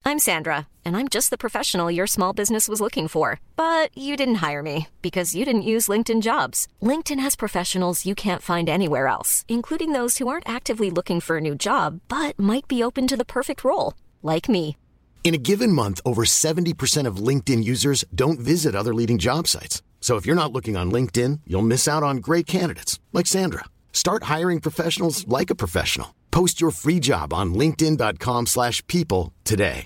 I'm Sandra, and I'm just the professional your small business was looking for. But you didn't hire me because you didn't use LinkedIn Jobs. LinkedIn has professionals you can't find anywhere else, including those who aren't actively looking for a new job, but might be open to the perfect role, like me. In a given month, over 70% of LinkedIn users don't visit other leading job sites. So if you're not looking on LinkedIn, you'll miss out on great candidates like Sandra. Start hiring professionals like a professional. Post your free job on linkedin.com/people today.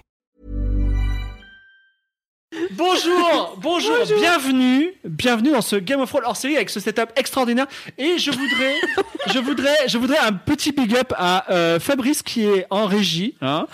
Bonjour, bienvenue dans ce Game of Thrones hors série avec ce setup extraordinaire. Et je voudrais un petit big up à Fabrice qui est en régie, hein.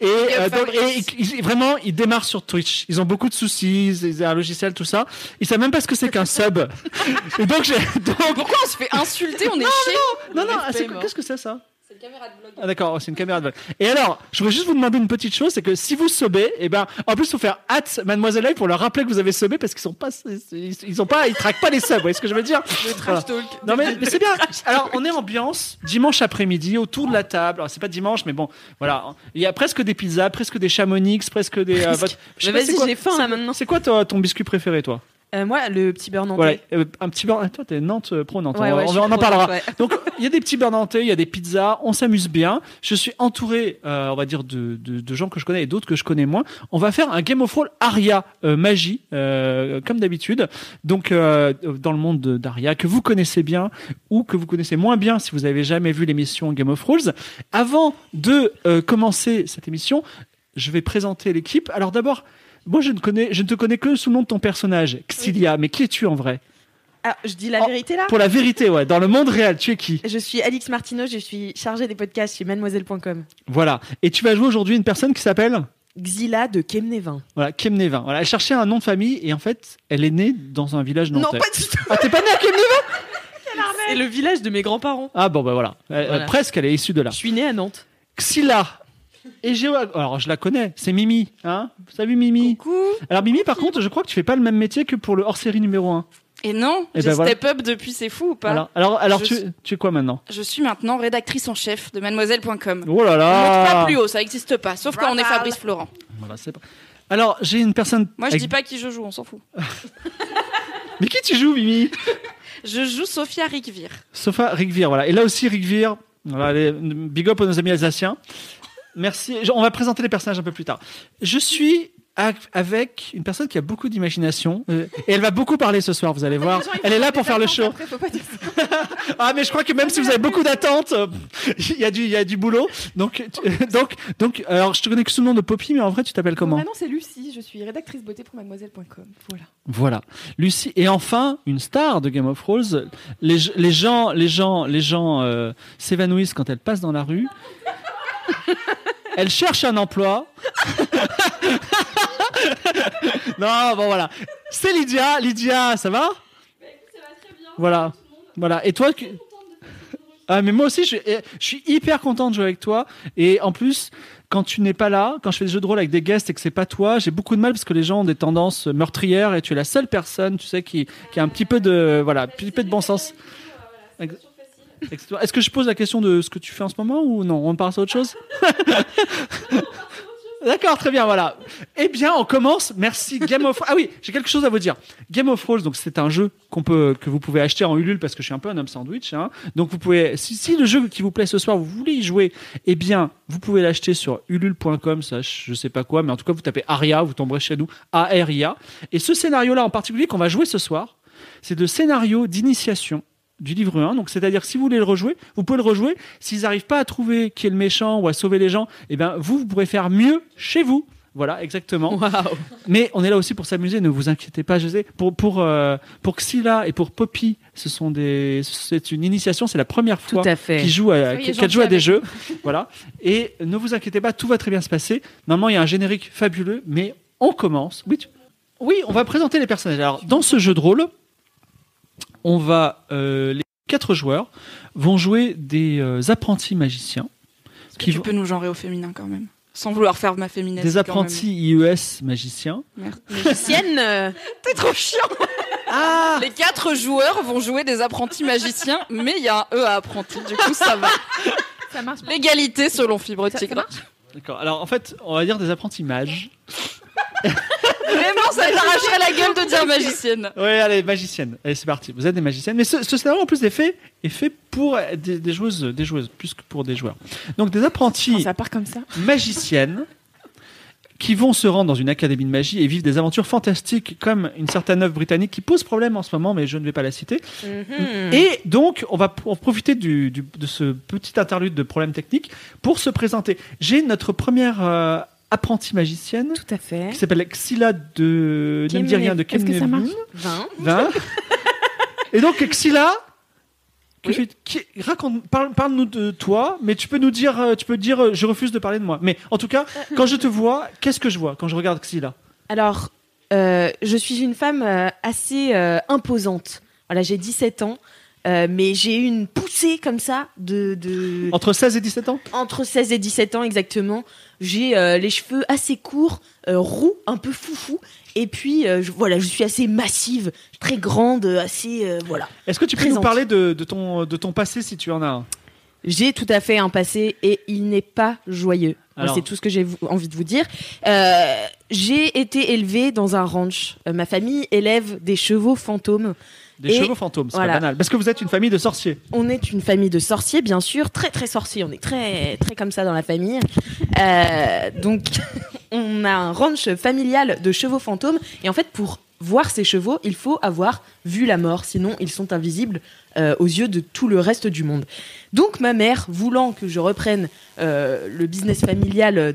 Vraiment, il démarre sur Twitch. Ils ont beaucoup de soucis, ils ont un logiciel, tout ça. Ils savent même pas ce que c'est qu'un sub. Et donc, pourquoi on se fait insulter? On est chiés. Non, qu'est-ce que c'est ça? C'est une caméra de vlog. Ah d'accord, c'est une caméra de vlog. Et alors, je voudrais juste vous demander une petite chose, c'est que si vous subez, en plus, il faut faire Mademoiselle Live pour leur rappeler que vous avez subé parce qu'ils traquent pas les subs. Vous voyez ce que je veux dire? Le trash talk. Non mais c'est bien. Alors, on est ambiance dimanche après-midi autour de la table. Alors, c'est pas dimanche, mais bon, voilà. Il y a presque des pizzas, presque des chamonix, presque des. Vas-y, j'ai faim là maintenant. C'est quoi ton biscuit préféré, toi? Moi, le petit beurre nantais. Ouais, un petit beurre. Toi, t'es Nantes, pro Nantes. Ouais, on en parlera. Ouais. Donc, il y a des petits beurres nantais, il y a des pizzas. On s'amuse bien. Je suis entouré, on va dire, de gens que je connais et d'autres que je connais moins. On va faire un Game of Thrones Arya magie, comme d'habitude. Donc, dans le monde d'Arya que vous connaissez bien ou que vous connaissez moins bien si vous avez jamais vu l'émission Game of Thrones. Avant de commencer cette émission, je vais présenter l'équipe. Alors d'abord. Moi, je ne te connais que sous le nom de ton personnage, Xilia. Mais qui es-tu en vrai? Ah, je dis la vérité là? Pour la vérité, ouais. Dans le monde réel, tu es qui? Je suis Alix Martineau, je suis chargée des podcasts chez mademoiselle.com. Voilà. Et tu vas jouer aujourd'hui une personne qui s'appelle Xila de Kemnévin. Voilà, Kemnévin. Voilà, elle cherchait un nom de famille et en fait, elle est née dans un village nantais. Non, pas du tout. Ah, t'es pas née à Kemnévin? C'est le village de mes grands-parents. Ah bon, bah voilà. Presque, elle est issue de là. Je suis née à Nantes. Xila. Et alors je la connais, c'est Mimi, hein? Salut Mimi. Coucou. Alors Mimi, par contre, je crois que tu fais pas le même métier que pour le hors-série numéro 1. Et non, j'ai step up depuis, c'est fou ou pas? Alors tu es quoi maintenant? Je suis maintenant rédactrice en chef de mademoiselle.com. Oh là là. On monte pas plus haut, ça n'existe pas, sauf quand on est Fabrice Florent. Voilà, c'est pas... Alors, j'ai une personne... Moi, je dis pas qui je joue, on s'en fout. Mais qui tu joues, Mimi? Je joue Sophia Rickvir. Sophia Rickvir, voilà. Et là aussi, Rickvir, voilà, big up à nos amis alsaciens. Merci. On va présenter les personnages un peu plus tard. Je suis avec une personne qui a beaucoup d'imagination et elle va beaucoup parler ce soir, vous allez voir. Elle est là pour faire le show. Après, faut pas dire ça. Ah, mais je crois que même si vous avez beaucoup d'attentes, il y a du boulot. Donc, alors je te connais que sous le nom de Poppy, mais en vrai, tu t'appelles comment? Mon nom, c'est Lucie. Je suis rédactrice beauté pour mademoiselle.com. Voilà. Lucie. Et enfin, une star de Game of Thrones. Les gens s'évanouissent quand elle passe dans la rue. Elle cherche un emploi. Non, bon voilà. C'est Lydia. Lydia, ça va? Ça va très bien. Voilà. Et toi? Ah, mais moi aussi, je suis hyper content de jouer avec toi. Et en plus, quand tu n'es pas là, quand je fais des jeux de rôle avec des guests et que c'est pas toi, j'ai beaucoup de mal parce que les gens ont des tendances meurtrières et tu es la seule personne, tu sais, qui a un petit peu de bon sens. Est-ce que je pose la question de ce que tu fais en ce moment ou non? On passe à autre chose? D'accord, très bien, voilà. Eh bien, on commence. Merci Game of... Ah oui, j'ai quelque chose à vous dire. Game of Thrones, donc c'est un jeu que vous pouvez acheter en Ulule parce que je suis un peu un homme sandwich. Hein. Donc vous pouvez, si le jeu qui vous plaît ce soir, vous voulez y jouer, eh bien, vous pouvez l'acheter sur ulule.com, je sais pas quoi, mais en tout cas, vous tapez Arya, vous tomberez chez nous, A-R-I-A. Et ce scénario-là en particulier qu'on va jouer ce soir, c'est le scénario d'initiation du livre 1, donc c'est-à-dire que si vous voulez le rejouer, vous pouvez le rejouer. S'ils n'arrivent pas à trouver qui est le méchant ou à sauver les gens, eh ben vous pourrez faire mieux chez vous. Voilà, exactement. Wow. Mais on est là aussi pour s'amuser, ne vous inquiétez pas, José. Pour Xila et pour Poppy, c'est une initiation, c'est la première fois qu'elle joue à des jeux. Voilà. Et ne vous inquiétez pas, tout va très bien se passer. Normalement, il y a un générique fabuleux, mais on commence. Oui, on va présenter les personnages. Alors, dans ce jeu de rôle, les 4 joueurs vont jouer des apprentis magiciens. Tu peux nous genrer au féminin quand même, sans vouloir faire ma féministe. Des apprentis IES magiciens. Magicienne. T'es trop chiant. Les 4 joueurs vont jouer des apprentis magiciens, mais il y a un E à apprenti, du coup ça va. Ça marche. L'égalité selon Fibre Tigre. D'accord. Alors en fait, on va dire des apprentis mages. Vraiment, ça t'arracherait la gueule de dire magicienne. Oui, allez, magicienne. Allez, c'est parti. Vous êtes des magiciennes. Mais ce scénario, en plus, est fait pour des joueuses, plus que pour des joueurs. Donc, des apprentis Quand ça part comme ça. magiciennes qui vont se rendre dans une académie de magie et vivre des aventures fantastiques comme une certaine œuvre britannique qui pose problème en ce moment, mais je ne vais pas la citer. Et donc, on va en profiter de ce petit interlude de problèmes techniques pour se présenter. J'ai notre première apprentie magicienne Tout à fait. qui s'appelle Xyla de... Ne me dis rien de Est-ce que ça marche 20. Et donc, Xyla... Oui. Parle-nous de toi, mais tu peux dire, je refuse de parler de moi. Mais en tout cas, quand je te vois, qu'est-ce que je vois quand je regarde Xyla? Alors, je suis une femme assez imposante. Voilà, j'ai 17 ans, mais j'ai eu une poussée comme ça de... Entre 16 et 17 ans? Entre 16 et 17 ans, exactement. J'ai les cheveux assez courts, roux, un peu foufou. Et puis, je suis assez massive, très grande, assez... voilà. Est-ce que tu peux nous Présente. parler de ton passé, si tu en as un? J'ai tout à fait un passé et il n'est pas joyeux. Moi, Alors. c'est tout ce que j'ai envie de vous dire. J'ai été élevée dans un ranch. Ma famille élève des chevaux fantômes. Des Et chevaux fantômes, c'est voilà. pas banal. Parce que vous êtes une famille de sorciers. On est une famille de sorciers, bien sûr, très très sorciers. On est très très comme ça dans la famille. Donc, on a un ranch familial de chevaux fantômes. Et en fait, pour voir ces chevaux, il faut avoir vu la mort. Sinon, ils sont invisibles aux yeux de tout le reste du monde. Donc, ma mère, voulant que je reprenne le business familial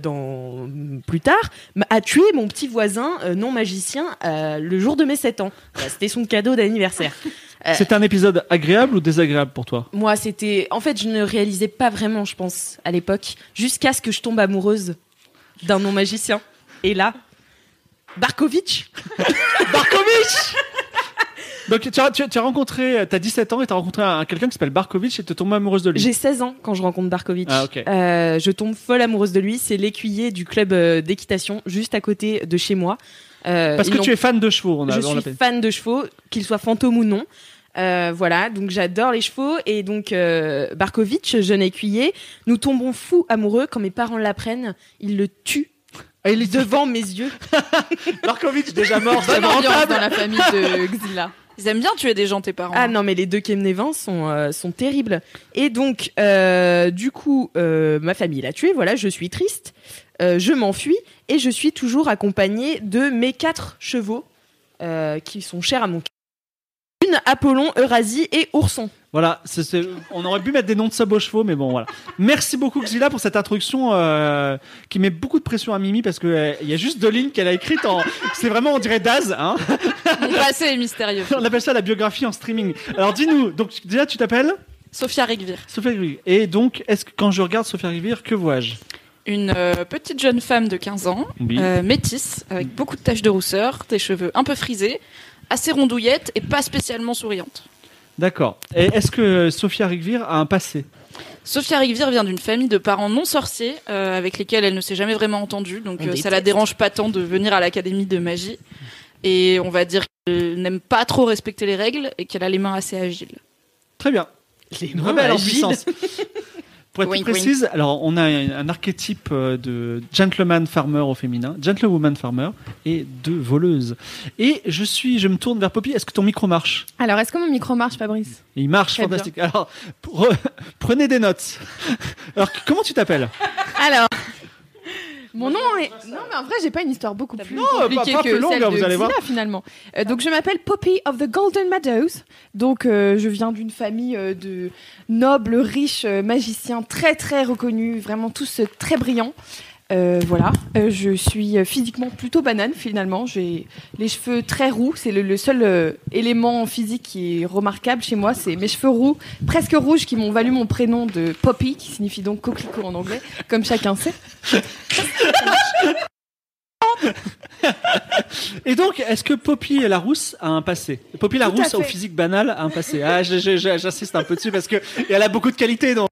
plus tard, a tué mon petit voisin non magicien le jour de mes 7 ans. Voilà, c'était son cadeau d'anniversaire. C'est un épisode agréable ou désagréable pour toi? Moi, c'était... En fait, je ne réalisais pas vraiment, je pense, à l'époque, jusqu'à ce que je tombe amoureuse d'un non-magicien. Et là, Barkovitch. Barkovitch. Donc tu as rencontré, t'as 17 ans et t'as rencontré quelqu'un qui s'appelle Barkovitch et t'es tombée amoureuse de lui. J'ai 16 ans quand je rencontre Barkovitch. Ah, ok. Je tombe folle amoureuse de lui. C'est l'écuyer du club d'équitation, juste à côté de chez moi. Parce que tu es fan de chevaux, Je suis fan de chevaux, qu'ils soient fantômes ou non. Voilà, donc j'adore les chevaux. Et donc, Barkovitch, jeune écuyer, nous tombons fous amoureux. Quand mes parents l'apprennent, ils le tuent devant mes yeux. Barkovitch déjà mort, c'est Bonne ambiance rentable. dans la famille de Xyla. Ils aiment bien tuer des gens, tes parents. Ah non, mais les deux Kemnevins sont terribles. Et donc, du coup, ma famille l'a tué. Voilà, je suis triste. Je m'enfuis et je suis toujours accompagnée de mes 4 chevaux qui sont chers à mon cœur. Une, Apollon, Eurasie et Ourson. Voilà, on aurait pu mettre des noms de subs aux chevaux, mais bon, voilà. Merci beaucoup, Xyla, pour cette introduction qui met beaucoup de pression à Mimi parce qu'il y a juste 2 lignes qu'elle a écrites c'est vraiment, on dirait Daz, hein. Mon passé est mystérieux. On appelle ça la biographie en streaming. Alors dis-nous, donc déjà, tu t'appelles Sophia Rigvir. Sophia Rigvir. Et donc, est-ce que quand je regarde Sophia Rigvir, que vois-je? Une petite jeune femme de 15 ans, Oui. métisse, avec beaucoup de taches de rousseur, des cheveux un peu frisés, assez rondouillette et pas spécialement souriante. D'accord. Et est-ce que Sophia Rigvir a un passé? Sophia Rigvir vient d'une famille de parents non sorciers avec lesquels elle ne s'est jamais vraiment entendue, donc On ça la déteste. dérange pas tant de venir à l'académie de magie. Et on va dire qu'elle n'aime pas trop respecter les règles et qu'elle a les mains assez agiles. Très bien. Une rebelle en puissance. Pour être plus Wink, wink. précise, alors on a un archétype de gentleman farmer au féminin, gentlewoman farmer et de voleuse. Et je me tourne vers Poppy. Est-ce que ton micro marche? Alors, est-ce que mon micro marche, Fabrice? Et il marche, Très fantastique. Alors, prenez des notes. Alors, comment tu t'appelles? Alors, mon nom est... Non, mais en vrai, j'ai pas une histoire beaucoup plus compliquée pas que plus longue, celle hein, de vous allez voir. Xyla, finalement. Donc, je m'appelle Poppy of the Golden Meadows. Donc, je viens d'une famille de nobles, riches magiciens très, très reconnus, vraiment tous très brillants. Voilà, je suis physiquement plutôt banane finalement. J'ai les cheveux très roux, c'est le seul élément physique qui est remarquable chez moi, c'est mes cheveux roux, presque rouges, qui m'ont valu mon prénom de Poppy, qui signifie donc coquelicot en anglais, comme chacun sait. Et donc, est-ce que Poppy la rousse a un passé? Poppy la Tout à rousse au fait. physique banal a un passé. Ah, j'insiste un peu dessus parce que et elle a beaucoup de qualités donc.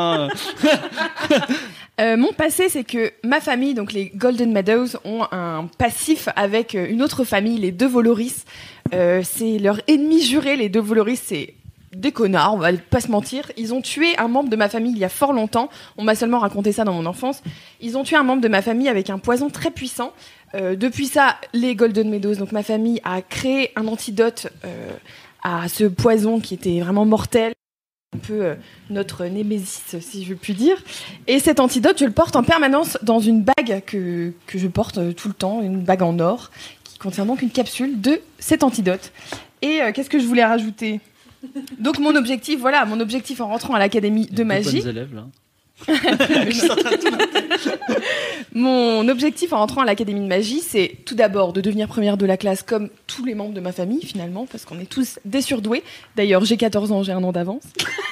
Mon passé, c'est que ma famille, donc les Golden Meadows, ont un passif avec une autre famille, les deux Voloris. C'est leur ennemi juré, les deux Voloris, c'est des connards, on va pas se mentir. Ils ont tué un membre de ma famille il y a fort longtemps. On m'a seulement raconté ça dans mon enfance. Ils ont tué un membre de ma famille avec un poison très puissant. Depuis ça, les Golden Meadows, donc ma famille, a créé un antidote à ce poison qui était vraiment mortel. Un peu notre némésis, si je puis dire. Et cet antidote, je le porte en permanence dans une bague que je porte tout le temps, une bague en or, qui contient donc une capsule de cet antidote. Et qu'est-ce que je voulais rajouter ? Donc mon objectif en rentrant à l'académie de magie. Bonnes élèves, là. Mon objectif en rentrant à l'académie de magie, c'est tout d'abord de devenir première de la classe comme tous les membres de ma famille finalement, parce qu'on est tous des surdoués. D'ailleurs, j'ai 14 ans, j'ai un an d'avance.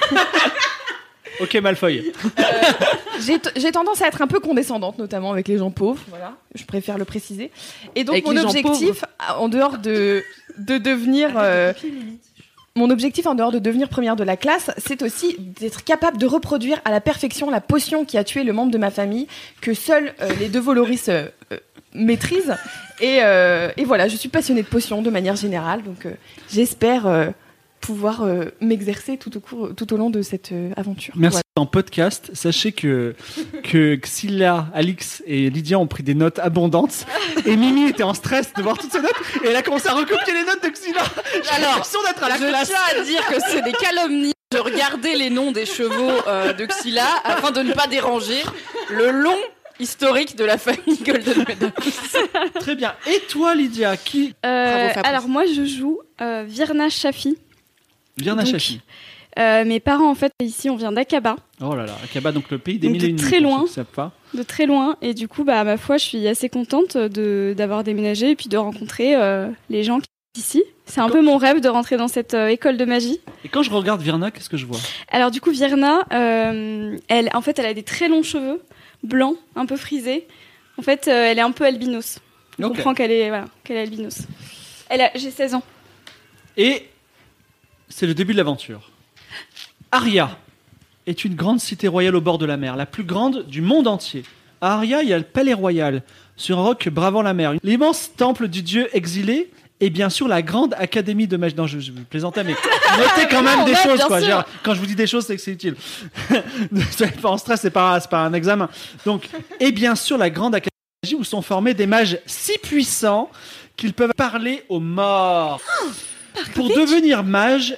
Ok, Malfoy. J'ai tendance à être un peu condescendante, notamment avec les gens pauvres. Voilà, je préfère le préciser. Et donc Avec mon les gens objectif, en dehors de devenir mon objectif en dehors de devenir première de la classe, c'est aussi d'être capable de reproduire à la perfection la potion qui a tué le membre de ma famille, que seuls les deux Voloris maîtrisent. Et voilà, je suis passionnée de potions de manière générale, donc j'espère pouvoir m'exercer tout au long de cette aventure. Merci. Voilà. En podcast, sachez que Xyla, Alix et Lydia ont pris des notes abondantes et Mimi était en stress de voir toutes ces notes et elle a commencé à recopier les notes de Xyla. J'ai l'impression d'être à la classe. Je tiens à dire que c'est des calomnies. Je regardais les noms des chevaux de Xyla afin de ne pas déranger le long historique de la famille Golden Meadows. Très bien. Et toi, Lydia, qui Bravo, Fabrice. Alors moi je joue Virna Shafi. Virna Donc, Shafi. Mes parents en fait ici on vient d'Aqaba, Oh là là, Akaba, donc le pays des Donc, mille et une de nuits, très pour loin. ceux qui savent pas. de très loin, et du coup bah ma foi je suis assez contente d'avoir déménagé et puis de rencontrer les gens qui sont ici. C'est un peu mon rêve de rentrer dans cette école de magie. Et quand je regarde Virna, qu'est-ce que je vois? Alors du coup Virna, elle a des très longs cheveux blancs, un peu frisés. En fait elle est un peu albinos. On Ok. comprend qu'elle est albinos. J'ai 16 ans. Et c'est le début de l'aventure. Aria est une grande cité royale au bord de la mer, la plus grande du monde entier. À Aria, il y a le palais royal, sur un roc bravant la mer. L'immense temple du dieu exilé et bien sûr la grande académie de magie. Non, je plaisantais, mais notez quand même des choses, quoi. Genre, quand je vous dis des choses, c'est que c'est utile. Ne soyez pas en stress, c'est pas un examen. Donc, et bien sûr la grande académie de magie où sont formés des mages si puissants qu'ils peuvent parler aux morts. Pour devenir mage,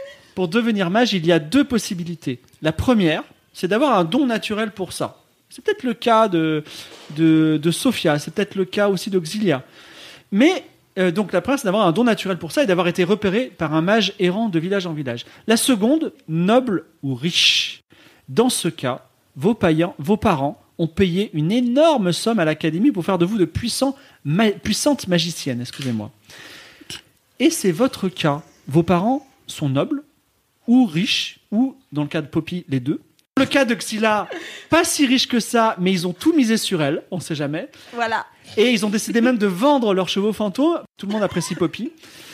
il y a deux possibilités. La première, c'est d'avoir un don naturel pour ça. C'est peut-être le cas de Sophia, c'est peut-être le cas aussi d'Auxilia. Mais donc la première, c'est d'avoir un don naturel pour ça et d'avoir été repéré par un mage errant de village en village. La seconde, noble ou riche. Dans ce cas, vos parents ont payé une énorme somme à l'académie pour faire de vous de puissantes magiciennes. Excusez-moi. Et c'est votre cas. Vos parents sont nobles ou riches, ou, dans le cas de Poppy, les deux. Dans le cas de Xyla, pas si riches que ça, mais ils ont tout misé sur elle, on sait jamais. Voilà. Et ils ont décidé même de vendre leurs chevaux fantômes. Tout le monde apprécie Poppy.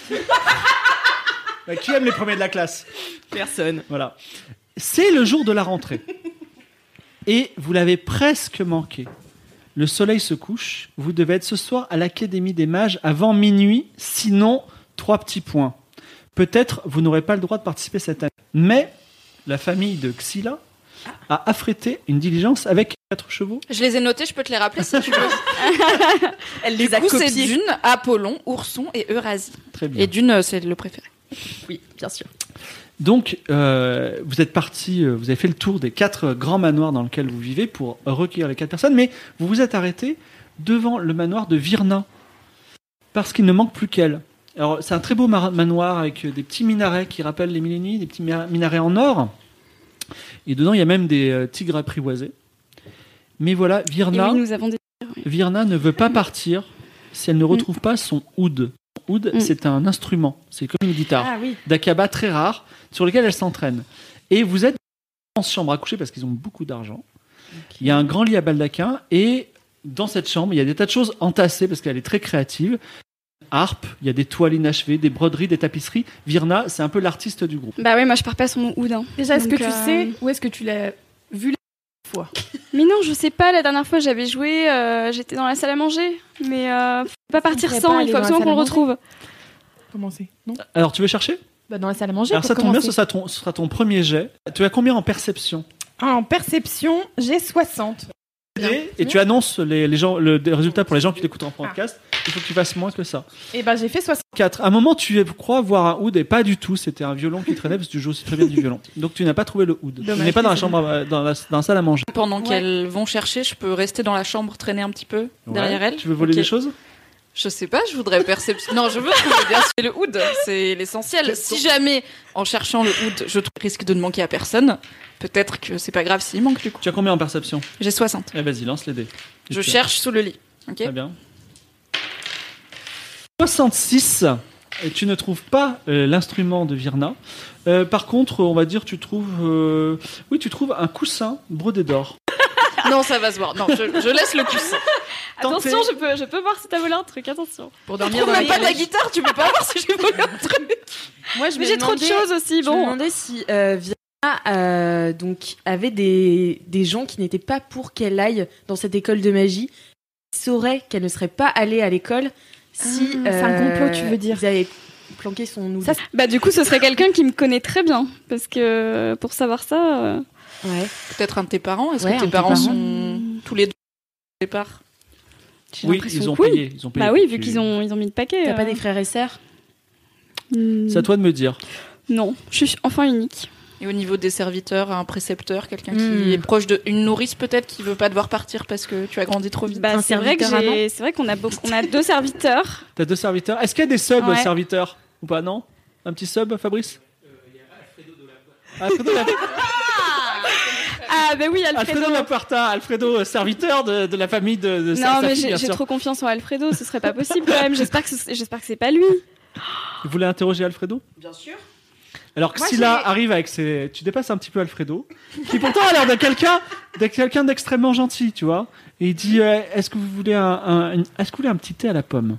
Bah, qui aime les premiers de la classe? Personne. Voilà. C'est le jour de la rentrée. Et vous l'avez presque manqué. Le soleil se couche. Vous devez être ce soir à l'Académie des Mages avant minuit, sinon 3 petits points. Peut-être vous n'aurez pas le droit de participer cette année. Mais la famille de Xyla a affrété une diligence avec 4 chevaux. Je les ai notés, je peux te les rappeler si tu veux. Elle Du les a coup, c'est copiés. Dune, Apollon, Ourson et Eurasie. Très bien. Et Dune, c'est le préféré. Oui, bien sûr. Donc, vous êtes parti, vous avez fait le tour des 4 grands manoirs dans lesquels vous vivez pour recueillir les 4 personnes, mais vous vous êtes arrêté devant le manoir de Virna, parce qu'il ne manque plus qu'elle. Alors, c'est un très beau manoir avec des petits minarets qui rappellent les mille et une nuits, des petits minarets en or, et dedans, il y a même des tigres apprivoisés. Mais voilà, Et Virna, oui, nous avons des... Virna ne veut pas partir si elle ne retrouve pas son oud. Oud, c'est un instrument, c'est comme une guitare. Ah oui. D'Aqaba très rare, sur lequel elle s'entraîne. Et vous êtes dans cette chambre à coucher parce qu'ils ont beaucoup d'argent. Il y a un grand lit à baldaquin et dans cette chambre, il y a des tas de choses entassées parce qu'elle est très créative. Harpe, il y a des toiles inachevées, des broderies, des tapisseries. Virna, c'est un peu l'artiste du groupe. Bah oui, moi je pars pas sur mon oud. Hein. Déjà, est-ce que Donc, tu sais où est-ce que tu l'as vu la fois? Mais non, je sais pas, la dernière fois j'avais joué, j'étais dans la salle à manger. Mais faut pas partir pourrait sans, pas il faut aller dans la absolument salle qu'on à le retrouve. Comment c'est? Non. Alors, tu veux chercher? Bah, dans la salle à manger. Alors pour ça tombe bien, commencer. ce sera ton premier jet. Tu as combien en perception? En perception, j'ai 60. Et tu annonces les gens, le résultat pour les gens qui l'écoutent en podcast. Il faut que tu fasses moins que ça. Et ben j'ai fait 60. 4. À un moment, tu crois voir un oud et pas du tout. C'était un violon qui traînait parce que tu joues aussi très bien du violon. Donc tu n'as pas trouvé le oud. Tu Dommage, n'es pas dans la c'est chambre, dans la salle à manger. Pendant qu'elles vont chercher, je peux rester dans la chambre, traîner un petit peu derrière Ouais. elles. Tu veux voler Ok. des choses? Je sais pas, je voudrais perception. Non, je veux trouver bien sûr le oud, c'est l'essentiel. Si jamais, en cherchant le oud, je risque de ne manquer à personne, peut-être que c'est pas grave s'il manque du coup. Tu as combien en perception? J'ai 60. Eh vas-y, lance les dés. Je cherche sous le lit. Ok. Très bien. 66. Et tu ne trouves pas l'instrument de Virna. Par contre, on va dire, tu trouves, tu trouves un coussin brodé d'or. Non, ça va se voir. Non, je laisse le coussin. Attention, je peux voir si t'as volé un truc, attention. Pour dormir dans même pas ta guitare, tu peux pas voir si j'ai volé un truc. Moi, je Mais me j'ai trop de demandais- choses aussi, Je me bon. demandais si Viana donc, avait des gens qui n'étaient pas pour qu'elle aille dans cette école de magie, sauraient qu'elle ne serait pas allée à l'école si c'est un complot, tu veux dire. ils avaient planqué son oud. Ça, Bah du coup, ce serait quelqu'un qui me connaît très bien, parce que pour savoir ça, Ouais. Peut-être un de tes parents. Est-ce Ouais, que un tes de parents tes parents. sont tous les deux au départ? j'ai Oui, l'impression ils ont que oui. payé. Ils ont payé Bah oui, pour vu que qu'ils ont mis le paquet. T'as pas des frères et sœurs? C'est à toi de me dire. Non, je suis enfant unique. Et au niveau des serviteurs, un précepteur, quelqu'un Hmm. qui est proche d'une nourrice peut-être qui veut pas devoir partir parce que tu as grandi trop vite. Bah Un c'est vrai que serviteur c'est vrai qu'on a on a 2 serviteurs. T'as 2 serviteurs. Est-ce qu'il y a des subs Ouais. serviteurs ou pas? Non? Un petit sub, Fabrice? Alfredo Laporta. Ah bah oui, Alfredo. Alfredo Laporta, Alfredo serviteur de la famille de sa Non mais fille, bien j'ai sûr. trop confiance en Alfredo, ce serait pas possible quand même. J'espère que c'est pas lui. Vous voulez interroger Alfredo? Bien sûr. Alors que Moi, Scylla j'ai- arrive avec ses... Tu dépasses un petit peu Alfredo, qui pourtant a l'air de quelqu'un d'extrêmement gentil, tu vois. Et il dit, est-ce que vous voulez est-ce que vous voulez un petit thé à la pomme?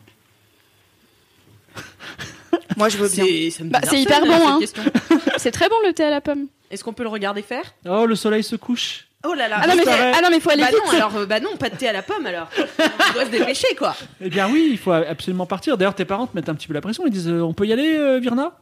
Moi, je veux bien. Bah, c'est hyper bon, hein. C'est très bon le thé à la pomme. Est-ce qu'on peut le regarder faire? Oh, le soleil se couche. Oh là là. Ah non mais faut aller Bah vite. non, alors bah non, pas de thé à la pomme alors. On doit se dépêcher quoi. Eh bien oui, il faut absolument partir. D'ailleurs, tes parents te mettent un petit peu la pression. Ils disent, on peut y aller, Virna?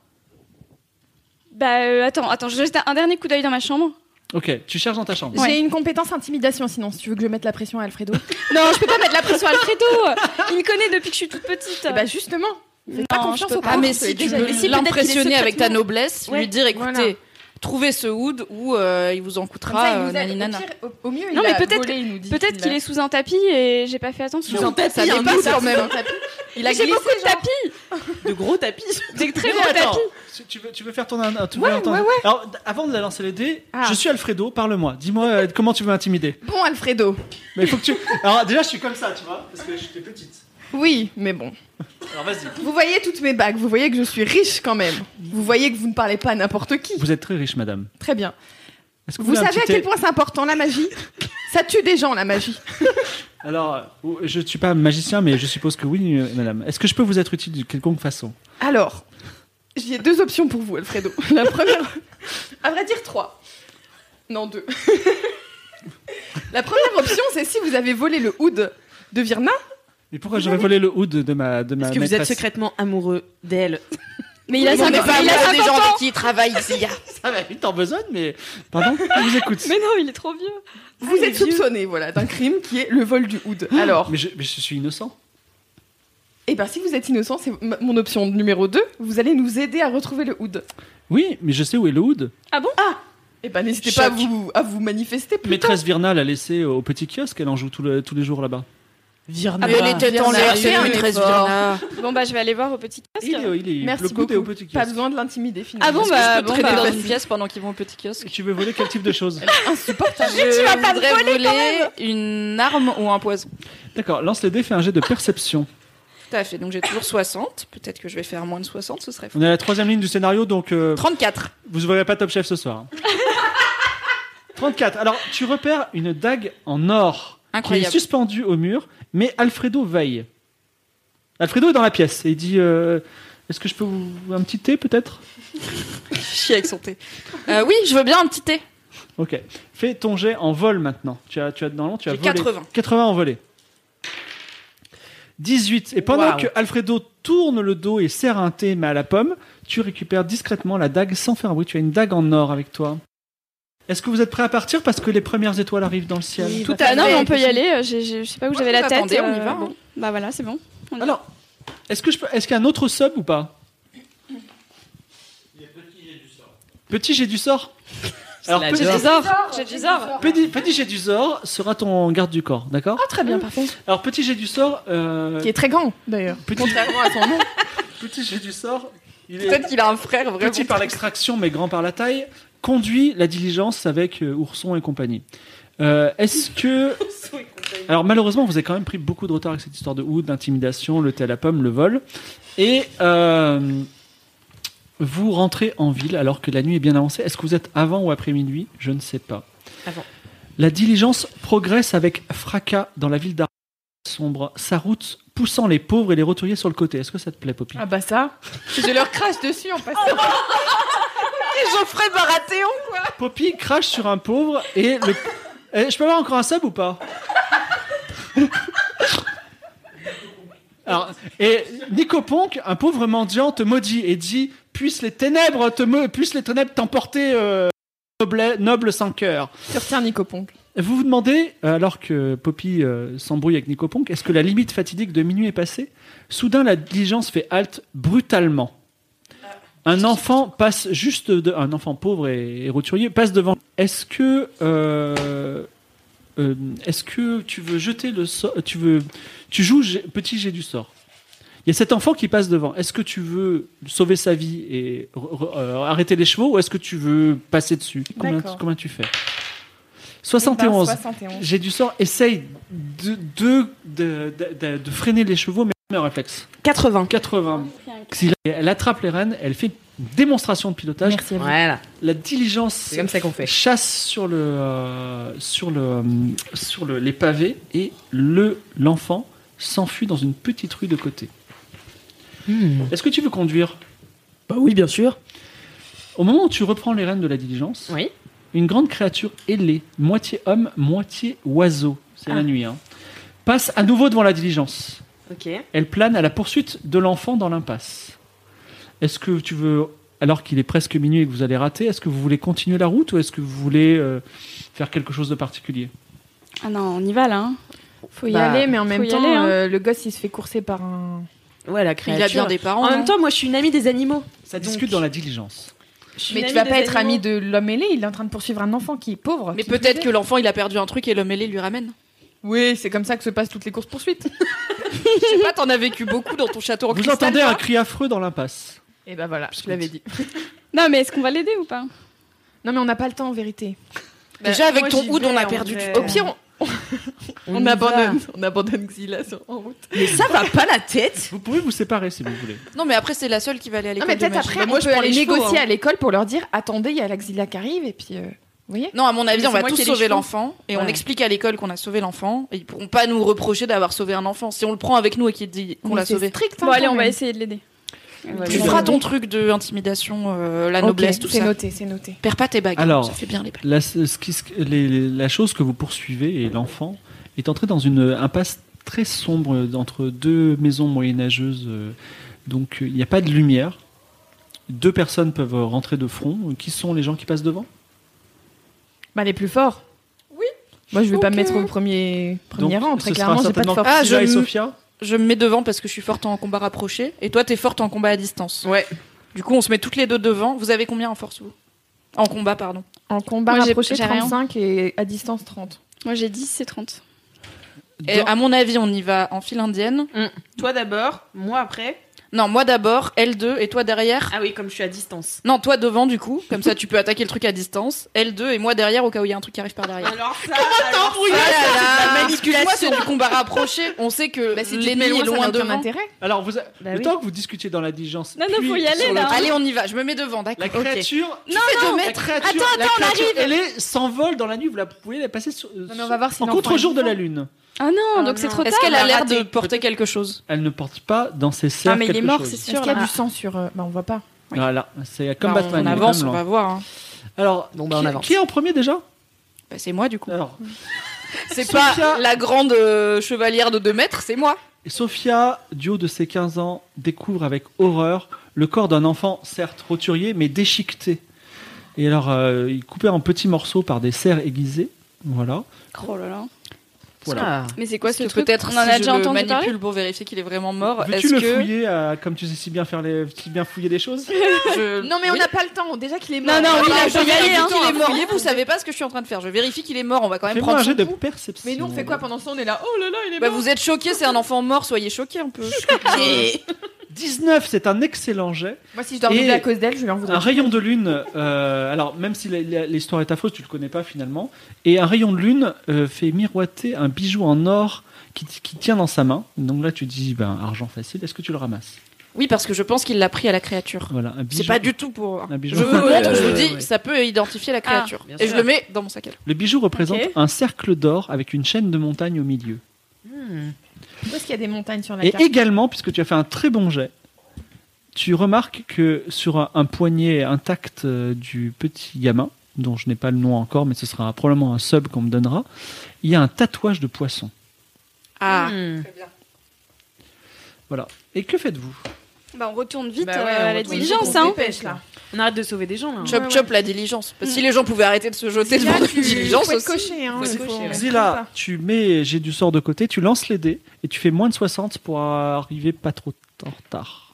Bah attends, je jette un dernier coup d'œil dans ma chambre. Ok, tu cherches dans ta chambre. Ouais. J'ai une compétence intimidation sinon, si tu veux que je mette la pression à Alfredo. Non, je peux pas mettre la pression à Alfredo. Il me connaît depuis que je suis toute petite. Et bah justement, fais pas Non, confiance je peux aux pas. parents. Ah, mais tu si l'as tu déjà veux dit. si, peut-être qu'il est l'impressionner avec ta secrètement- noblesse, Ouais, lui dire écoutez, voilà. trouvez ce wood ou il vous en Comme coûtera ça, il nous aide. naninana. Au pire, au mieux, Non, il mais a peut-être volé, il nous dit Peut-être qu'il est sous un tapis et j'ai pas fait attention. Sous un tapis, Ça un dépasse oud, quand même. Sous un tapis. Il a J'ai glissé beaucoup de genre. tapis. De gros tapis. Des très Mais gros attends, tapis. tu veux faire ton... tu veux Ouais, entendre- ouais, ouais. Alors, avant de la lancer les dés, Ah. je suis Alfredo, parle-moi. Dis-moi comment tu veux intimider. Bon Alfredo. Mais il faut que tu... Alors déjà, je suis comme ça, tu vois, parce que je suis petite. Oui, mais bon. Alors vas-y. Vous voyez toutes mes bagues, vous voyez que je suis riche quand même. Vous voyez que vous ne parlez pas à n'importe qui. Vous êtes très riche, madame. Très bien. Est-ce que Vous voulez un savez à petit quel thé point c'est important la magie? Ça tue des gens la magie. Alors, je ne suis pas magicien, mais je suppose que oui, madame. Est-ce que je peux vous être utile de quelconque façon? Alors, j'ai 2 options pour vous Alfredo. La première, à vrai dire 3. Non 2. La première option c'est si vous avez volé le oud de Virna. Mais pourquoi j'aurais volé le hood de ma Est-ce que vous êtes maîtresse? secrètement amoureux d'elle? Mais il a On n'est 50 pas il a amoureux des 50 gens ans. avec qui il travaille ici. Ça va vite en besogne, mais... Pardon, je vous écoute. Mais non, il est trop vieux. Vous êtes soupçonné voilà, d'un crime qui est le vol du oud. Alors, Mais je suis innocent. eh ben, si vous êtes innocent, c'est mon option numéro 2. Vous allez nous aider à retrouver le oud. Oui, mais je sais où est le hood. Eh ben, n'hésitez pas à vous manifester plus tôt. Maîtresse Virna l'a laissé au petit kiosque, elle en joue tous les jours là-bas. Virna. Elle était en l'air, c'est Virna, maîtresse effort. Virna. Bon bah je vais aller voir au petit casque. Il est Merci le coude est au beaucoup. petit Pas kiosque. besoin de l'intimider finalement. Ah bon Est-ce que bah je peux bon traîner bah. dans une pièce pendant qu'ils vont au petit kiosque? Tu veux voler quel type de choses? Insupportable. Je vas pas voudrais voler quand voler une arme ou un poison. D'accord, lance les dés, fais un jet de perception. Tout à fait, donc j'ai toujours 60. Peut-être que je vais faire moins de 60, ce serait fou. On est à la 3e ligne du scénario, donc 34. vous ne verrez pas Top Chef ce soir. hein. 34. Alors, tu repères une dague en or qui est Incroyable. suspendue au mur, mais Alfredo veille. Alfredo est dans la pièce et il dit est-ce que je peux vous un petit thé peut-être? Chier avec son thé. Oui, je veux bien un petit thé. Ok. Fais ton jet en vol maintenant. Tu as normalement tu as J'ai volé 80. 80 en volée. 18. Et pendant Waouh. que Alfredo tourne le dos et sert un thé mais à la pomme, tu récupères discrètement la dague sans faire un bruit. Tu as une dague en or avec toi. Est-ce que vous êtes prêts à partir parce que les premières étoiles arrivent dans le ciel? Oui, Tout bah, à non, mais on peut y puis- aller. Je sais pas où Moi, j'avais je la tête. t'attendais, on y va, bon. hein. Bah voilà, c'est bon. On y va. Alors, est-ce qu'il y a un autre sub ou pas? Petit jet du sort. Alors, la Petit J'ai du Zor. J'ai du Zor. Petit jet du sort sera ton garde du corps, d'accord? Ah, très bien, parfait. Alors, petit jet du sort. Qui est très grand, d'ailleurs. Contrairement à son nom. Petit jet du sort. Il est Peut-être qu'il a un frère vraiment. petit par l'extraction, mais grand par la taille. Conduit la diligence avec Ourson et compagnie. Est-ce que. Alors, malheureusement, vous avez quand même pris beaucoup de retard avec cette histoire de Hood, d'intimidation, le thé à la pomme, le vol. Et. Vous rentrez en ville alors que la nuit est bien avancée. Est-ce que vous êtes avant ou après minuit? Je ne sais pas. Avant. La diligence progresse avec fracas dans la ville d'Arles sombre, sa route poussant les pauvres et les roturiers sur le côté. Est-ce que ça te plaît, Poppy? Ah bah ça, je leur crache dessus en passant. Geoffrey Baratheon, quoi. Poppy crache sur un pauvre et le... Je peux avoir encore un sub ou pas? Alors, et Nico Ponk, un pauvre mendiant, te maudit et dit: puissent les ténèbres t'emporter, noble sans cœur. Tu retiens Nico Ponk. Vous vous demandez, alors que Poppy s'embrouille avec Nico Ponk, est-ce que la limite fatidique de minuit est passée? Soudain, la diligence fait halte brutalement. Un enfant passe un enfant pauvre et roturier passe devant. Est-ce que tu veux jeter le sort? Tu joues petit jet du sort. Il y a cet enfant qui passe devant. Est-ce que tu veux sauver sa vie et arrêter les chevaux, ou est-ce que tu veux passer dessus? D'accord. Combien tu fais? 71. 71. J'ai du sort. Essaye de freiner les chevaux, mais un réflexe. 80. 80. Elle attrape les rênes, elle fait une démonstration de pilotage. Merci à vous. Voilà. La diligence C'est comme ça qu'on fait. chasse sur les pavés et l'enfant s'enfuit dans une petite rue de côté. Est-ce que tu veux conduire? Bah oui, bien sûr. Au moment où tu reprends les rênes de la diligence, Oui. une grande créature ailée, moitié homme, moitié oiseau, c'est la nuit, passe à nouveau devant la diligence. Ok. Elle plane à la poursuite de l'enfant dans l'impasse. Est-ce que tu veux, alors qu'il est presque minuit et que vous allez rater, est-ce que vous voulez continuer la route ou est-ce que vous voulez faire quelque chose de particulier? Ah non, on y va là. Hein. Faut y Bah, aller, mais en faut même y temps, aller, hein. le gosse, il se fait courser par un... Ouais, la Il créature. a bien des parents. En même non temps, moi, je suis une amie des animaux. Ça Donc, discute dans la diligence. je suis Mais une tu amie vas pas des être animaux. ami de l'homme ailé, il est en train de poursuivre un enfant qui est pauvre. Mais qui peut-être plus que est. l'enfant il a perdu un truc et l'homme ailé lui ramène. Oui, c'est comme ça que se passent toutes les courses-poursuites. Je sais pas, t'en as vécu beaucoup dans ton château en Vous cristal, entendez toi un cri affreux dans l'impasse. Et ben voilà, je l'avais dit. Non, mais est-ce qu'on va l'aider ou pas? Non mais on n'a pas le temps en vérité. Déjà avec moi, ton j'y hood on vais, a en perdu vrai. du Au pire, on y abandonne. va. On abandonne Xyla en route. Mais ça va pas la tête. Vous pouvez vous séparer si vous voulez. Non mais après c'est la seule qui va aller à Non l'école mais de peut-être magie. après, Bah, moi on je peut prends aller les chevaux, négocier hein. à l'école pour leur dire attendez, il y a la Xyla qui arrive et puis... Vous voyez? Non, à mon avis, Mais on va c'est moi tous qui ai les sauver chevaux. l'enfant et on Ouais. explique à l'école qu'on a sauvé l'enfant et ils pourront pas nous reprocher d'avoir sauvé un enfant. Si on le prend avec nous et qu'il dit qu'on Mais l'a c'est sauvé. strict. Bon, allez, on va essayer de l'aider. Tu feras ton truc de intimidation, la noblesse, tout c'est ça. noté, c'est noté. Perds pas tes bagues. Alors, ça fait bien les bagues. La chose que vous poursuivez et l'enfant est entré dans une impasse très sombre entre deux maisons moyenâgeuses. Donc il n'y a pas de lumière. Deux personnes peuvent rentrer de front. Qui sont les gens qui passent devant? Bah les plus forts. Oui. Moi je vais pas me Ok. mettre au premier Donc, rang, ce très sera clairement, j'ai pas de certainement force. Ah, Priscilla je et me- Sophia. Je me mets devant parce que je suis forte en combat rapproché et toi t'es forte en combat à distance. Ouais. Du coup on se met toutes les deux devant. Vous avez combien en force vous? En combat pardon. En combat Moi, j'ai- rapproché j'ai rien. 35 et à distance 30. Moi, j'ai 10 et 30. Et à mon avis on y va en file indienne. Toi d'abord, moi après. Non moi d'abord, L2 et toi derrière. Ah oui, comme je suis à distance. Non toi devant du coup. Comme ça tu peux attaquer le truc à distance. L2 et moi derrière au cas où il y a un truc qui arrive par derrière. Alors ça, Ah là là, excuse-moi, c'est du combat rapproché. On sait que Bah, si tu te l'ennemi mets est loin, ça n'a loin aucun devant. intérêt. Alors, Bah le oui. temps que vous discutiez dans la diligence. Non, non, puis faut y aller, sur le là. truc, Allez, on y va. Je me mets devant, d'accord. La créature, Tu fais 2 la mètres. créature, la créature, elle s'envole dans la nuit. Vous pouvez la passer mais on va voir si en l'enfant contre-jour est de la vivant. lune. Ah non, Ah donc c'est non. trop tard. Est-ce qu'elle a on l'air raté. de porter quelque chose? Elle ne porte pas dans ses serres Ah, mais il est quelque mort, chose. c'est Est-ce sûr. qu'il y a là. du sang sur... Bah on voit pas. Voilà, c'est comme Bah, Batman. on il est avance, comme on lent. va voir. hein. Alors, Bon, bah, on avance. qui est en premier déjà? Bah, c'est moi du coup. Alors, C'est Sophia- pas la grande chevalière de 2 mètres, c'est moi. Et Sophia, du haut de ses 15 ans, découvre avec horreur le corps d'un enfant, certes roturier, mais déchiqueté. Et alors, il est coupé en petits morceaux par des serres aiguisées. Voilà. Oh là là. Voilà. Mais c'est quoi Parce ce que truc? peut-être On en a si déjà je le entendu parler. manipule pour vérifier qu'il est vraiment mort. Veux-tu Est-ce le que fouiller, comme tu sais si bien fouiller des choses? Non, mais on Oui. n'a pas le temps. Déjà qu'il est mort. Non, oui, là, Je faut y aller, vérifie hein. qu'il est mort. Vous savez pas ce que je suis en train de faire. Je vérifie qu'il est mort. On va quand même Fais-moi prendre un jet son de pouls. perception. Mais nous, on fait quoi pendant ce temps? On est là. Oh là là, il est Bah, mort. vous êtes choqués, c'est un enfant mort. Soyez choqués un peu. 19, c'est un excellent jet. Moi, si je dois Et- revivre à cause d'elle, je lui en voudrais. Un rayon de lune, alors même si l'histoire est affreuse, tu le connais pas finalement, et un rayon de lune fait miroiter un bijou en or qui tient dans sa main. Donc là tu dis, argent facile, est-ce que tu le ramasses? Oui, parce que je pense qu'il l'a pris à la créature. Voilà, un bijou. C'est pas du tout pour. Un bijou. Je vous le montre, je vous Ouais, dis, ouais. ça peut identifier la créature. bien Et sûr. je le mets dans mon sac à dos. Le bijou représente Ok. un cercle d'or avec une chaîne de montagne au milieu. Où est-ce qu'il y a des montagnes sur la Et carte? également, puisque tu as fait un très bon jet, tu remarques que sur un poignet intact du petit gamin, dont je n'ai pas le nom encore, mais ce sera probablement un sub qu'on me donnera, il y a un tatouage de poisson. Ah. Voilà. Et que faites-vous? Bah, on retourne vite Bah ouais, à on la retourne diligence, vite, on se hein. dépêche, là. On arrête de sauver des gens, là. Chop chop la diligence. Parce que si les gens pouvaient arrêter de se jeter devant Là, la tu diligence faut être aussi. coché, hein. Faut être il faut- coché, ouais. Zilla, tu mets j'ai du sort de côté, tu lances les dés et tu fais moins de 60 pour arriver pas trop en retard.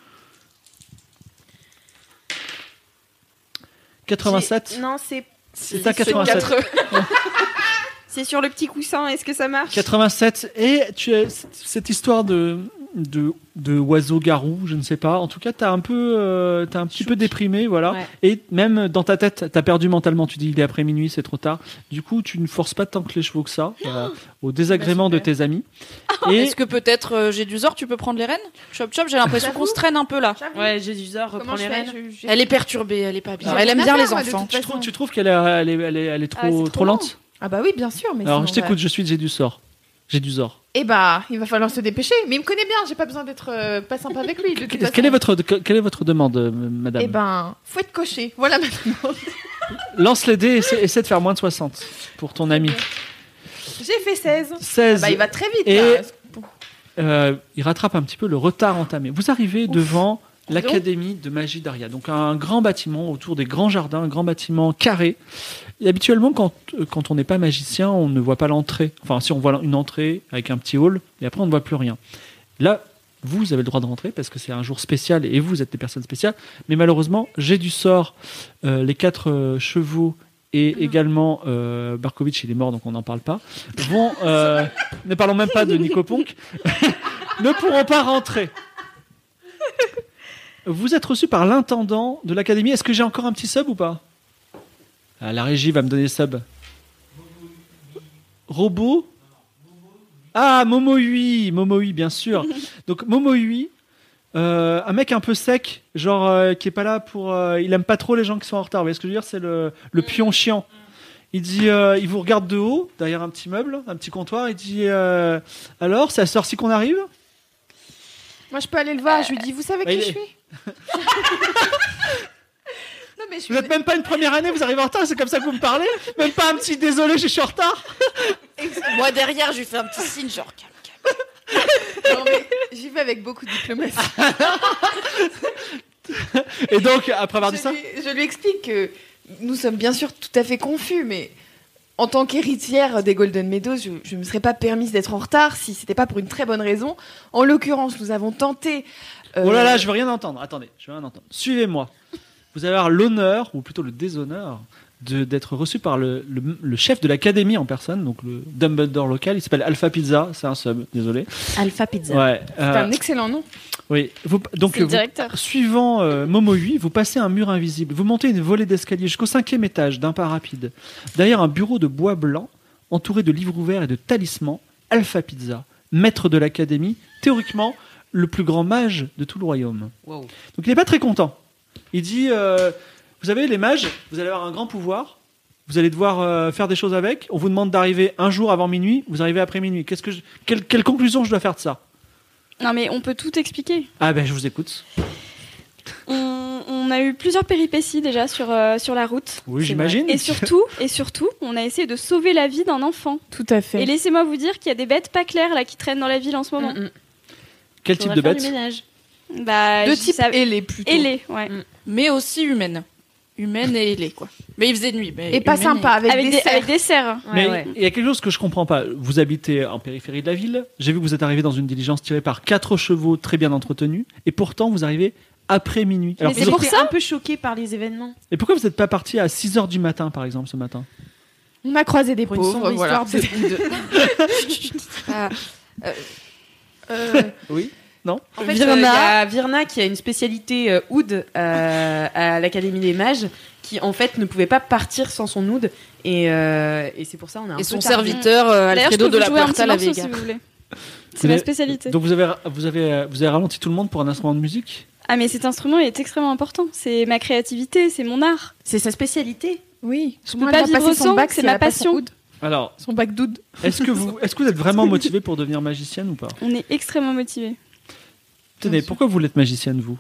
87. Non, c'est C'est à 87. c'est sur le petit coussin. Est-ce que ça marche? 87. Et tu as cette histoire de oiseau-garou, je ne sais pas. En tout cas, t'es un petit peu déprimé, voilà. Ouais. Et même dans ta tête, t'as perdu mentalement. Tu dis, il est après minuit, c'est trop tard. Du coup, tu ne forces pas tant que les chevaux que ça, au désagrément de tes amis. Et Est-ce que peut-être j'ai du zor, tu peux prendre les rênes? Chop chop, j'ai l'impression qu'on se traîne un peu là. Ouais, Jésus-Zor reprend Comment les je fais? rênes. Elle est perturbée, elle est pas bien. J'ai Elle aime rien bien à les faire, moi, de enfants. toute façon. tu trouves qu'elle est trop, c'est trop lente? Ah bah oui, bien sûr. Mais Alors, sinon, je t'écoute, je suis j'ai du sort. J'ai du sort. Eh bah, il va falloir se dépêcher. Mais il me connaît bien, j'ai pas besoin d'être pas sympa avec lui. De toute façon. Quelle est votre demande, madame? Eh ben, faut être coché. Voilà ma demande. Lance les dés et essaie de faire moins de 60 pour ton ami. J'ai fait 16. 16. Bah, il va très vite. Et- là. Il rattrape un petit peu le retard entamé. Vous arrivez devant l'Académie de magie d'Aria. Donc un grand bâtiment autour des grands jardins, un grand bâtiment carré. Et habituellement, quand on n'est pas magicien, on ne voit pas l'entrée. Enfin, si on voit une entrée avec un petit hall, et après on ne voit plus rien. Là, vous avez le droit de rentrer parce que c'est un jour spécial et vous êtes des personnes spéciales. Mais malheureusement, j'ai du sort, les 4 chevaux et également Barkovitch, il est mort donc on n'en parle pas, ne parlons même pas de Nico Ponk, ne pourront pas rentrer. Vous êtes reçu par l'intendant de l'académie. Est-ce que j'ai encore un petit sub ou pas? La régie va me donner sub. Robot? Ah, Momo Hui, bien sûr. Donc Momo Hui, un mec un peu sec, genre qui est pas là pour... il aime pas trop les gens qui sont en retard. Vous voyez ce que je veux dire? C'est le pion chiant. Il dit, il vous regarde de haut, derrière un petit meuble, un petit comptoir. Il dit, alors, c'est à cette heure-ci qu'on arrive? Moi, je peux aller le voir. Je lui dis, vous savez Bah, qui il je est- suis? Non, mais je Vous n'êtes même pas une première année, vous arrivez en retard, c'est comme ça que vous me parlez? Même pas un petit désolé, je suis en retard? Moi derrière, je lui fais un petit signe genre calme. Non, mais j'y vais avec beaucoup de diplomatie. Et donc, après avoir dit ça, Je lui explique que nous sommes bien sûr tout à fait confus, mais en tant qu'héritière des Golden Meadows, je ne me serais pas permise d'être en retard si c'était pas pour une très bonne raison. En l'occurrence, nous avons tenté. oh là là, je veux rien entendre. Attendez, je veux rien entendre. Suivez-moi. Vous allez avoir l'honneur, ou plutôt le déshonneur, d'être reçu par le chef de l'académie en personne, donc le Dumbledore local. Il s'appelle Alpha Pizza. C'est un sub, désolé. Alpha Pizza. Ouais. C'est un excellent nom. Oui. Donc, C'est le directeur. suivant Momo Hui, vous passez un mur invisible. Vous montez une volée d'escalier jusqu'au 5e étage d'un pas rapide. Derrière un bureau de bois blanc, entouré de livres ouverts et de talismans, Alpha Pizza, maître de l'académie, théoriquement le plus grand mage de tout le royaume. Wow. Donc il n'est pas très content. Il dit, vous savez, les mages, vous allez avoir un grand pouvoir, vous allez devoir faire des choses avec, on vous demande d'arriver un jour avant minuit, vous arrivez après minuit. Quelle conclusion je dois faire de ça? Non, mais on peut tout expliquer. Ah ben je vous écoute. On a eu plusieurs péripéties déjà sur la route. Oui, j'imagine. Et surtout, on a essayé de sauver la vie d'un enfant. Tout à fait. Et laissez-moi vous dire qu'il y a des bêtes pas claires là qui traînent dans la ville en ce moment. Quel type Faudrait de faire bête? du ménage. Bah, De je type savais- ailé plutôt. ailé, ouais. Mais aussi humaine. Humaine et ailée, quoi. Mais il faisait nuit. Mais Et pas humaine sympa, avec des cerfs. Avec des cerfs. Mais Ouais. il y a quelque chose que je comprends pas. Vous habitez en périphérie de la ville. J'ai vu que vous êtes arrivé dans une diligence tirée par 4 chevaux très bien entretenus. Et pourtant, vous arrivez après minuit. Alors, Mais vous- c'est pour ça un peu choqué par les événements. Et pourquoi vous n'êtes pas parti à 6h du matin, par exemple, ce matin? On a croisé des Pour une pauvres, sombre voilà. histoire de Ah, Oui. Non. En fait, Virna. il y a Virna qui a une spécialité oud à l'Académie des Mages, qui en fait ne pouvait pas partir sans son oud, et c'est pour ça on a un et peu son tardé. serviteur D'ailleurs, je Alfredo peux de vous la jouer un Puerta petit la morceau Vega. si vous voulez. Vous C'est ma avez- spécialité. Donc vous avez ralenti tout le monde pour un instrument de musique? Ah, mais cet instrument il est extrêmement important. C'est ma créativité, c'est mon art. C'est sa spécialité. Oui. Je peux pas vivre sans, c'est ma passion. Alors, Son bac d'oud. est-ce que vous êtes vraiment motivé pour devenir magicienne ou pas? On est extrêmement motivés. Tenez, pourquoi vous l'êtes magicienne, vous?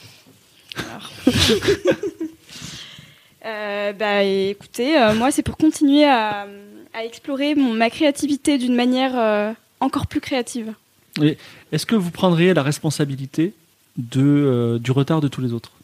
Bah écoutez, moi c'est pour continuer à explorer ma créativité d'une manière encore plus créative. Est-ce que vous prendriez la responsabilité du retard de tous les autres?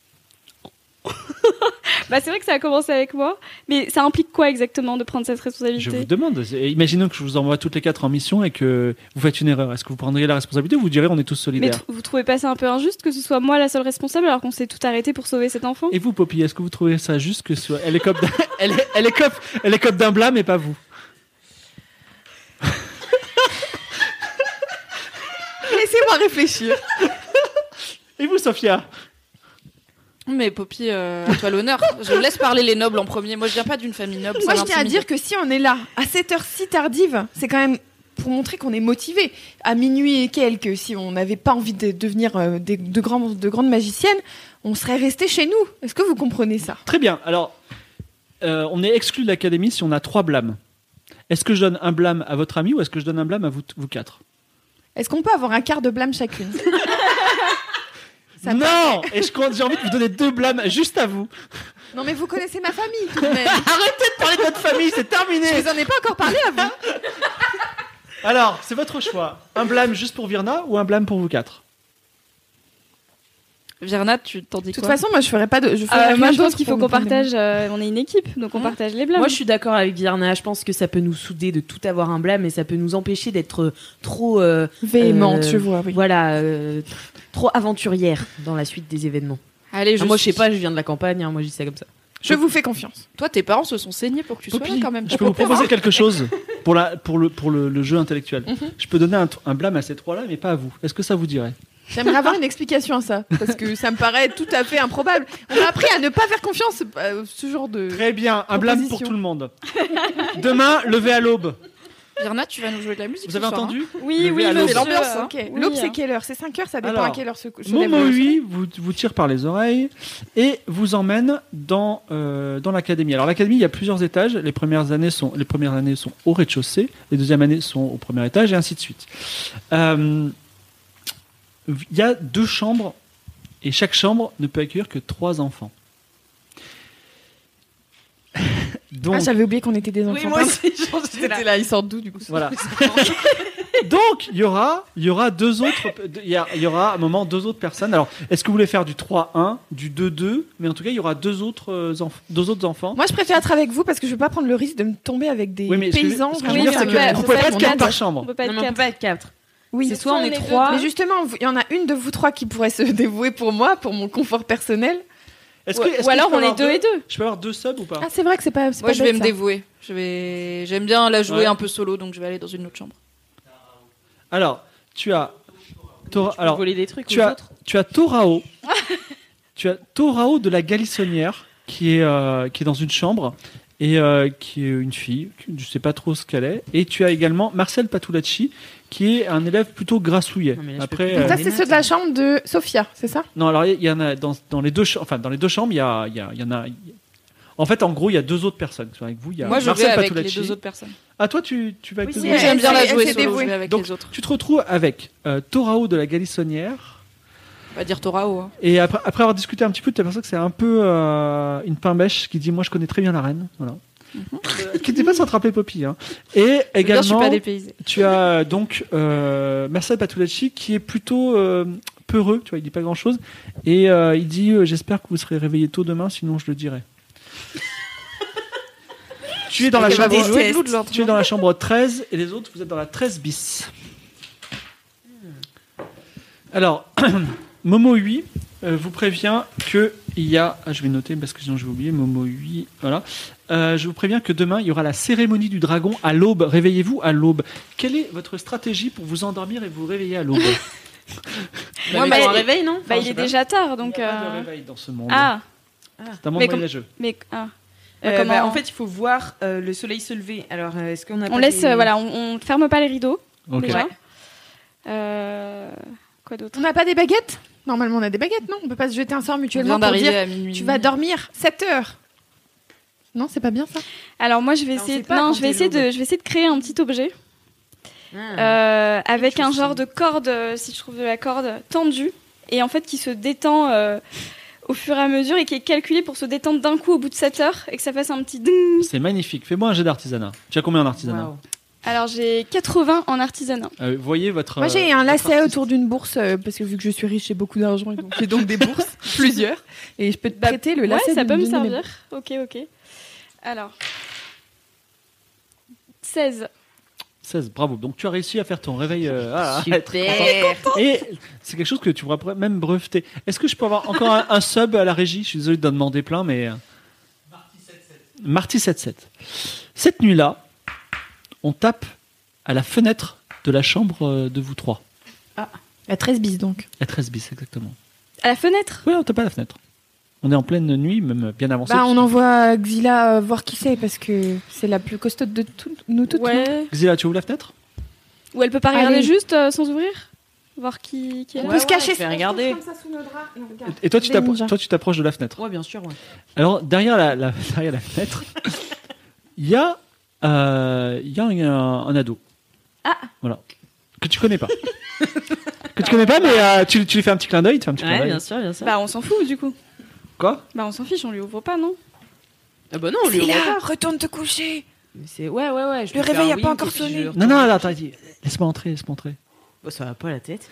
Bah c'est vrai que ça a commencé avec moi, mais ça implique quoi exactement de prendre cette Je responsabilité? vous demande. Imaginons que je vous envoie toutes les 4 en mission et que vous faites une erreur. Est-ce que vous prendriez la responsabilité ou vous direz on est tous Mais solidaires? vous trouvez pas ça un peu injuste que ce soit moi la seule responsable alors qu'on s'est tout arrêté pour sauver cet enfant? Et vous, Poppy, est-ce que vous trouvez ça juste que ce soit elle est cop d'un blâme et pas vous? Laissez-moi réfléchir. Et vous, Sophia? Mais Poppy, à toi l'honneur. Je laisse parler les nobles en premier. Moi, je viens pas d'une famille noble. Moi, ça je tiens à m'intimide. dire que si on est là à cette heure si tardive, c'est quand même pour montrer qu'on est motivé. À minuit et quelques, si on n'avait pas envie de devenir de grandes magiciennes, on serait resté chez nous. Est-ce que vous comprenez ça? Très bien. Alors, on est exclu de l'académie si on a 3 blâmes. Est-ce que je donne un blâme à votre ami ou est-ce que je donne un blâme à vous 4? Est-ce qu'on peut avoir un quart de blâme chacune? Ça Non. Et j'ai envie de vous donner 2 blâmes juste à vous. Non, mais vous connaissez ma famille, tout de même. Arrêtez de parler de votre famille, c'est terminé. Je vous en ai pas encore parlé à vous. Alors, c'est votre choix. Un blâme juste pour Virna ou un blâme pour vous 4? Virna, tu t'en dis De toute quoi? façon, moi, je ferais pas de. Je ferais Moi rien je pense d'autre qu'il pour faut me qu'on prendre des partage, on est une équipe, donc on partage les blâmes. Moi je suis d'accord avec Virna, je pense que ça peut nous souder de tout avoir un blâme et ça peut nous empêcher d'être trop véhémente, je vois, oui. voilà, trop aventurière dans la suite des événements. Allez, Moi je sais pas, je viens de la campagne, hein, moi je dis ça comme ça. Je vous fais confiance. Toi, tes parents se sont saignés pour que tu sois là Poppy, quand même. je peux vous proposer quelque chose pour le jeu intellectuel. Je peux donner un blâme à ces 3-là, mais pas à vous. Est-ce que ça vous dirait? J'aimerais avoir une explication à ça, parce que ça me paraît tout à fait improbable. On m'a appris à ne pas faire confiance à ce genre de. Très bien, un blâme pour Proposition. tout le monde. Demain, levé à l'aube. Virna, tu vas nous jouer de la musique. Vous avez ce soir, entendu? Oui, Levé oui, à l'aube. C'est l'ambiance, hein. Ok. Oui, L'aube, hein. c'est quelle heure? C'est 5 heures, ça dépend Alors, à quelle heure se lève le Momohui vous tire par les oreilles et vous emmène dans l'académie. Alors l'académie, il y a plusieurs étages. Les premières années sont au rez-de-chaussée, les deuxièmes années sont au premier étage et ainsi de suite. Il y a 2 chambres et chaque chambre ne peut accueillir que 3 enfants. Donc, Ah, j'avais oublié qu'on était des enfants. moi aussi, J'étais là, ils sortent d'où du coup? voilà. Donc, il y aura 2 autres. Il y aura à un moment 2 autres personnes. Alors, est-ce que vous voulez faire du 3-1, du 2-2? Mais en tout cas, il y aura 2 autres enfants. Moi, je préfère être avec vous parce que je veux pas prendre le risque de me tomber avec des Oui, mais paysans. ce que je veux vraiment dire, c'est qui que me- vous pouvez pas être mon 4 âge. par On chambre. peut pas Non, être mais on peut quatre. pas être 4. Oui, C'est soit on est deux. 3. mais justement, il y en a une de vous 3 qui pourrait se dévouer pour moi, pour mon confort personnel. Est-ce Ou que alors je peux on est avoir 2 et 2. Je peux avoir 2 subs ou pas? Ah, c'est vrai que c'est pas. Moi, je vais bête, me ça. dévouer. J'aime bien la jouer Ouais. un peu solo, donc je vais aller dans une autre chambre. Alors, tu as Alors, voler des trucs tu aux as autres. tu as Torao. Tu as Torao de la Galissonnière qui est dans une chambre et qui est une fille, je sais pas trop ce qu'elle est. Et tu as également Marcel Patulacci qui est un élève plutôt grassouillet. Non, mais là, je Après, peux Donc, ça, les c'est notes. ceux de la chambre de Sophia, c'est ça? non, alors il y en a dans les deux chambres, il y en a. En fait, en gros, il y a 2 autres personnes. Avec vous, il y a Moi, je Marcel vais avec Patulacci. les 2 autres personnes. Ah, toi, tu vas avec Oui, les si, autres. J'aime bien la elle jouer s'est solo, je dévouée. vais avec Donc, les autres. tu te retrouves avec Torao de la Galissonnière. On va dire Torao. Hein. Et après avoir discuté un petit peu, tu t'aperçois que c'est un peu une pain-bêche qui dit moi je connais très bien la reine. Voilà. qui n'était pas sans te rappeler Poppy. Hein. Et Je suis également, pas dépaysée. tu as donc Marcel Patulacci qui est plutôt peureux, tu vois, il dit pas grand-chose. Et il dit j'espère que vous serez réveillés tôt demain, sinon je le dirai. Tu es dans la chambre. Tu es dans la chambre 13 et les autres, vous êtes dans la 13 bis. Alors, Momo 8 vous prévient que il y a... je vais noter parce que sinon je vais oublier. Momo 8, voilà. Je vous préviens que demain, il y aura la cérémonie du dragon à l'aube. Réveillez-vous à l'aube. Quelle est votre stratégie pour vous endormir et vous réveiller à l'aube? Moi, un réveil, non il est déjà tard, donc. Il n'y a pas de réveil dans ce monde. Ah, C'est un monde moyenâgeux. mais en fait, il faut voir le soleil se lever. Alors, est-ce qu'on a on laisse, on ferme pas les rideaux. Ok. Déjà. Quoi d'autre? On n'a pas des baguettes? Normalement, on a des baguettes, non? On peut pas se jeter un sort On mutuellement vient pour d'arriver dire à minuit. tu vas dormir 7 heures. Non, c'est pas bien ça? Alors moi, je vais Alors, essayer. c'est pas quand Je vais essayer de créer un petit objet avec un genre de corde, si je trouve de la corde tendue, et en fait qui se détend au fur et à mesure et qui est calculé pour se détendre d'un coup au bout de 7 heures et que ça fasse un petit ding. C'est magnifique. Fais-moi un jet d'artisanat. Tu as combien en artisanat? Wow. Alors j'ai 80 en artisanat. Vous voyez votre... Moi, j'ai un votre lacet artiste. autour d'une bourse parce que vu que je suis riche, j'ai beaucoup d'argent et donc j'ai donc des bourses, plusieurs. Et je peux te prêter le lacet. Ouais, ça de peut me donner mes servir. Ok. Alors 16. 16, bravo. Donc tu as réussi à faire ton réveil. Super. Et c'est quelque chose que tu pourras même breveter. Est-ce que je peux avoir encore un sub à la régie? Je suis désolé d'en demander plein, mais... Marty 77. Cette nuit-là, on tape à la fenêtre de la chambre de vous trois. La 13 bis donc. La 13 bis, exactement. À la fenêtre. Oui, on tape à la fenêtre. On est en pleine nuit, même bien avancé. Bah, on envoie Xila voir qui c'est parce que c'est la plus costaud de nous toutes. non Ouais. Xila, tu ouvres la fenêtre? Ou elle peut pas regarder Allez. juste sans ouvrir, voir qui est On là. peut se cacher. je vais regarder. Comme ça sous nos draps. Non, regarde. Et toi, Des ninjas. tu t'approches de la fenêtre. Ouais, bien sûr. Ouais. Alors, derrière la fenêtre, il y a un ado. Ah. Voilà. Que tu connais pas. Que tu connais pas, mais tu lui fais un petit clin d'œil. Tu fais un petit clin Ouais, d'œil. bien sûr, bien sûr. Bah on s'en fout du coup. Quoi? Bah on s'en fiche, on lui ouvre pas, non? Ah bah non, on lui ouvre Xila, pas. retourne te coucher. Mais c'est ouais. Je Le lui fais réveil un a pas wink encore et puis sonné. je- Non, non, attends, laisse-moi entrer. Oh, ça va pas la tête.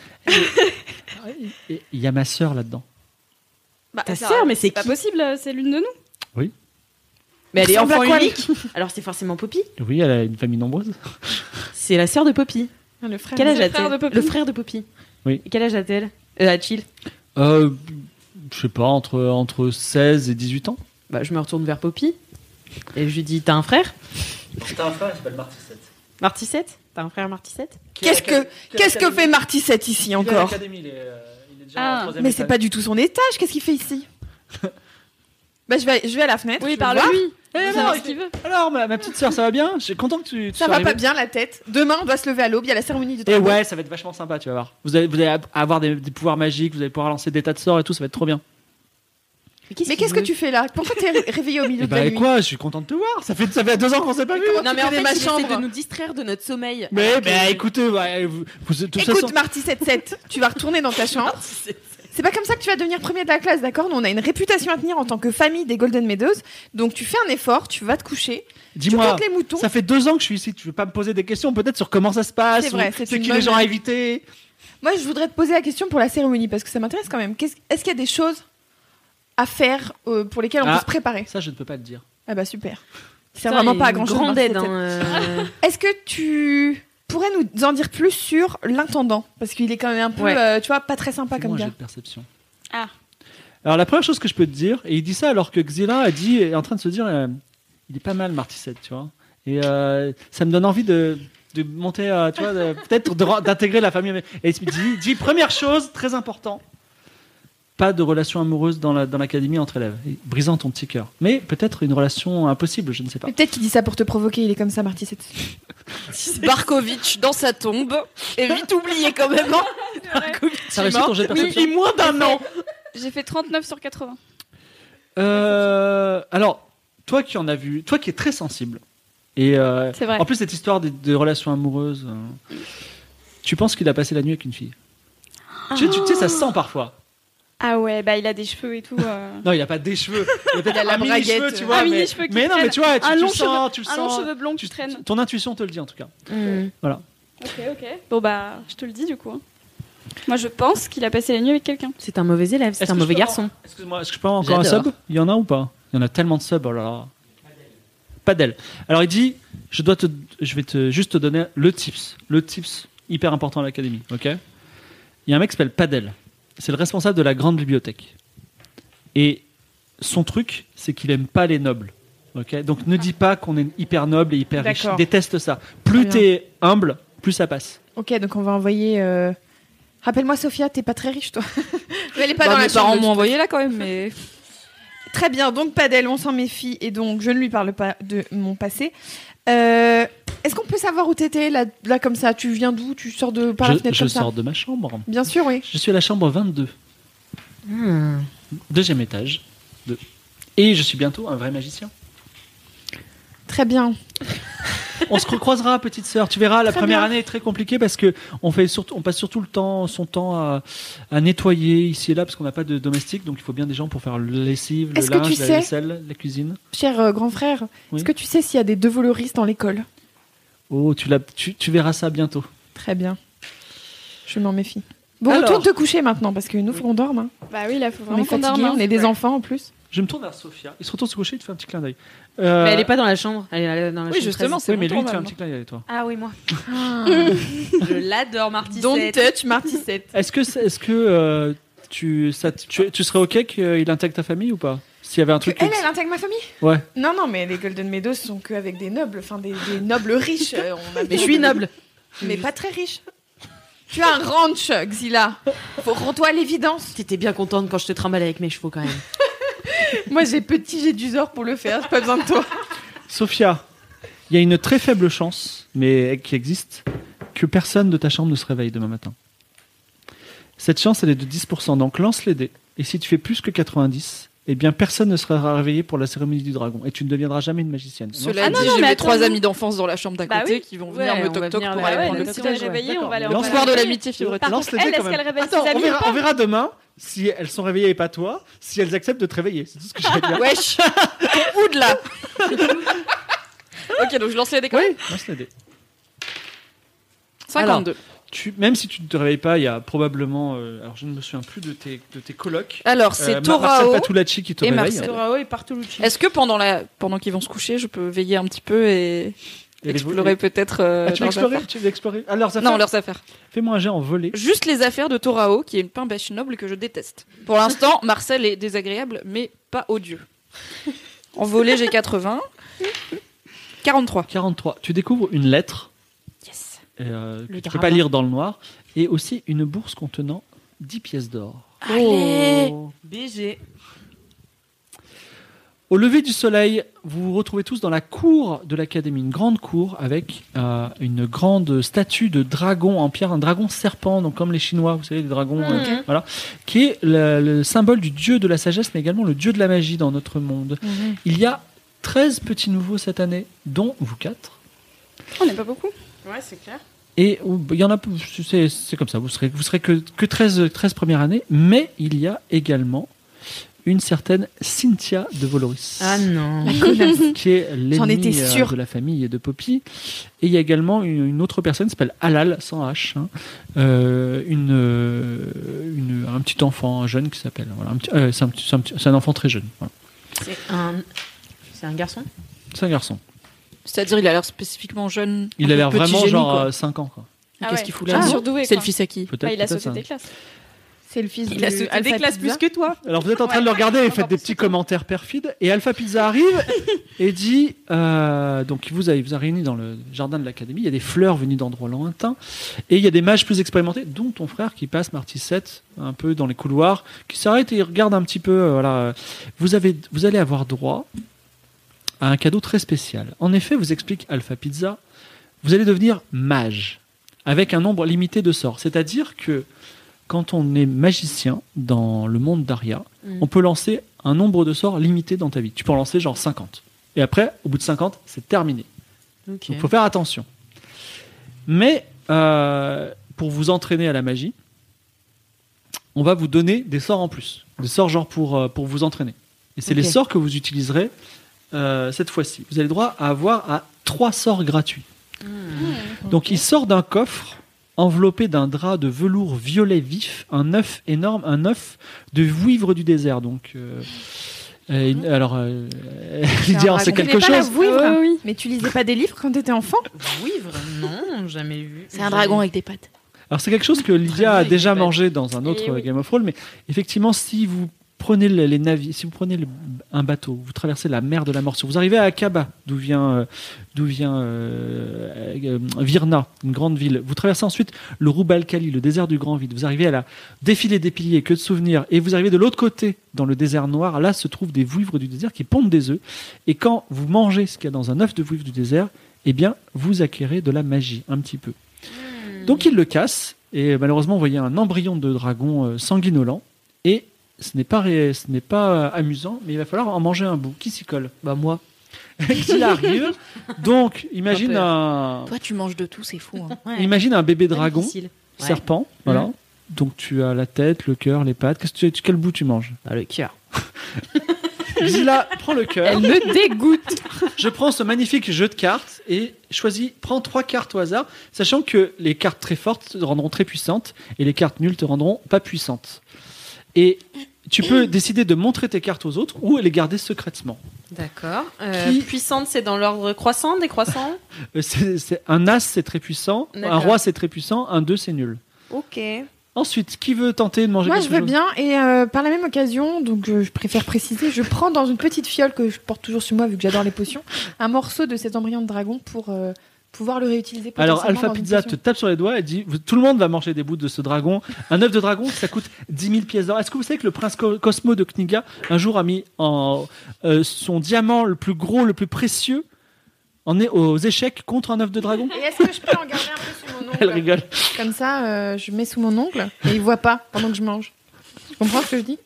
Et il y a ma sœur là-dedans. Bah, Ta ça- sœur, mais c'est pas qui possible, c'est l'une de nous. Mais elle est Ressemble à enfant quoi, unique. Alors c'est forcément Poppy. Oui, elle a une famille nombreuse. C'est la sœur de Poppy. Ah, le frère. Quel âge Le frère a-t-elle? de Poppy. Le frère de Poppy. Oui. Et quel âge a-t-elle? A-t-il? Je sais pas, entre 16 et 18 ans. Bah je me retourne vers Poppy et je lui dis t'as un frère? T'as un frère, il s'appelle Marty 7. Marty 7? T'as un frère Marty 7? Qu'est-ce que fait Marty 7 ici encore? Il est déjà Ah, en troisième Mais c'est étage. pas du tout son étage. Qu'est-ce qu'il fait ici? Bah, je vais à la fenêtre. Oui, je vais parle voir. lui. Eh, Il non, sait ce qu'il veut. Alors, ma petite sœur, ça va bien? Je suis content que tu Ça sois va pas arrivée. bien la tête. Demain, on doit se lever à l'aube. Il y a la cérémonie de Et dragon. ouais, ça va être vachement sympa, tu vas voir. Vous allez avoir des pouvoirs magiques, vous allez pouvoir lancer des tas de sorts et tout, ça va être trop bien. Mais qu'est-ce que tu fais là? Pourquoi t'es réveillé au milieu Et de la bah, nuit? quoi, je suis content de te voir. Ça fait 2 ans qu'on s'est pas vu. Comment Non tu mais en connais fait ma il essaie chambre? de nous distraire de notre sommeil. Mais Alors que- bah, écoutez, ouais, de toute façon. Écoute, Marty 77, tu vas retourner dans ta chambre. C'est pas comme ça que tu vas devenir premier de la classe, d'accord? Nous, on a une réputation à tenir en tant que famille des Golden Meadows. Donc, tu fais un effort, tu vas te coucher. Tu Dis-moi, comptes les moutons. ça fait 2 ans que je suis ici. Tu veux pas me poser des questions peut-être sur comment ça se passe? C'est vrai, ou c'est c'est une qui bonne- les gens à éviter? Moi, je voudrais te poser la question pour la cérémonie parce que ça m'intéresse quand même. Est-ce qu'il y a des choses à faire pour lesquelles on Ah. peut se préparer? Ça, je ne peux pas le dire. Ah bah super. C'est Putain, vraiment il y a pas à une grand chose. grande aide. Hein, Est-ce que tu pourrais nous en dire plus sur l'intendant? Parce qu'il est quand même un peu, Ouais. tu vois, pas très sympa comme Fais-moi un gars. jet de perception. Ah. Alors, la première chose que je peux te dire, et il dit ça alors que Xila est en train de se dire il est pas mal, Marty 7, tu vois. Et ça me donne envie de monter, tu vois, peut-être d'intégrer la famille. Et il dit première chose, très important, pas de relation amoureuse dans l'académie entre élèves, brisant ton petit cœur. Mais peut-être une relation impossible, je ne sais pas. Mais peut-être qu'il dit ça pour te provoquer, il est comme ça, Marty 7. Barkovitch dans sa tombe. Et vite oublié quand même. Hein. Barkovitch T'as est réussi mort ton jet de perception? depuis moins d'un an. J'ai fait 39 sur 80. Alors, toi qui en as vu, toi qui es très sensible, et C'est vrai. en plus cette histoire de relations amoureuses, tu penses qu'il a passé la nuit avec une fille? Tu sais, ça se sent parfois. Ah ouais, bah il a des cheveux et tout. Non, il a pas des cheveux. Il a peut-être a la un mini braguette. cheveux, tu vois. Un mais mini cheveux qui mais non, mais traîne. tu vois, tu Un le long sens, tu le un long sens. cheveu blond qui traîne. Ton intuition te le dit en tout cas. Voilà. Ok. Bon bah, je te le dis du coup. Moi je pense qu'il a passé la nuit avec quelqu'un. C'est un mauvais élève, c'est un mauvais garçon. Excuse-moi, est-ce que je peux avoir encore un J'adore. sub? Il y en a ou pas? Il y en a tellement de subs, oh là là. Padel. Alors il dit, je vais juste te donner le tips hyper important à l'académie, ok? Il y a un mec qui s'appelle Padel. C'est le responsable de la grande bibliothèque. Et son truc, c'est qu'il aime pas les nobles, ok? Donc ne dis pas qu'on est hyper noble et hyper riche. D'accord. Déteste ça. Plus Très bien. t'es humble, plus ça passe. Ok, donc on va envoyer. Rappelle-moi, Sophia, t'es pas très riche, toi. Elle est pas Bah, dans la mes chambre. parents m'ont envoyé là quand même, mais. Très bien, donc Padel, on s'en méfie et donc je ne lui parle pas de mon passé. Est-ce qu'on peut savoir où t'étais là comme ça? Tu viens d'où? Tu sors de par la fenêtre Je comme ça? sors de ma chambre. Bien sûr, oui. Je suis à la chambre 22. Deuxième étage. Et je suis bientôt un vrai magicien. Très bien. On se recroisera, petite sœur. Tu verras, la Très première bien. année est très compliquée parce que on passe surtout son temps à nettoyer ici et là parce qu'on n'a pas de domestique, donc il faut bien des gens pour faire le lessive, le Est-ce que linge, tu la sais- vaisselle, la cuisine. Cher grand frère, Oui. est-ce que tu sais s'il y a des devoleristes dans l'école? Oh, tu verras ça bientôt. Très bien. Je m'en méfie. Bon, Alors. retourne te coucher maintenant parce que nous, faut qu'on dorme. Hein. Bah oui, là faut On est vraiment qu'on fatigués, dorme. on est des enfants en plus. Je me tourne vers Sophia. Il se retourne se coucher, il te fait un petit clin d'œil. Mais elle est pas dans la chambre. Elle est dans la Oui, chambre justement, 13. c'est Oui, mais mon lui, il tour, te fait un maintenant. petit clin d'œil, toi. Ah oui, moi. Je l'adore, Marty. Don't touch Marty 7. Est-ce que tu serais ok qu'il intègre ta famille ou pas? S'il y avait un truc. Elle intègre ma famille? Ouais. Non, non, mais les Golden Meadows sont qu'avec des nobles, enfin des nobles riches. Mais je suis noble. Mais pas très riche. Tu as un ranch, Xila. Rends-toi à l'évidence. T'étais bien contente quand je te trimballais avec mes chevaux quand même. Moi, j'ai du Zor pour le faire. J'ai pas besoin de toi. Sophia, il y a une très faible chance, mais qui existe, que personne de ta chambre ne se réveille demain matin. Cette chance, elle est de 10%. Donc lance les dés. Et si tu fais plus que 90, eh bien personne ne sera réveillé pour la cérémonie du dragon. Et tu ne deviendras jamais une magicienne. Cela Ah dit, non, non, j'ai mais mes attends, 3 non. amis d'enfance dans la chambre d'à Bah côté oui. qui vont Ouais, venir me on va toc-toc venir pour la- aller ouais, prendre le donc petit si on est déj. réveillés, D'accord. on va aller Lance on va L'espoir de les réveiller. l'amitié fibreuse. Par Lance contre, les dés elle, quand est-ce même. qu'elle réveille Attends, ses amis ou pas on verra demain si elles sont réveillées et pas toi, si elles acceptent de te réveiller. C'est tout ce que j'ai à dire. Wesh Ton oud là Ok, donc je lance les dés quand même. Oui, lance les dés. 52. Même si tu ne te réveilles pas, il y a probablement. Alors je ne me souviens plus de tes colocs. Alors, c'est Marcel Torao. Patulacci qui te et réveille. Marcel. Torao et Bartolucci. Est-ce que pendant qu'ils vont se coucher, je peux veiller un petit peu et Et les explorer peut-être Ah, tu veux leurs explorer affaires? Tu veux explorer Ah, leurs affaires Non, leurs affaires. Fais-moi un jet en volée. Juste les affaires de Torao, qui est une pain-bêche noble que je déteste. Pour l'instant, Marcel est désagréable, mais pas odieux. En volée, j'ai 80. 43. 43. Tu découvres une lettre Yes. que tu peux drama. pas lire dans le noir et aussi une bourse contenant 10 pièces d'or. Allez Oh. BG. Au lever du soleil, vous vous retrouvez tous dans la cour de l'académie, une grande cour avec une grande statue de dragon en pierre, un dragon serpent, donc comme les Chinois, vous savez, les dragons, voilà, qui est le symbole du dieu de la sagesse, mais également le dieu de la magie dans notre monde. Il y a 13 petits nouveaux cette année, dont vous 4. On n'est pas beaucoup. Ouais, c'est clair. Et il y en a, c'est comme ça, vous serez que 13 premières années, mais il y a également une certaine Cynthia de Voloris. Ah non. Qui est J'en l'ennemi étais sûre. de la famille de Poppy. Et il y a également une autre personne qui s'appelle Halal, sans H, hein, un petit enfant, un jeune qui s'appelle. Voilà, c'est un enfant très jeune. Voilà. C'est un garçon. C'est un garçon. C'est-à-dire, il a l'air spécifiquement jeune. Il un a l'air peu petit vraiment génie, genre quoi. 5 ans. Quoi. Qu'est-ce qu'il fout là Ah, surdoué, C'est quoi. le fils à qui Peut-être, Bah, il a peut-être sauté ça. des classes. C'est le fils Il a de sauté Alpha des classes Pizza. plus que toi. Alors vous êtes en train de le regarder et faites des petits commentaires perfides. Et Alpha Pizza arrive et dit donc il vous a réunis dans le jardin de l'académie. Il y a des fleurs venues d'endroits lointains et il y a des mages plus expérimentés, dont ton frère qui passe Marty 7 un peu dans les couloirs, qui s'arrête et il regarde un petit peu. Voilà, vous allez avoir droit à un cadeau très spécial. En effet, vous explique Alpha Pizza, vous allez devenir mage avec un nombre limité de sorts. C'est-à-dire que quand on est magicien dans le monde d'Aria, on peut lancer un nombre de sorts limité dans ta vie. Tu peux en lancer genre 50. Et après, au bout de 50, c'est terminé. Donc il faut faire attention. Mais pour vous entraîner à la magie, on va vous donner des sorts en plus. Des sorts genre pour vous entraîner. Et c'est les sorts que vous utiliserez cette fois-ci. Vous avez le droit à avoir 3 sorts gratuits. Donc il sort d'un coffre enveloppé d'un drap de velours violet vif, un œuf énorme, un œuf de vouivre du désert. Donc, Lydia, c'est quelque chose. Oui. Mais tu lisais pas des livres quand t'étais enfant? Vouivre? Non, jamais vu. C'est un dragon avec des pattes. Alors c'est quelque chose que Lydia a déjà mangé dans un autre Game of Thrones, mais effectivement, si vous prenez les navires, si vous prenez un bateau, vous traversez la mer de la morsure, vous arrivez à Akaba, d'où vient Virna, une grande ville. Vous traversez ensuite le Roubalkali, le désert du Grand Vide. Vous arrivez à la défilé des piliers, que de souvenirs, et vous arrivez de l'autre côté, dans le désert noir. Là se trouvent des vouivres du désert qui pondent des œufs. Et quand vous mangez ce qu'il y a dans un œuf de vouivre du désert, eh bien, vous acquérez de la magie un petit peu. Donc il le casse, et malheureusement, vous voyez un embryon de dragon sanguinolent, et ce n'est pas amusant, mais il va falloir en manger un bout. Qui s'y colle? Bah moi. Qui arrive. Donc, imagine un... Toi, tu manges de tout, c'est fou. Hein. Ouais. Imagine un bébé dragon, Difficile. serpent, voilà. Donc tu as la tête, le cœur, les pattes. Quel bout tu manges? Bah, le cœur. Zilla, prends le cœur. Elle me dégoûte. Je prends ce magnifique jeu de cartes et prends 3 cartes au hasard, sachant que les cartes très fortes te rendront très puissantes et les cartes nulles te rendront pas puissantes. Et tu peux décider de montrer tes cartes aux autres ou les garder secrètement. D'accord. Puissante, c'est dans l'ordre croissant, décroissant? C'est un as, c'est très puissant. D'accord. Un roi, c'est très puissant. Un 2, c'est nul. Ok. Ensuite, qui veut tenter de manger Moi, quelque je veux chose? bien. Et par la même occasion, donc je préfère préciser, je prends dans une petite fiole que je porte toujours sur moi vu que j'adore les potions, un morceau de cet embryon de dragon pour pouvoir le réutiliser. Alors, potentiellement Alpha dans une Pizza te potion. tape sur les doigts et dit tout le monde va manger des bouts de ce dragon. Un œuf de dragon, ça coûte 10 000 pièces d'or. Est-ce que vous savez que le prince Cosmo de Kniga, un jour, a mis son diamant le plus gros, le plus précieux, aux échecs contre un œuf de dragon? Et est-ce que je peux en garder un peu sous mon ongle? Elle rigole. Comme ça, je mets sous mon ongle et il voit pas pendant que je mange. Tu comprends ce que je dis?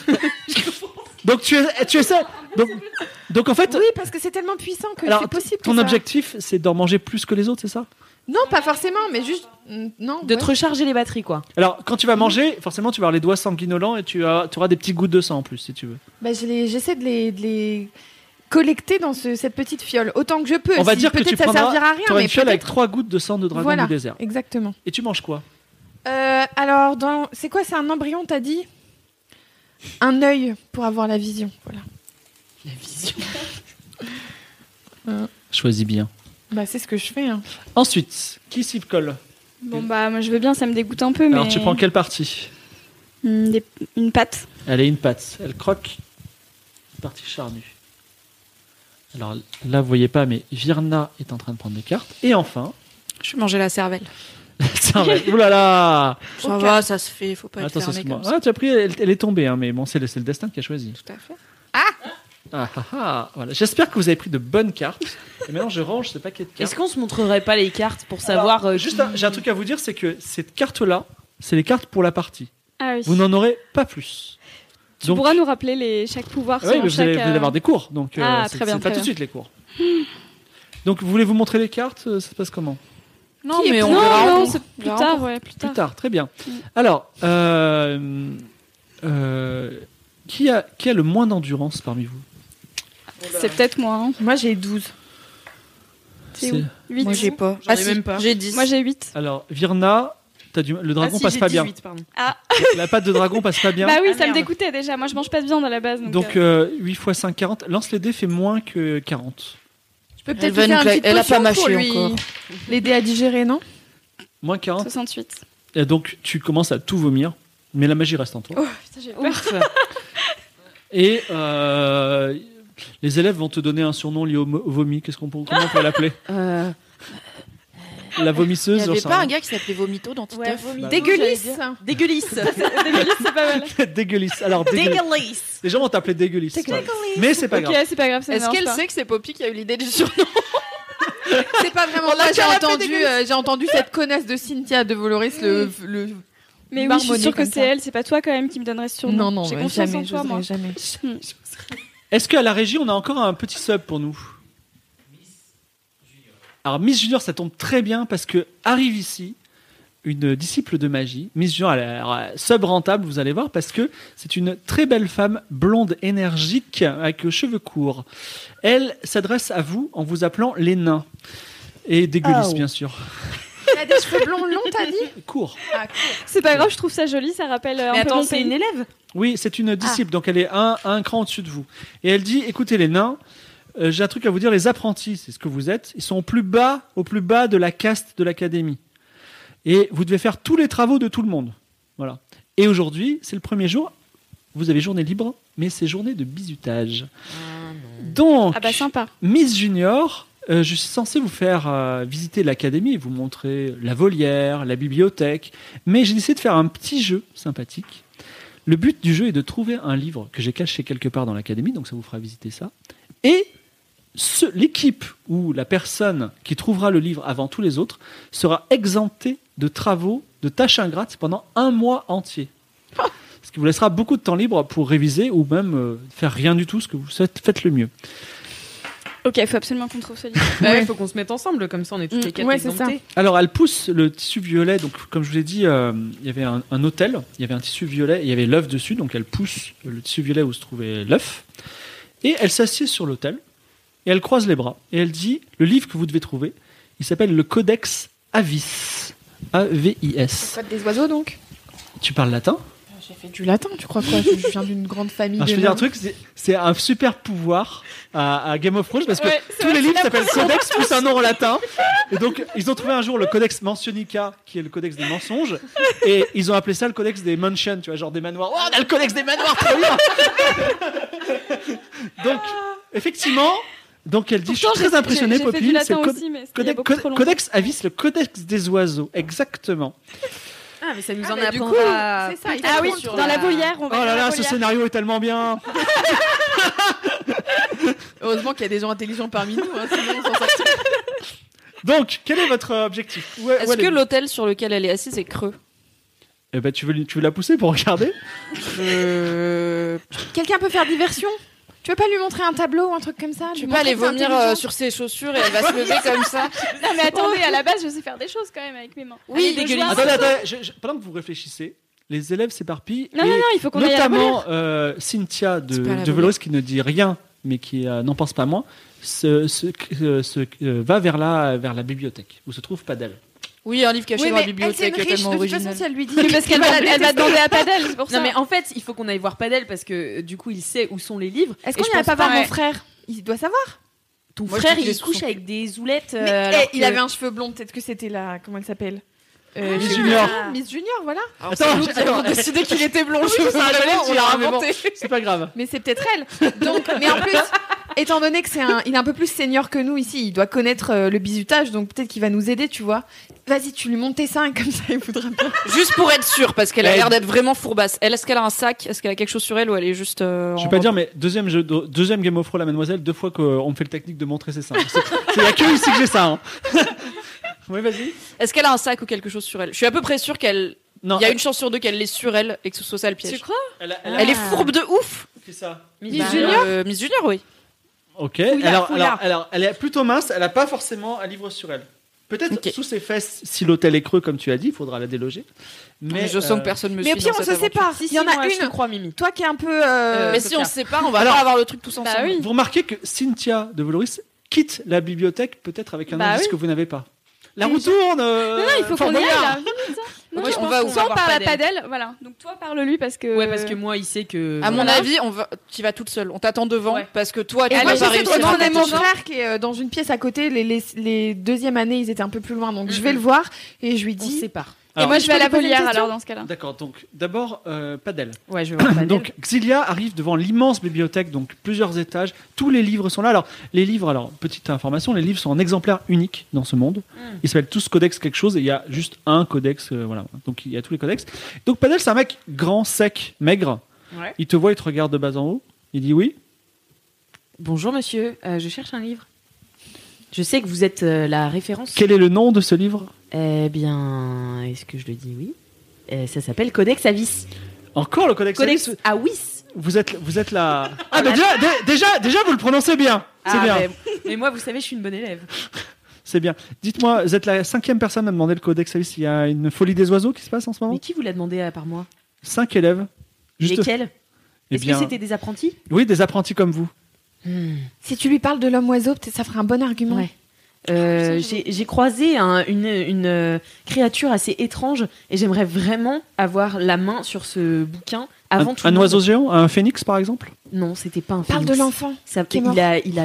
Donc tu essaies. Donc en fait, Oui, parce que c'est tellement puissant que alors, c'est possible. que ton ça- objectif, c'est d'en manger plus que les autres, c'est ça? Non, pas forcément, mais juste. Non. De ouais. te recharger les batteries, quoi. Alors, quand tu vas manger, forcément, tu vas avoir les doigts sanguinolents et tu auras des petites gouttes de sang en plus, si tu veux. Bah, j'essaie de les collecter dans cette petite fiole autant que je peux. On va Si dire que peut-être tu ça prendras, servira à rien, tu auras mais une fiole avec peut-être. 3 gouttes de sang de dragon Voilà, du désert. exactement. Et tu manges quoi? Alors, c'est quoi? C'est un embryon, t'as dit? Un œil pour avoir la vision. Voilà. La vision. Choisis bien. Bah, c'est ce que je fais. Hein. Ensuite, qui s'y colle? Bon, bah, moi je veux bien, ça me dégoûte un peu, mais. Alors, tu prends quelle partie? Une pâte. Elle est une patte. Elle croque. Partie charnue. Alors là, vous voyez pas, mais Virna est en train de prendre des cartes. Et enfin, Je vais manger la cervelle. ouh là là. Ça va, ça se fait, faut pas être Attends, fermé excuse-moi. comme ça. Ah, tu as pris, elle est tombée, hein, mais bon, c'est le destin qui a choisi. Tout à fait. Voilà. J'espère que vous avez pris de bonnes cartes. Et maintenant, je range ce paquet de cartes. Est-ce qu'on se montrerait pas les cartes pour savoir Juste, j'ai un truc à vous dire, c'est que cette carte-là, c'est les cartes pour la partie. Ah oui. Vous n'en aurez pas plus. Tu pourras nous rappeler chaque pouvoir Oui, selon mais vous allez avoir des cours, donc Ah, c'est très bien, c'est pas très tout de bien. suite les cours. Donc, vous voulez vous montrer les cartes? Ça se passe comment? Non, Qui mais est- on non, verra. non, on c'est plus verra tard, encore. ouais, plus tard. Plus tard, très bien. Alors, qui a le moins d'endurance parmi vous? C'est peut-être moi. Hein. Moi, j'ai 12. C'est où 8. Moi, j'ai pas. J'en ai même pas. J'ai 10. Moi j'ai 8. Alors, Virna, le dragon passe pas bien. Ah, La patte de dragon passe pas bien. bah oui, Ah, ça me merde. dégoûtait déjà. Moi je mange pas de viande à la base. Donc 8 x 5, 40. Lance les dés, fait moins que 40. Je peux Elle peut-être va lui faire nous une cla- petite elle a potion pas mâché pour lui encore. l'aider à digérer, non? Moins 40. 68. Et donc, tu commences à tout vomir. Mais la magie reste en toi. Oh putain, j'ai peur. Ouf. Et les élèves vont te donner un surnom lié au vomi. Comment on peut l'appeler? La Il vomisseuse. y avait j'en sais pas un rien. gars qui s'appelait Vomito dans Titeuf? Dégueulisse. Dégueulisse. C'est pas mal. Dégueulisse. Alors, Dégueulisse. les gens vont t'appeler dégueulisse. Mais c'est pas Ok, grave. c'est pas grave, ça me Est-ce dérange qu'elle pas. sait que c'est Poppy qui a eu l'idée du surnom? C'est pas vraiment On l'a moi, déjà rappelé j'ai entendu cette connasse de Cynthia de Voloris le Mais oui, je suis marmonner sûre que comme c'est ça. elle, c'est pas toi quand même qui me donnerait ce surnom. Non, non, J'ai ouais, confiance jamais, en toi, moi. jamais. Est-ce qu'à la régie, on a encore un petit sub pour nous? Alors, Miss Junior, ça tombe très bien parce que arrive ici une disciple de magie. Miss Junior, elle a l'air sub-rentable, vous allez voir, parce que c'est une très belle femme blonde énergique avec les cheveux courts. Elle s'adresse à vous en vous appelant les nains. Et dégueulisse, bien sûr. Elle a des cheveux blonds longs, t'as dit? Court. Ah, cool. C'est pas grave, je trouve ça joli, ça rappelle un Mais peu attends, mon c'est pays. une élève? Oui, c'est une disciple, donc elle est un cran au-dessus de vous. Et elle dit, écoutez les nains, j'ai un truc à vous dire, les apprentis, c'est ce que vous êtes, ils sont au plus bas de la caste de l'académie. Et vous devez faire tous les travaux de tout le monde. Voilà. Et aujourd'hui, c'est le premier jour, vous avez journée libre, mais c'est journée de bizutage. Donc, Ah bah sympa. Miss Junior, je suis censé vous faire visiter l'académie et vous montrer la volière, la bibliothèque, mais j'ai décidé de faire un petit jeu sympathique. Le but du jeu est de trouver un livre que j'ai caché quelque part dans l'académie, donc ça vous fera visiter ça. Et l'équipe ou la personne qui trouvera le livre avant tous les autres sera exemptée de travaux, de tâches ingrates pendant 1 mois entier. Ce qui vous laissera beaucoup de temps libre pour réviser ou même faire rien du tout, ce que vous faites le mieux. Ok, il faut absolument qu'on trouve ce livre. Il faut qu'on se mette ensemble, comme ça on est toutes les quatre Ouais, c'est ça. exemptées. Alors, elle pousse le tissu violet. Donc, comme je vous l'ai dit, il y avait un hôtel. Il y avait un tissu violet. Et il y avait l'œuf dessus. Donc, elle pousse le tissu violet où se trouvait l'œuf. Et elle s'assied sur l'hôtel. Et elle croise les bras. Et elle dit, le livre que vous devez trouver, il s'appelle le Codex Avis. A-V-I-S. Code des oiseaux, donc? Tu parles latin? J'ai fait du latin, tu crois quoi? Je viens d'une grande famille. Alors, je de peux dire un nains. truc, c'est un super pouvoir à Game of Thrones parce que Ouais, c'est tous vrai, les c'est livres la s'appellent Codex plus un nom en latin. Et donc, ils ont trouvé un jour le Codex Mentionnica, qui est le Codex des mensonges, et ils ont appelé ça le Codex des Mansions, tu vois, genre des manoirs. Oh, on a le Codex des manoirs, trop bien! Donc, effectivement, donc elle dit, je suis très impressionnée, J'ai fait Poppy. du c'est latin le aussi, mais c'était il y a beaucoup trop longtemps. Codex Avis, le Codex des oiseaux, exactement. Ah, mais ça nous Ah, en mais du coup, apprendra. c'est ça, il Ah faut oui, qu'on dans la volière, on Oh va là dans la là, ce volière. scénario est tellement bien! Heureusement qu'il y a des gens intelligents parmi nous, hein, sinon on s'en sortit. Donc, quel est votre objectif? Est-ce que l'hôtel sur lequel elle est assise est creux? Eh ben, tu veux la pousser pour regarder? Quelqu'un peut faire diversion? Tu veux pas lui montrer un tableau ou un truc comme ça? Tu lui peux aller montrer que c'est vomir intelligent sur ses chaussures et elle va se lever comme ça. Non mais attendez, à la base, je sais faire des choses quand même avec mes mains. Oui, Allez, dégueulasse. je vois- Attendez, pendant que vous réfléchissez, les élèves s'éparpillent. Non, et non, non, il faut qu'on aille à la notamment Cynthia C'est pas à la de Valoris qui ne dit rien, mais qui n'en pense pas moins, va vers la bibliothèque, où se trouve Padel. Oui, un livre caché Oui, dans la mais elle, c'est une bibliothèque riche. tellement De toute façon, original. si elle lui dit. Oui, parce qu'elle elle va demander à Padel, c'est pour ça. Non, mais en fait, il faut qu'on aille voir Padel parce que du coup, il sait où sont les livres. Est-ce Et qu'on je n'irait pense pas voir ouais. mon frère? Il doit savoir. Ton Moi, je frère, dis que il les couche sous- avec des zoulettes. Mais alors il que- avait un cheveu blond. Peut-être que c'était la. Comment elle s'appelle? Miss Junior. Miss Junior, voilà. Alors, Attends, c'est nous qui avons attends. décidé qu'il était blond. Oui, ça, j'allais Vraiment, on dire, l'a mais bon. inventé. C'est pas grave. Mais c'est peut-être elle. Donc, mais en plus, étant donné que il est un peu plus senior que nous ici, il doit connaître le bizutage, donc peut-être qu'il va nous aider, tu vois. Vas-y, tu lui montes tes seins et comme ça, il voudra bien. Juste pour être sûre, parce qu'elle a Elle- l'air d'être vraiment fourbasse. Est-ce qu'elle a un sac? Est-ce qu'elle a quelque chose sur elle ou elle est juste. Je vais pas dire, mais deuxième Game of Thrones, la mademoiselle, 2 fois qu'on me fait le technique de montrer ses seins. Il y a que ici que j'ai ça. Hein. Oui, vas-y. Est-ce qu'elle a un sac ou quelque chose sur elle? Je suis à peu près sûre qu'elle. Non, Il y a une chance sur 2 qu'elle l'ait sur elle et que ce soit ça le piège. Tu crois? Elle est fourbe de ouf. Qui ça? Miss Junior Miss Junior, oui. Ok. Fouilla. Alors, elle est plutôt mince. Elle a pas forcément un livre sur elle. Peut-être Ok. sous ses fesses, si l'hôtel est creux, comme tu as dit, il faudra la déloger. Mais je sens que personne me Mais au suit pire, dans on cette se aventure. sépare. Si, Il y en a moi, je te une. crois, Mimi. Toi qui est un peu. Mais si on se sépare, on va Alors- pas avoir le truc tous ensemble. Bah oui. Vous remarquez que Cynthia de Valoris quitte la bibliothèque peut-être avec un Bah indice oui. que vous n'avez pas. La roue tourne. Non, il faut qu'on y aille là. Non, Ouais, je on pense va qu'on où? soit on voir parle à Padel. Padel, voilà. Donc toi parle-lui parce que. Ouais, parce que moi, il sait que. À mon Voilà. avis, tu vas toute seule. On t'attend devant Ouais. parce que toi, tu Et vas moi, pas j'essaie de réussir à retourner mon raconter. frère qui est dans une pièce à côté. Les deuxième année, ils étaient un peu plus loin, donc je vais le voir et je lui On se dis. sépare. Et Alors, moi je vais à la peux lui poser une volière question alors dans ce cas-là. D'accord, donc d'abord Padel. Ouais, je vais voir Padel. Donc Xilia arrive devant l'immense bibliothèque, donc plusieurs étages, tous les livres sont là. Alors les livres, alors petite information, les livres sont en exemplaire unique dans ce monde. Ils s'appellent tous codex quelque chose et il y a juste un codex, voilà. Donc il y a tous les codex. Donc Padel c'est un mec grand, sec, maigre. Ouais. Il te voit, il te regarde de bas en haut. Il dit oui. Bonjour, monsieur. Je cherche un livre. Je sais que vous êtes la référence. Quel est le nom de ce livre? Eh bien, est-ce que je le dis? Oui. Ça s'appelle Codex Avis. Encore le codex. Codex Avis. Vous êtes là. Ah bah déjà vous le prononcez bien. C'est bien. Mais moi, vous savez, je suis une bonne élève. C'est bien. Dites-moi, vous êtes la 5e personne à demander le codex Avis. Il y a une folie des oiseaux qui se passe en ce moment. Mais qui vous l'a demandé à part moi 5 élèves. Lesquels Eh Est-ce bien, que c'était des apprentis oui, des apprentis comme vous. Si tu lui parles de l'homme-oiseau, peut-être ça fera un bon argument. Ouais. J'ai croisé une créature assez étrange et j'aimerais vraiment avoir la main sur ce bouquin avant tout Un le monde. oiseau géant, un phénix par exemple. Non, c'était pas un Parle phénix. de l'enfant. Ça- qui est mort.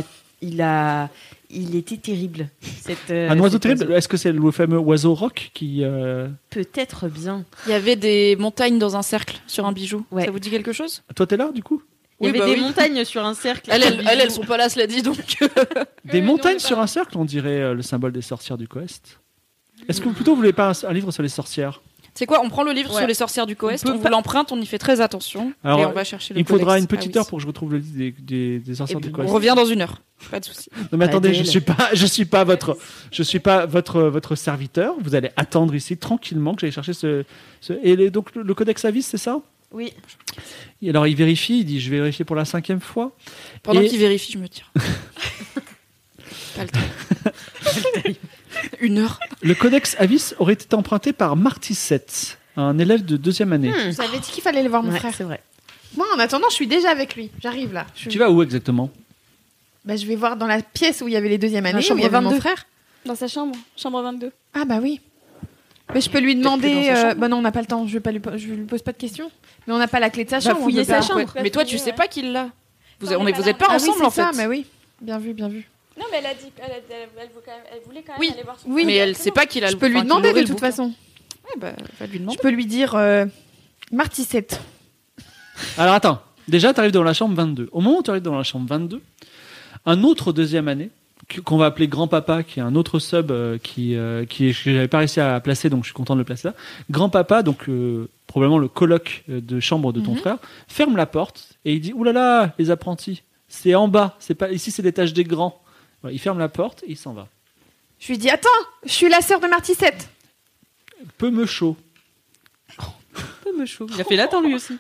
il était terrible. Un oiseau terrible. Est-ce que c'est le fameux oiseau roc qui Peut-être bien. Il y avait des montagnes dans un cercle sur un bijou. Ouais. Ça vous dit quelque chose? Toi, t'es là du coup? Il y Oui, avait bah des oui. montagnes sur un cercle. Elles sont pas là, cela dit, donc. Des nous, montagnes on est sur pas- un cercle, on dirait le symbole des sorcières du Coest. Est-ce que plutôt vous voulez pas un livre sur les sorcières? C'est quoi? On prend le livre Ouais. sur les sorcières du Coest, On on, peut vous pas- l'emprunte, on y fait très attention. Alors, et on va chercher le Il faudra codex. une petite Ah oui. heure pour que je retrouve le livre des sorcières Et du puis, Coest. On revient dans une heure. Pas de souci. Non mais attendez, Adèle. je suis pas votre serviteur. Vous allez attendre ici tranquillement que j'aille chercher donc le codex Avis, c'est ça? Oui. Et alors il vérifie, il dit je vais vérifier pour la 5e fois. Pendant Et- qu'il vérifie, je me tire. Pas le temps. Une heure. Le codex Avis aurait été emprunté par Martissette, un élève de 2e année. Vous avez dit qu'il fallait aller voir mon Ouais, frère. c'est vrai. Moi, en attendant, je suis déjà avec lui. J'arrive là. Tu vas où exactement? Bah, je vais voir dans la pièce où il y avait les 2e années, où chambre il y avait mon 22. frère. Dans sa chambre, chambre 22. Ah bah oui. Mais je peux lui demander. que dans sa chambre. Bah non, on n'a pas le temps. Je lui pose pas de questions. Mais on n'a pas la clé de sa chambre. fouiller on peut sa pas- chambre. Mais toi, tu sais pas qu'il l'a. Vous Non, mais vous pas êtes pas Ah oui, ensemble c'est en fait. ça. Mais oui. Bien vu, bien vu. Non, mais elle a dit, elle voulait quand même Oui. aller voir son Oui. frère Mais elle directement. sait pas qu'il a Je le peux lui enfin, qu'il demander aurait de le toute bouquin. façon. Ouais, bah, va lui Je demander. peux lui dire Martissette. Alors attends, déjà tu arrives dans la chambre 22. Au moment où tu arrives dans la chambre 22, un autre 2e année qu'on va appeler grand-papa, qui est un autre sub que j'avais pas réussi à placer, donc je suis content de le placer là. Grand-papa, donc probablement le coloc de chambre de ton frère, ferme la porte et il dit « Ouh là là, les apprentis, c'est en bas, c'est pas ici, c'est l'étage des grands. » Voilà, il ferme la porte et il s'en va. Je lui dis attends, je suis la sœur de Martissette. Peu me chaud. Il a fait latin lui aussi.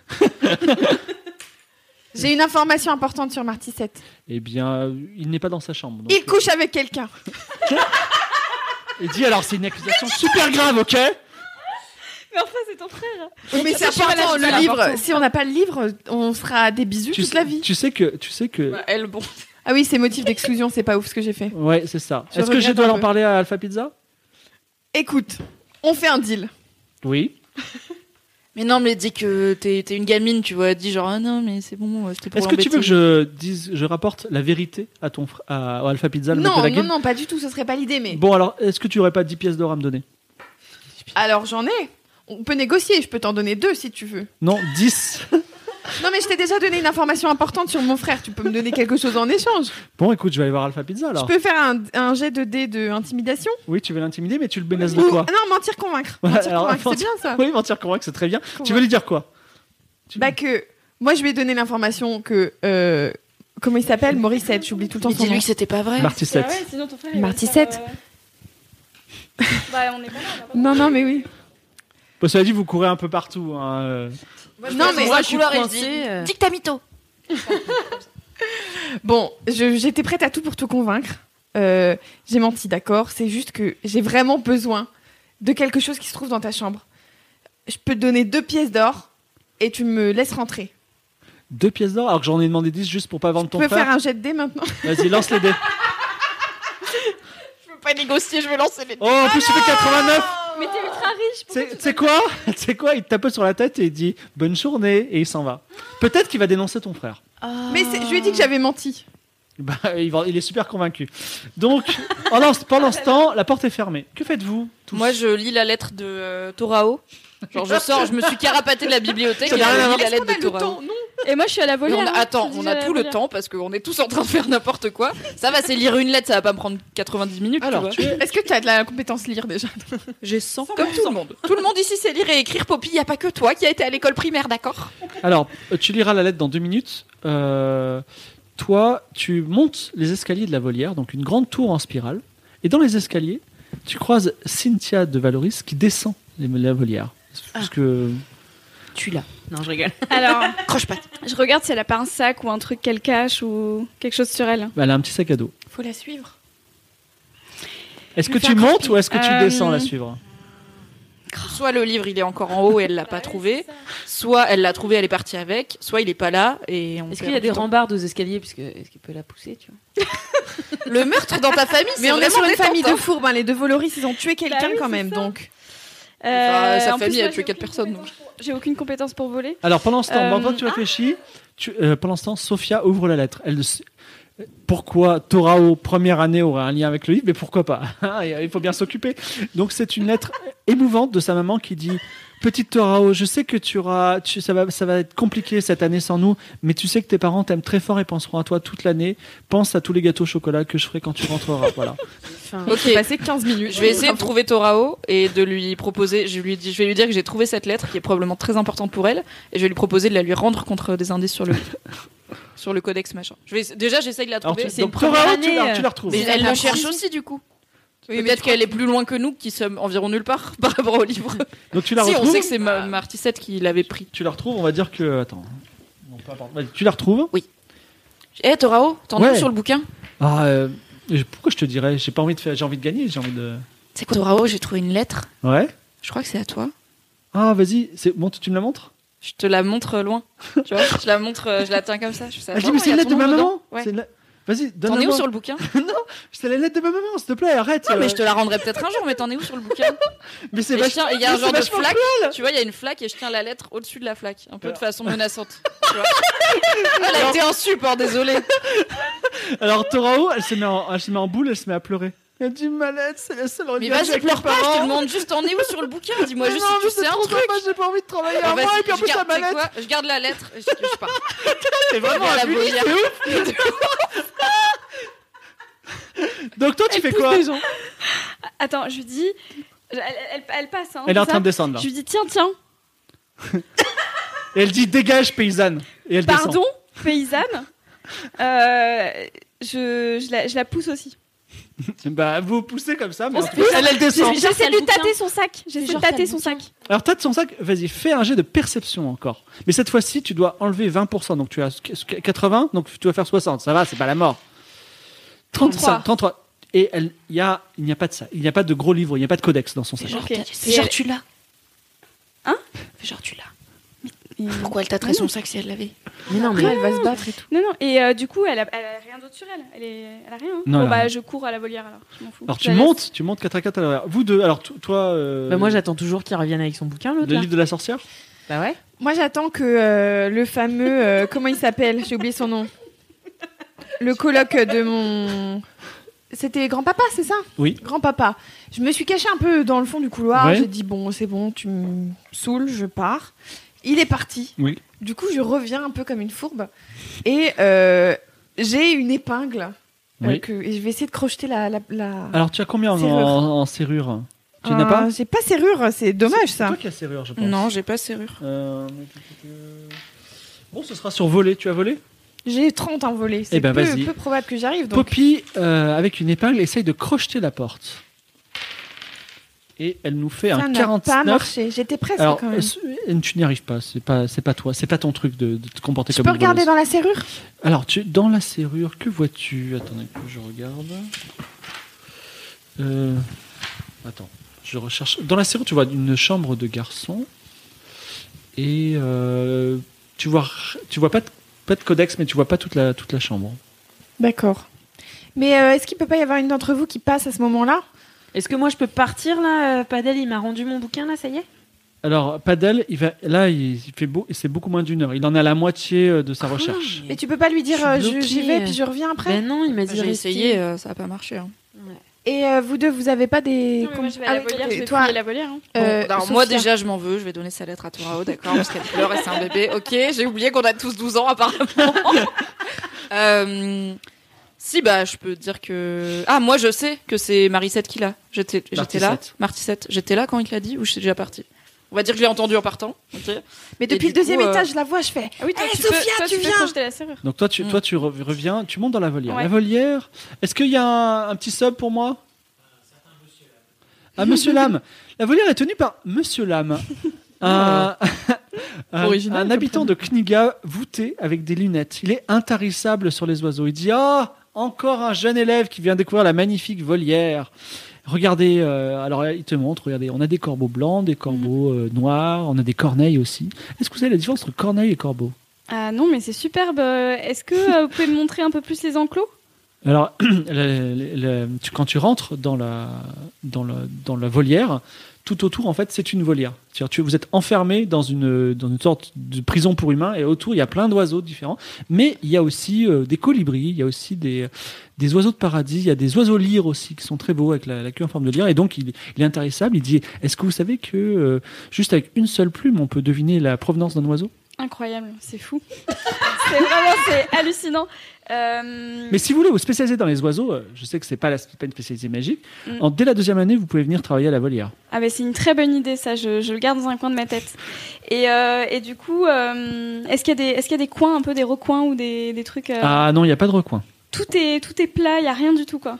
J'ai une information importante sur Martissette. Eh bien, il n'est pas dans sa chambre. donc, Il couche avec quelqu'un. il dit alors c'est une accusation super grave, ok? Mais enfin, c'est ton frère. Mais c'est important, le livre. Si on n'a pas le livre, on fera des bisous toute la vie. Tu sais que Bah, elle, bon. Ah oui, c'est motif d'exclusion, c'est pas ouf ce que j'ai fait. ouais, c'est ça. Je Est-ce que je regrette dois un en peu. parler à Alpha Pizza? Écoute, on fait un deal. Oui. Mais non, mais dis que t'es une gamine, tu vois. Dis genre, ah non, mais c'est bon, c'était pour Est-ce que tu veux l'embêter. que je rapporte la vérité à à Alpha Pizza, le mec de Non, la non, guilde? non, pas du tout, ce serait pas l'idée, mais. Bon, alors, est-ce que tu aurais pas 10 pièces d'or à me donner? Alors j'en ai. On peut négocier, je peux t'en donner 2 si tu veux. Non, 10. Non, mais je t'ai déjà donné une information importante sur mon frère, tu peux me donner quelque chose en échange. Bon, écoute, je vais aller voir Alpha Pizza alors. Je peux faire un jet de dés de intimidation. Oui, tu veux l'intimider, mais tu le menaces de Ou- quoi? Non, mentir convaincre. Ouais, Mentir alors, convaincre, c'est bien ça. Oui, mentir convaincre, c'est très bien. Tu veux lui dire quoi? Bah que moi je lui ai donné l'information que comment il s'appelle, Morissette, j'oublie tout le temps Mais son nom. dis-lui que c'était pas vrai. Martissette. Ah ouais, sinon ton frère. il va Martissette. faire, Bah, on est pas là. on a pas Non, non, mais oui. Bon, cela dit, vous courez un peu partout. Hein. Non, mais moi, je suis coincée. Dis que t'as mytho. bon, j'étais prête à tout pour te convaincre. J'ai menti, d'accord. C'est juste que j'ai vraiment besoin de quelque chose qui se trouve dans ta chambre. Je peux te donner 2 pièces d'or et tu me laisses rentrer. 2 pièces d'or, alors que j'en ai demandé 10 juste pour pas vendre ton Tu peux frère. faire un jet de dés maintenant. Vas-y, lance les dés. Je peux pas négocier, je vais lancer les. Oh, en plus, tu fais 89. Mais t'es ultra riche. pourquoi Tu sais quoi? Tu sais quoi? Il te tape sur la tête et il dit bonne journée et il s'en va. Peut-être qu'il va dénoncer ton frère. Mais je lui ai dit que j'avais menti. Bah, il est super convaincu. Donc, pendant ce temps, la porte est fermée. Que faites-vous tous? Moi, je lis la lettre de Torao. Genre, je me suis carapaté de la bibliothèque Ça et n'a rien à je voir. lis la lettre On a de le Torao. temps, non? Et moi, je suis à la Mais volière. hein, attends, je te on dis, a à la tout le volière. temps parce qu'on est tous en train de faire n'importe quoi. Ça va, c'est lire une lettre, ça va pas me prendre 90 minutes. Alors, tu vois. Est-ce que tu as de la compétence lire déjà? J'ai 100 comme tout le monde. Tout le monde ici sait lire et écrire, Poppy. Y a pas que toi qui a été à l'école primaire, d'accord? Alors, tu liras la lettre dans 2 minutes. Toi, tu montes les escaliers de la volière, donc une grande tour en spirale. Et dans les escaliers, tu croises Cynthia de Valoris qui descend la volière. Parce que... Tu l'as. Non, je rigole. Alors, Croche pas. je regarde si elle a pas un sac ou un truc qu'elle cache ou quelque chose sur elle. Elle a un petit sac à dos. Faut la suivre. Est-ce que tu montes ou est-ce que tu descends la suivre? Soit le livre il est encore en haut et elle l'a pas trouvé, soit elle l'a trouvé, elle est partie avec, soit il est pas là et on. Est-ce qu'il y a des rambardes aux escaliers puisque est-ce qu'il peut la pousser, tu vois? Le meurtre dans ta famille, Mais c'est on est sur une vraiment famille de détente, fourbes. Les deux Voloris, ils ont tué quelqu'un Bah oui, quand c'est même. ça. Donc. Sa En famille plus, a moi, tué j'ai 4 aucune personnes. Donc. J'ai aucune compétence pour voler. Alors pendant ce temps, pendant que tu Ah. réfléchis, pendant ce temps, Sophia ouvre la lettre. Pourquoi Torao, première année, aurait un lien avec le livre? Mais pourquoi pas? Il faut bien s'occuper. Donc c'est une lettre émouvante de sa maman qui dit: Petite Torao, je sais que ça va être compliqué cette année sans nous, mais tu sais que tes parents t'aiment très fort et penseront à toi toute l'année. Pense à tous les gâteaux au chocolat que je ferai quand tu rentreras. Voilà. Ok. J'ai passé 15 minutes. Je vais essayer de trouver Torao et de lui proposer. Je vais lui dire que j'ai trouvé cette lettre qui est probablement très importante pour elle et je vais lui proposer de la lui rendre contre des indices sur le livre. Sur le codex machin. Déjà j'essaye de la Alors, trouver. donc Torao, tu la retrouves. Mais elle le cherche aussi du coup. Peut-être qu'elle est plus loin que nous, qui sommes environ nulle part par rapport au livre. Donc tu la Si, retrouves. on sait que c'est Martissette qui l'avait pris. Tu la retrouves, on va dire que. Attends. Non, peu importe. Vas-y, tu la retrouves. Eh, Torao, t'en es où sur le bouquin? Pourquoi je te dirais? J'ai pas envie de faire. J'ai envie de gagner. J'ai envie de. C'est quoi, Torao? J'ai trouvé une lettre. Ouais. Je crois que c'est à toi. Ah, vas-y. Bon, tu me la montres? Je te la montre loin. Tu vois, je la montre, je la tiens comme ça. Je fais ça. Elle dit, mais c'est une lettre de ma maman. Ouais. Vas-y, T'en donne-la. es où sur le bouquin? Non, c'est la lettre de ma maman, s'il te plaît, arrête. Non, mais je te la rendrai peut-être un jour, mais t'en es où sur le bouquin? Mais c'est Et je tiens- il y a un mais genre c'est de vachement flaque. cruel. Tu vois, il y a une flaque et je tiens la lettre au-dessus de la flaque, un peu de façon menaçante. Tu vois. Elle a été en support, désolé. Alors, Torao, elle se met en boule, elle se met à pleurer. Elle dit, ma lettre, c'est la seule Mais relation vas-y, avec mes pleure pas, je te parents. demande juste t'en es où sur le bouquin? Dis-moi Mais juste non, si mais tu c'est sais un trop truc. dommage, j'ai pas envie de travailler à Vas-y, moi, et puis en je plus, garde- t'as ma tu sais lettre. quoi, je garde la lettre et je pars. C'est vraiment la abusé, volière. c'est ouf. Donc, toi, tu fais quoi? Attends, je lui dis. Elle passe. Hein, Elle est en c'est train ça. de descendre, là. Je lui dis tiens. Et elle dit, dégage, paysanne. Et elle descend. Pardon, paysanne. Je la pousse aussi. Bah, vous poussez comme ça, mais On en se tout cas, elle descend. J'essaie de lui bouquin. tâter son sac. J'essaie de genre, tâter t'as son le sac. Alors, t'as de son sac, vas-y, fais un jet de perception encore. Mais cette fois-ci, tu dois enlever 20%. Donc, tu as 80, donc tu dois faire 60. Ça va, c'est pas la mort. 33. Et il n'y a pas de ça. Il n'y a pas de gros livre, il n'y a pas de codex dans son sac. Ok. Fais genre tu l'as. Hein? Fais genre tu l'as. Et- Pourquoi elle tâterait son sac si elle l'avait? Mais non, mais elle va se battre et tout. Non. Et du coup, elle a rien d'autre sur elle. Elle a rien. Hein. Non, Bon, elle a rien. je cours à la volière alors. Je m'en fous. Alors, Je la laisse. tu montes 4 à 4 à l'heure. Vous deux, alors toi. Bah, moi, j'attends toujours qu'il revienne avec son bouquin, l'autre. Le là. livre de la sorcière? Bah ouais. Moi, j'attends que le fameux. Comment il s'appelle? J'ai oublié son nom. Le coloc de mon. C'était grand-papa, c'est ça? Oui. Grand-papa. Je me suis cachée un peu dans le fond du couloir. Ouais. J'ai dit, bon, c'est bon, tu me saoules, je pars. Il est parti. Oui. Du coup, je reviens un peu comme une fourbe. Et j'ai une épingle. Oui. Et je vais essayer de crocheter la. Alors, tu as combien en, Serrure. en serrure? Tu n'as pas? J'ai pas serrure, c'est dommage C'est ça. toi qui as serrure, je pense. Non, j'ai pas serrure. Bon, ce sera sur voler. Tu as volé? J'ai 30 en volée. C'est Eh ben, vas-y. peu probable que j'arrive. Donc... Poppy, avec une épingle, essaye de crocheter la porte. Et elle nous fait Ça un n'a 49. pas marché. J'étais presque Alors, quand même. tu n'y arrives pas. C'est pas toi. C'est pas ton truc de te comporter Tu comme peux une regarder voleuse. dans la serrure? Alors, dans la serrure, que vois-tu? Attendez que je regarde. Attends, je recherche. Dans la serrure, tu vois une chambre de garçon. Et tu vois pas de codex, mais tu vois pas toute la chambre. D'accord. Mais est-ce qu'il peut pas y avoir une d'entre vous qui passe à ce moment-là? Est-ce que moi, je peux partir, là? Padel, il m'a rendu mon bouquin, là, ça y est? Alors, Padel, il fait beau, et c'est beaucoup moins d'1 heure. Il en est à la moitié de sa recherche. Mais tu peux pas lui dire Je suis j'y bloquée. vais puis je reviens après? Ben non, il m'a dit J'ai rester. essayé, ça a pas marché. Hein. Et vous deux, vous avez pas des. Non, mais moi, je vais à la volière. Je vais toi, fouiller la volière. Hein. Bon, alors, moi Sophia. déjà je m'en veux, je vais donner sa lettre à Torao, d'accord, parce qu'elle pleure et c'est un bébé. Ok, j'ai oublié qu'on a tous 12 ans apparemment. Si bah je peux dire que moi je sais que c'est Marissette qui l'a. J'étais là, Martissette. J'étais là quand il l'a dit ou je suis déjà partie. On va dire que je l'ai entendu en partant. Ok. Mais depuis Et le du deuxième coup, étage, je la vois, je fais. Ah oui, toi, Eh, tu Sophia, peux, toi, tu tu peux viens crocheter la serrure. Donc toi, tu reviens, tu montes dans la volière. Ouais. La volière, est-ce qu'il y a un petit sub pour moi? Ah, Monsieur Lame. La volière est tenue par Monsieur Lame. Un Original, un comme habitant prénom. de Kniga, voûté avec des lunettes. Il est intarissable sur les oiseaux. Il dit: encore un jeune élève qui vient découvrir la magnifique volière. Regardez, alors il te montre, regardez, on a des corbeaux blancs, des corbeaux noirs, on a des corneilles aussi. Est-ce que vous savez la différence entre corneille et corbeau? Ah non, mais c'est superbe. Est-ce que vous pouvez me montrer un peu plus les enclos? Alors, quand tu rentres dans la volière, tout autour, en fait, c'est une volière. C'est-à-dire, vous êtes enfermé dans une sorte de prison pour humains, et autour, il y a plein d'oiseaux différents. Mais il y a aussi des colibris, il y a aussi des oiseaux de paradis, il y a des oiseaux lyres aussi, qui sont très beaux, avec la queue en forme de lyre. Et donc, il est intarissable. Il dit, est-ce que vous savez que, juste avec une seule plume, on peut deviner la provenance d'un oiseau? Incroyable, c'est fou. c'est hallucinant. Mais si vous voulez vous spécialiser dans les oiseaux, je sais que c'est pas une spécialité magique. Dès la 2e année, vous pouvez venir travailler à la volière. Ah c'est une très bonne idée, ça. Je le garde dans un coin de ma tête. Et du coup, est-ce qu'il y a des coins, un peu des recoins ou des trucs Ah non, il n'y a pas de recoin. Tout est plat, il n'y a rien du tout, quoi.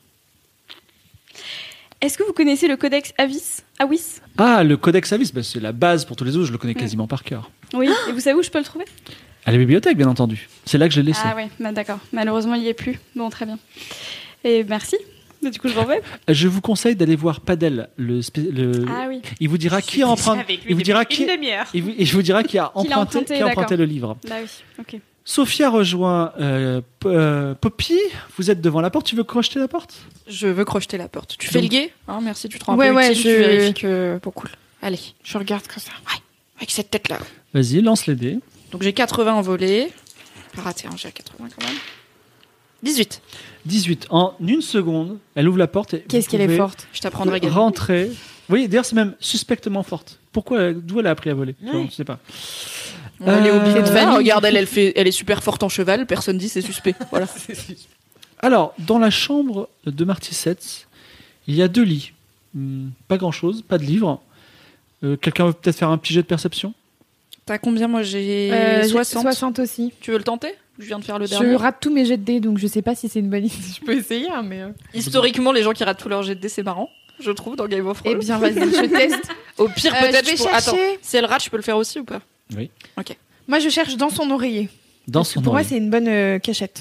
Est-ce que vous connaissez le codex Awis? Ah, le codex Awis, c'est la base pour tous les autres, je le connais quasiment par cœur. Oui, et vous savez où je peux le trouver? À la bibliothèque, bien entendu. C'est là que je l'ai laissé. Ah oui, d'accord. Malheureusement, il n'y est plus. Bon, très bien. Et merci. Du coup, je m'en vais. Je vous conseille d'aller voir Padel, Ah oui. Il vous dira qui a emprunté. Il vous dira qui. Il vous dira qui a emprunté le livre. Bah oui. Ok. Sophia rejoint Poppy. Vous êtes devant la porte. Tu veux crocheter la porte? Je veux crocheter la porte. Tu fais le guet, hein, merci. Tu te rends Ouais, un peu ouais, utile, tu vérifies que bon, cool. Allez, Je regarde comme ça. ouais, avec cette tête là. Vas-y, lance les dés. Donc j'ai 80 en volée. Pas raté, hein, j'ai 80 quand même. 18. 18. En une seconde, elle ouvre la porte. Et Qu'est-ce qu'elle est forte. Je t'apprendrai également. Rentrer. Oui, d'ailleurs, c'est même suspectement forte. Pourquoi? D'où elle a appris à voler? Je ne sais pas. Elle est au bilan de famille. famille. Regarde, elle est super forte en cheval. Personne dit c'est suspect. Voilà. Alors, dans la chambre de Martissette, il y a 2 lits. Pas grand-chose, pas de livres. Quelqu'un veut peut-être faire un petit jet de perception? T'as combien? Moi j'ai 60. 60 aussi. Tu veux le tenter? Je viens de faire le Je dernier. rate tous mes jets de dés, donc je sais pas si c'est une bonne idée. Je peux essayer, hein, mais. Historiquement, les gens qui ratent tous leurs jets de dés, c'est marrant, je trouve, dans Game of Thrones. Eh bien, vas-y, je teste. Au pire, peut-être. je vais chercher. Attends, si elle rate, je peux le faire aussi ou pas? Oui. Ok. Moi, je cherche dans son oreiller. Dans Parce que son pour moi, oreille. c'est une bonne cachette.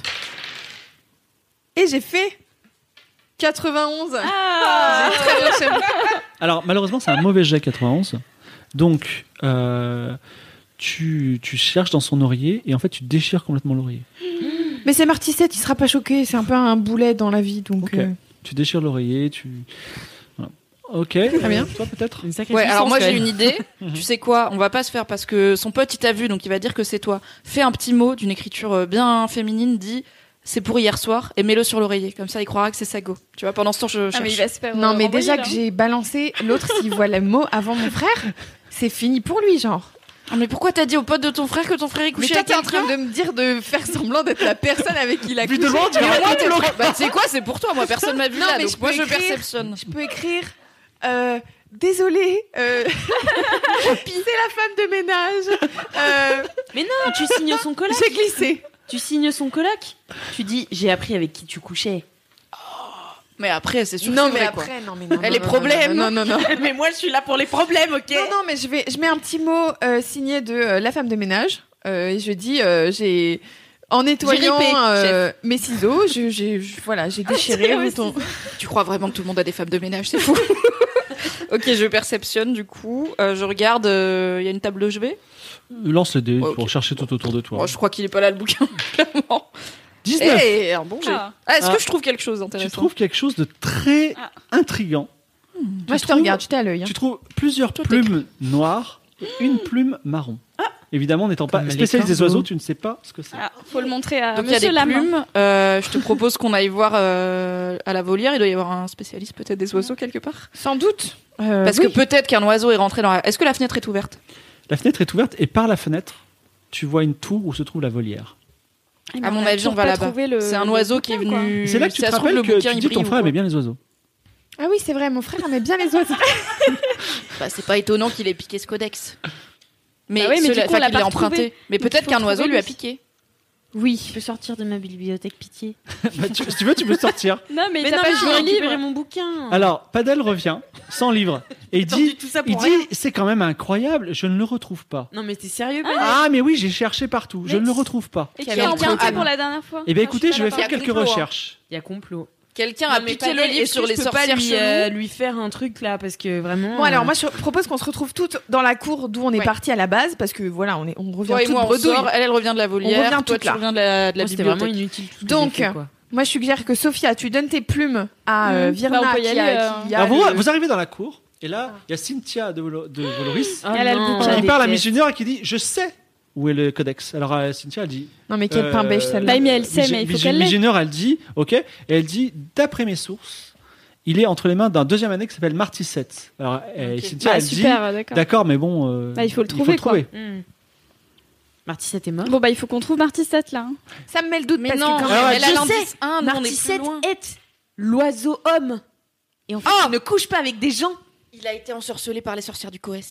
Et j'ai fait 91. Ah J'ai très bien chez moi. Alors, malheureusement, c'est un mauvais jet 91. Donc, tu cherches dans son oreiller et en fait, tu déchires complètement l'oreiller. Mais c'est Martissette, il sera pas choqué. C'est un peu un boulet dans la vie, donc. Ok. Tu déchires l'oreiller, Voilà. Ok. Très bien. Toi, peut-être? Ouais, alors moi j'ai une idée. Tu sais quoi? On va pas se faire parce que son pote il t'a vu, donc il va dire que c'est toi. Fais un petit mot d'une écriture bien féminine, dis c'est pour hier soir et mets-le sur l'oreiller. Comme ça il croira que c'est Sago. Tu vois, pendant ce temps je cherche. Ah, mais il va se faire Non, mais renvoyer, déjà là. que j'ai balancé, l'autre, s'il voit le mot avant mon frère, c'est fini pour lui, genre. Ah, mais pourquoi t'as dit au pote de ton frère que ton frère est Mais couché toi, avec t'es en quelqu'un? train de me dire de faire semblant d'être la personne avec qui il a couché. Évidemment, tu Mais vas moi, t'es trop- Bah tu sais quoi? C'est pour toi. Moi personne m'a vu Non, là, mais donc je moi peux je écrire. perceptionne. Je peux écrire. Désolée, c'est la femme de ménage. Mais non, tu signes son coloc. J'ai glissé. Tu signes son coloc. Tu dis, j'ai appris avec qui tu couchais. Mais après c'est sûr. Non, que c'est mais vrai, quoi. après, non, mais non. Elle non, est non, problème. Non, non, non. Mais moi, je suis là pour les problèmes, ok? Non, non, mais je mets un petit mot signé de la femme de ménage. Et je dis, en nettoyant ripé, chef. mes ciseaux, j'ai déchiré le ton. Tu crois vraiment que tout le monde a des femmes de ménage? C'est fou. Ok, je perceptionne du coup. Je regarde. Il y a une table de chevet. Lance les dés Ok. pour chercher tout autour de toi. Bon, je crois qu'il est pas là le bouquin, clairement. 19. Et un bon jet. Ah. Est-ce Ah. que je trouve quelque chose Tu d'intéressant? trouves quelque chose de très intriguant. Moi, je te regarde, je t'ai à l'œil. hein. Tu trouves plusieurs plumes noires et une plume marron. Évidemment, n'étant pas Comme les spécialiste des corbeaux. oiseaux, tu ne sais pas ce que c'est. Ah, faut le montrer à Donc il y a Monsieur des Lame. plumes. Je te propose qu'on aille voir à la volière. Il doit y avoir un spécialiste peut-être des oiseaux quelque part. Sans doute. Parce que peut-être qu'un oiseau est rentré dans la... Est-ce que la fenêtre est ouverte? La fenêtre est ouverte et par la fenêtre, tu vois une tour où se trouve la volière. Eh ben, À mon on a avis, toujours on va pas là-bas. trouvé le- C'est un le oiseau qui est bouquin, quoi. venu. Et c'est là que tu Si te ça se trouve, rappelles le que bouquin, tu il dis que ton brille ou frère quoi. aimait bien les oiseaux. Ah oui, c'est vrai, mon frère aimait bien les oiseaux. Bah, c'est pas étonnant qu'il ait piqué ce codex. Mais, Bah oui, mais du coup, on l'a qu'il l'ait pas emprunté. retrouvé. Mais Donc, peut-être il faut qu'un trouver oiseau lui a lui. piqué. Oui. Je peux sortir de ma bibliothèque, pitié. Bah, si tu veux, tu peux sortir. Non, mais Mais t'as non, pas mais je joué veux un livre. récupérer mon bouquin. Alors, Padel revient sans livre et il dit, tout ça pour rien. c'est quand même incroyable, je ne le retrouve pas. Non, mais t'es sérieux, Benny? Ah, mais oui, j'ai cherché partout, je ne le retrouve pas. Et qui Quel a emprunté complot. pour la dernière fois? Eh bien, Enfin, écoutez, suis je vais pas faire d'accord. quelques complot, hein. recherches. Il y a complot. Quelqu'un a piqué le livre sur les sorcières cheloues. lui faire un truc là parce que vraiment. Bon, alors moi je propose qu'on se retrouve toutes dans la cour d'où on est parti à la base parce que voilà, on revient Toi et toutes moi, on bredouilles. sort. Elle revient de la volière. On revient toi, toutes tu là. reviens de la Moi, c'était bibliothèque. vraiment inutile. Tout ce que Donc, j'ai fait, quoi. moi je suggère que Sophia, tu donnes tes plumes à Virna Bah, on peut y qui aller, a Alors le- vous arrivez dans la cour, et là, il y a Cynthia de Voloris Ah Elle a le non, bouquin. qui je parle à Miss déteste. Junior et qui dit « Je sais où est le codex ». Alors Cynthia, elle dit... Non mais quel pain beige celle-là. Bah, mais elle sait, mais il faut qu'elle Miss l'ait. Junior, elle dit « Ok ». Et elle dit « D'après mes sources, il est entre les mains d'un deuxième année qui s'appelle Martisette ». Alors Cynthia, Bah, elle super, dit d'accord. « D'accord, mais bon... Bah, il faut le trouver, quoi. Martissette est mort. Bon, bah, il faut qu'on trouve Martissette, là. hein. Ça me met le doute Mais parce non, que quand Alors, même, elle a je l'indice sais, 1, nous on est plus Martissette loin. est l'oiseau homme. Et en fait, il ne couche pas avec des gens. Il a été ensorcelé par les sorcières du Coest.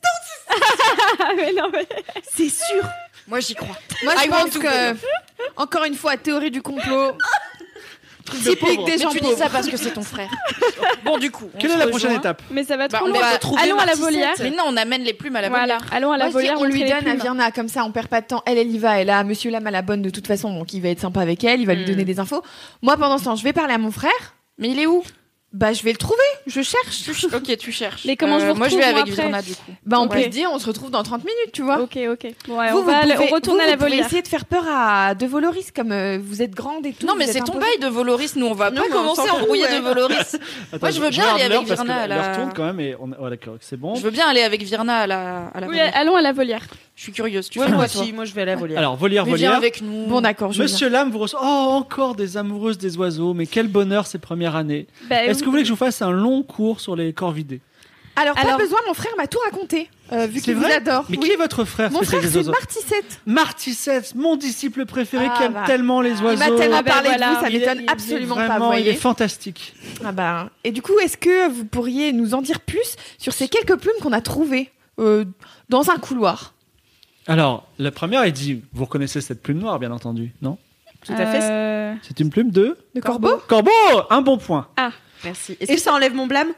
Ah, mais non, mais. C'est sûr. Moi j'y crois. moi je I want pense to que encore une fois théorie du complot typique pauvre. des Mais gens tu dis pauvres. ça parce que c'est ton frère. Bon du coup. Quelle est la prochaine étape? Mais ça va Bah, trop on loin. va trouver Allons à la Martissette. volière. Mais non, on amène les plumes à la Voilà, volière. allons à la Moi, je dis, volière. on lui montrer les donne à plumes. Virna, comme ça on perd pas de temps. Elle y va, elle a Monsieur Lam à la bonne de toute façon, donc il va être sympa avec elle, il va lui donner des infos. Moi pendant ce temps, je vais parler à mon frère. Mais il est où? Bah je vais le trouver, je cherche. Ok, tu cherches. Mais comment je vous Moi je retrouve, vais moi, avec après Virna du coup. Bah on Ok. peut se dire, on se retrouve dans 30 minutes, tu vois. Ok, ok. Bon, ouais, Vous, on retourne à la vous pouvez volière. essayer de faire peur à De Voloris comme vous êtes grande et tout. Non mais vous êtes c'est ton imposée. bail de Voloris, nous on va Non, pas mais on commencer s'en à fout, embrouiller ouais. de Voloris. Attends, je veux bien regarde aller avec l'heure parce que Virna à la- l'heure tourne quand même et oh, d'accord, c'est bon. Je veux bien aller avec Virna à la Oui, volière. allons à la volière. Je suis curieuse. Tu Ouais, fais moi quoi toi? aussi, moi je vais à la volière. Alors volière, Mais viens volière. avec nous. Bon d'accord, je viens. Monsieur Lam vous reçoit. Oh, encore des amoureuses des oiseaux, mais quel bonheur ces premières années. Bah, Est-ce que vous voulez que je vous fasse un long cours sur les corvidés? Alors pas Alors- besoin, mon frère m'a tout raconté, vu C'est qu'il vous vrai adore. Mais Oui. qui est votre frère Mon frère spécialiste c'est des oiseaux? Martissette. Martissette, mon disciple préféré Ah, qui aime bah. tellement les Il oiseaux. m'a tellement Ah, ben parlé voilà. de vous, ça Il est- m'étonne il est absolument pas, vous vraiment, il est voyez. fantastique. Ah bah. Et du coup, est-ce que vous pourriez nous en dire plus sur ces quelques plumes qu'on a trouvées dans un couloir? Alors, la première, elle dit, vous reconnaissez cette plume noire, bien entendu, non? Tout à fait. C'est une plume de De corbeau? Corbeau. Un bon point. Merci. Est-ce que ça enlève mon blâme?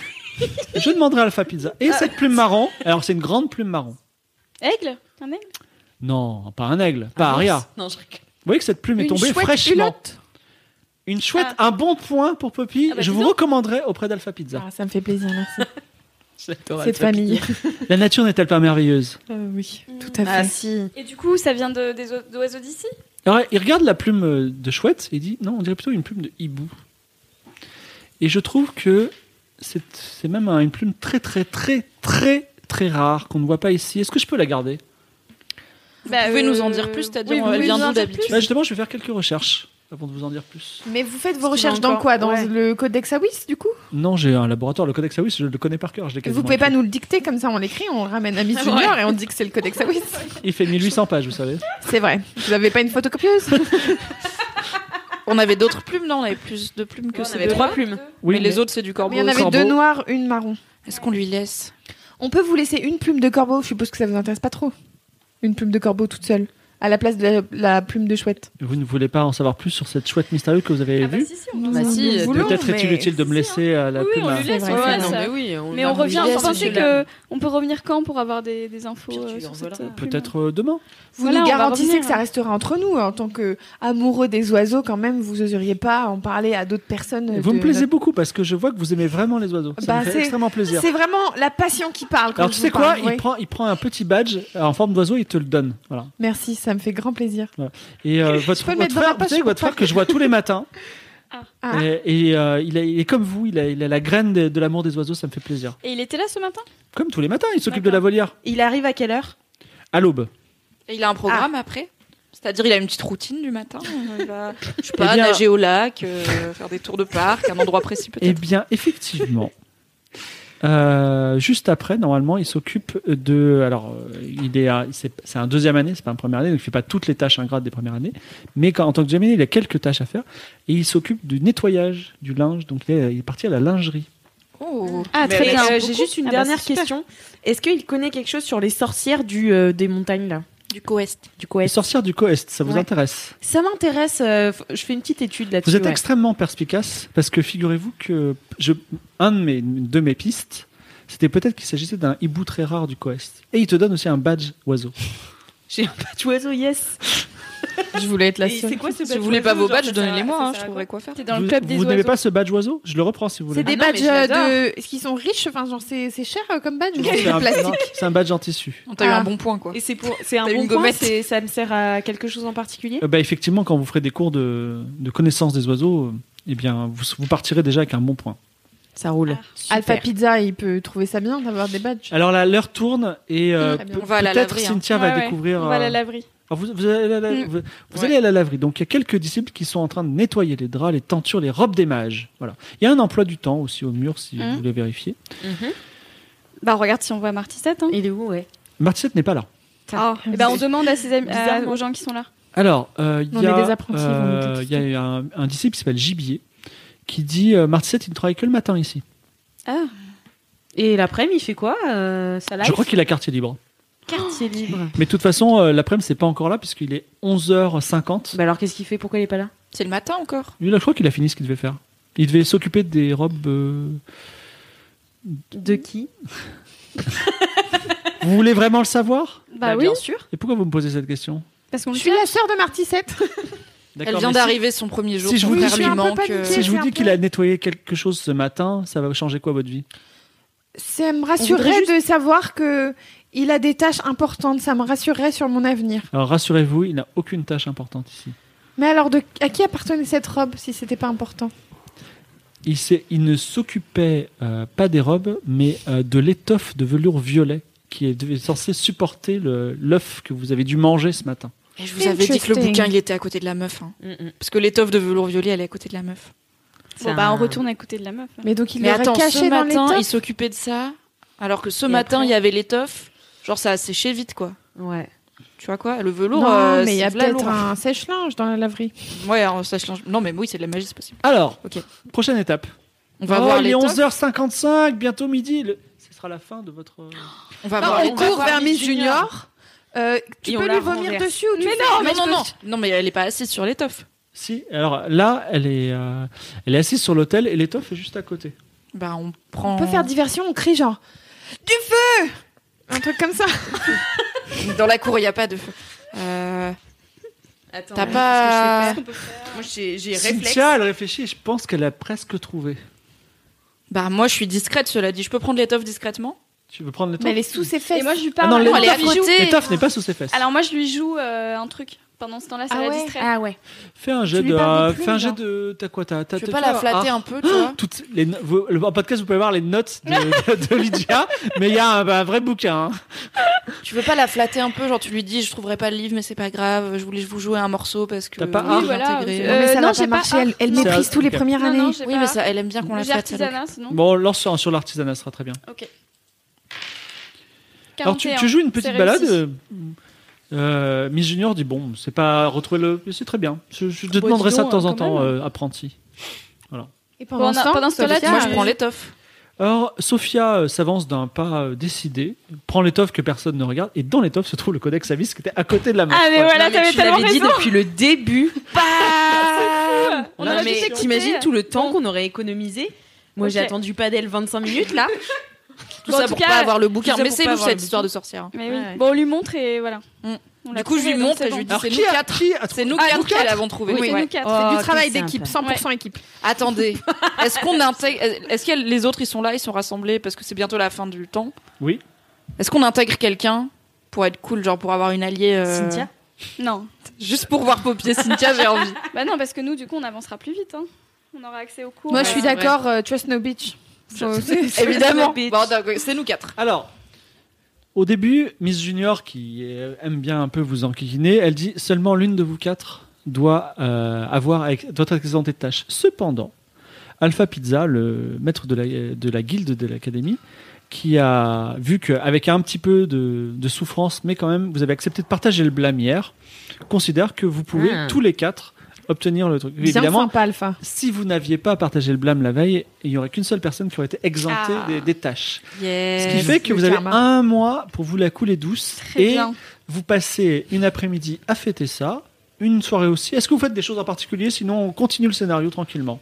Je demanderai à Alpha Pizza. Et cette plume marron, alors c'est une grande plume marron. Aigle Un aigle Non, pas un aigle, pas Aria. Non, je rigole. Vous voyez que cette plume est Une tombée chouette fraîchement. hulotte. Une chouette, un bon point pour Poppy. Ah bah, Je dis vous donc. recommanderai auprès d'Alpha Pizza. Ah, ça me fait plaisir, merci. J'adore Cette Alpha famille. Pizza. La nature n'est-elle pas merveilleuse? Oui, tout à fait. Ah si. Et du coup, ça vient des oiseaux d'ici Alors, il regarde la plume de chouette et il dit non, on dirait plutôt une plume de hibou. Et je trouve que c'est même une plume très très très très très rare qu'on ne voit pas ici. Est-ce que je peux la garder? Vous pouvez nous en dire plus, c'est-à-dire oui, elle vous vient nous en d'où dire d'habitude? Bah, justement, je vais faire quelques recherches avant de vous en dire plus. Mais vous faites vos Parce qu'il recherches va dans encore- quoi? Dans ouais. le Codex Awis, du coup? Non, j'ai un laboratoire, le Codex Awis, je le connais par cœur. Je l'ai Vous quasiment pouvez pas écrit. nous le dicter comme ça, on l'écrit, on le ramène à Miss Ouais. Junior et on dit que c'est le Codex Awis. Il fait 1800 pages, vous savez. C'est vrai. Vous avez pas une photocopieuse? On avait d'autres plumes, non? On avait plus de plumes que On ces avait deux. 3 plumes. Oui, mais les autres c'est du corbeau. Il y en avait corbeau. 2 noires, une marron. Est-ce qu'on lui laisse? On peut vous laisser une plume de corbeau, je suppose que ça vous intéresse pas trop. Une plume de corbeau toute seule, à la place de la plume de chouette. Vous ne voulez pas en savoir plus sur cette chouette mystérieuse que vous avez vue? si, on Bah si, Nous voulons, Peut-être est-il mais- utile de me laisser la Oui, plume on à... lui laisse, C'est on vrai, lui c'est laisse. vrai. oui, Mais on revient, laisse, vous pensez celui-là. que on peut revenir quand pour avoir des infos Puis tu sur l'envoleras. cette plume Peut-être demain. Vous Voilà, nous on va garantissez revenir, que ça hein. restera entre nous. En tant que amoureux des oiseaux, quand même, vous oseriez pas en parler à d'autres personnes. Vous de me plaisez notre- beaucoup parce que je vois que vous aimez vraiment les oiseaux. Ça Bah, me fait c'est- extrêmement plaisir. C'est vraiment la passion qui parle. Quand Alors tu je sais vous quoi, parle, oui. il prend un petit badge en forme d'oiseau, il te le donne. Voilà. Merci, ça me fait grand plaisir. Et votre, peux le votre mettre dans frère, ma poche vous savez, pour votre pas frère que je vois tous les matins. Ah. Et il est comme vous, il a la graine de l'amour des oiseaux, ça me fait plaisir. Et il était là ce matin Comme tous les matins, il s'occupe de la volière. Il arrive à quelle heure? À l'aube. Et il a un programme après? C'est-à-dire il a une petite routine du matin? Il va, je sais pas, Eh bien- nager au lac, faire des tours de parc, un endroit précis Eh peut-être. bien, effectivement. Juste après, normalement, il s'occupe de. Alors, c'est un deuxième année, c'est pas une première année, donc il fait pas toutes les tâches ingrates des premières années. Mais en tant que deuxième année, il a quelques tâches à faire et il s'occupe du nettoyage du linge. Donc, il est parti à la lingerie. Oh. Ah, Mais, très bien. j'ai juste une Ah bah, dernière c'est super. question. Est-ce qu'il connaît quelque chose sur les sorcières des montagnes là? Du Coest. Du Les Coest. sorcières du Coest, ça vous Ouais. intéresse? Ça m'intéresse. Je fais une petite étude là-dessus. Vous êtes ouais. extrêmement perspicace parce que figurez-vous que un de mes pistes, c'était peut-être qu'il s'agissait d'un hibou très rare du Coest. Et il te donne aussi un badge oiseau. J'ai un badge oiseau, yes. Je voulais être la Et seule. c'est quoi ce Si vous voulez pas vos badges, donnez-les-moi, hein, je trouverai quoi faire. T'es dans Vous, le club des vous oiseaux. n'aimez pas ce badge oiseau? Je le reprends si vous voulez. C'est des non, mais badges je l'adore. de. Qui sont riches, enfin, genre, c'est cher comme badge ou Non, c'est c'est de un- plastique? non, c'est un badge en tissu. On t'a eu Ah. un bon point, quoi. Et c'est un T'as bon une point, gommette. ça me sert à quelque chose en particulier? Effectivement, quand vous ferez des cours de connaissance des oiseaux, eh bien, vous partirez déjà avec un bon point. Ça roule. Alpha Pizza, il peut trouver ça bien d'avoir des badges. Alors là, l'heure tourne et Très bien. On va à la peut-être laverie, hein. Cynthia va découvrir. On va à la laverie. Alors vous allez, vous allez à la laverie. Donc il y a quelques disciples qui sont en train de nettoyer les draps, les tentures, les robes des mages. Voilà. Il y a un emploi du temps aussi au mur si vous voulez vérifier. Bah regarde si on voit Martissette. Hein. Il est où, ouais? Martissette n'est pas là. Ah. Et ben on demande à ses amis, Bizarrement. aux gens qui sont là. Alors il On y est a des apprentis, ils vont nous il y a un disciple qui s'appelle Gibier qui dit Martissette il ne travaille que le matin ici. Ah. Et l'après-midi, il fait quoi? Ça live? Je crois qu'il a quartier libre. Quartier libre. Mais de toute façon l'après-midi c'est pas encore là puisqu'il est 11h50. Bah alors, qu'est-ce qu'il fait? Pourquoi il est pas là? C'est le matin encore. Lui là je crois qu'il a fini ce qu'il devait faire. Il devait s'occuper des robes. De qui? Vous voulez vraiment le savoir? Bah oui. Bien sûr. Et pourquoi vous me posez cette question? Parce qu'on Je le suis sait. la sœur de Martissette. Elle D'accord, vient mais si- d'arriver son premier jour. si je son vous dis- frère je suis lui un peu manque. paniquée. Si je vous c'est dis un qu'il peu- a nettoyé quelque chose ce matin, ça va changer quoi votre vie? Ça me rassurerait de savoir que il a des tâches importantes. Ça me rassurerait sur mon avenir. Alors rassurez-vous, il n'a aucune tâche importante ici. Mais alors, à qui appartenait cette robe si c'était pas important? Il ne s'occupait pas des robes, mais de l'étoffe de velours violet qui est censé supporter l'œuf que vous avez dû manger ce matin. Et je vous avais dit que le Interesting. bouquin, il était à côté de la meuf. Hein. Parce que l'étoffe de velours violet, elle est à côté de la meuf. Bon bah on retourne à côté de la meuf. hein. Mais donc il Mais l'aurait attends, ce caché dans matin, il l'étoffe. s'occupait de ça, alors que ce Et matin, après il y avait l'étoffe. Genre, ça a séché vite, quoi. Ouais. Tu vois quoi? Le velours, Non, mais il y a c'est v'là peut-être lourd. un sèche-linge dans la laverie. Ouais, alors, ça change. Non, mais oui, c'est de la magie, c'est possible. Alors, Ok. prochaine étape. On va voir il est l'étoffe. 11h55, bientôt midi. Ce sera la fin de votre... On va Non, voir on l'étoffe. court vers Miss Junior. Tu Et on peux la lui vomir renverse. dessus ou tu Mais fais- non, non, mais elle est pas assise sur l'étoffe. Si, alors là, elle est assise sur l'autel et l'étoffe est juste à côté. Bah, on prend. On peut faire diversion, on crie genre du feu, un truc comme ça. Dans la cour, il n'y a pas de feu. Attends, T'as mais pas- qu'est-ce que je vais faire? Moi, j'ai réflexe. Cynthia, elle réfléchit et je pense qu'elle a presque trouvé. Bah, moi, je suis discrète, cela dit. Je peux prendre l'étoffe discrètement? Tu veux prendre l'étoffe? Mais elle est sous ses fesses. Et moi je lui Ah parle. non, Non, elle est à l'étoffe, côté. l'étoffe n'est pas sous ses fesses. Alors moi je lui joue un truc. Pendant ce temps-là, ça la distrait. Ah ouais. Fais un jet lui de... parles des fais un plumes, jet genre. de... T'as quoi? T'as, Je peux pas la flatter un peu, tu vois? toutes les en podcast, vous pouvez voir les notes de Lydia, mais il y a un vrai bouquin. hein. Tu veux pas la flatter un peu? Genre, tu lui dis, je trouverai pas le livre, mais c'est pas grave. Je voulais vous jouer un morceau parce que. T'as pas oui, art je l'ai voilà, intégré. Non, mais ça non, va j'ai pas pas marcher. art. Elle Non. méprise tous les Ok. premières Non, années. non, j'ai Oui, pas. mais ça, elle aime bien qu'on la J'ai flatte. celle-là. artisanat sinon. Bon, lance sur l'artisanat, ce sera très bien. Ok. Alors, tu 41, joues une petite c'est balade. réussi. Miss Junior dit bon, c'est pas retrouver le. C'est très bien. Je te Bah, demanderai dis ça de donc, temps en quand temps, même. apprenti. Et Bon, pendant ce temps-là, Sophia, Moi, je Ah, prends oui. l'étoffe. Alors, Sophia s'avance d'un pas décidé, prend l'étoffe que personne ne regarde, et dans l'étoffe se trouve le codex Avis qui était à côté de la meuf. Ah mais Voilà. voilà, Non, mais t'avais tu tellement l'avais dit raison. depuis le début. Bam On Non, aurait mais dû s'écouter. t'imagines tout le temps Bon. qu'on aurait économisé? Moi, j'ai Ok. attendu pas d'elle 25 minutes là. Tout Bon, en ça tout pour cas, pas avoir le bouquin. tout ça Mais pour c'est pas louche avoir cette le histoire bouquin. de sorcière. Mais oui. Ouais. Bon, on lui montre et voilà. Mm. On l'a Du coup, je trouvé, lui donc montre c'est et je bon. lui dis Alors, c'est qui nous a- quatre. qui a C'est nous Ah, quatre nous qui quatre l'avons trouvé. Oui, c'est Ouais. nous quatre. C'est Oh, du travail t'es d'équipe, sympa. 100% équipe. Attendez, est-ce qu'on intègre, est-ce que les autres ils sont là, ils sont rassemblés parce que c'est bientôt la fin du temps? Oui. Est-ce qu'on intègre quelqu'un pour être cool, genre pour avoir une alliée Cynthia? Non. juste pour voir Poppy et Cynthia, j'ai envie. Bah non, parce que nous, du coup, on avancera plus vite. Hein. On aura accès aux cours. Moi, je suis c'est d'accord. Trust no bitch. Évidemment. Bitch. Bon, d'accord, c'est nous quatre. Alors, au début, Miss Junior, qui aime bien un peu vous enquiquiner, elle dit seulement l'une de vous quatre doit être exemptée de tâches. Cependant, Alpha Pizza, le maître de la guilde de l'académie, qui a vu qu'avec un petit peu de souffrance, mais quand même, vous avez accepté de partager le blâme hier, considère que vous pouvez tous les quatre obtenir le truc. Bien Évidemment, sympa, Alpha. si vous n'aviez pas partagé le blâme la veille, il n'y aurait qu'une seule personne qui aurait été exemptée Ah. des tâches. Ce Yes. qui fait que le vous avez karma. un mois pour vous la couler douce Très et bien. vous passez une après-midi à fêter ça, une soirée aussi. Est-ce que vous faites des choses en particulier? Sinon, on continue le scénario tranquillement.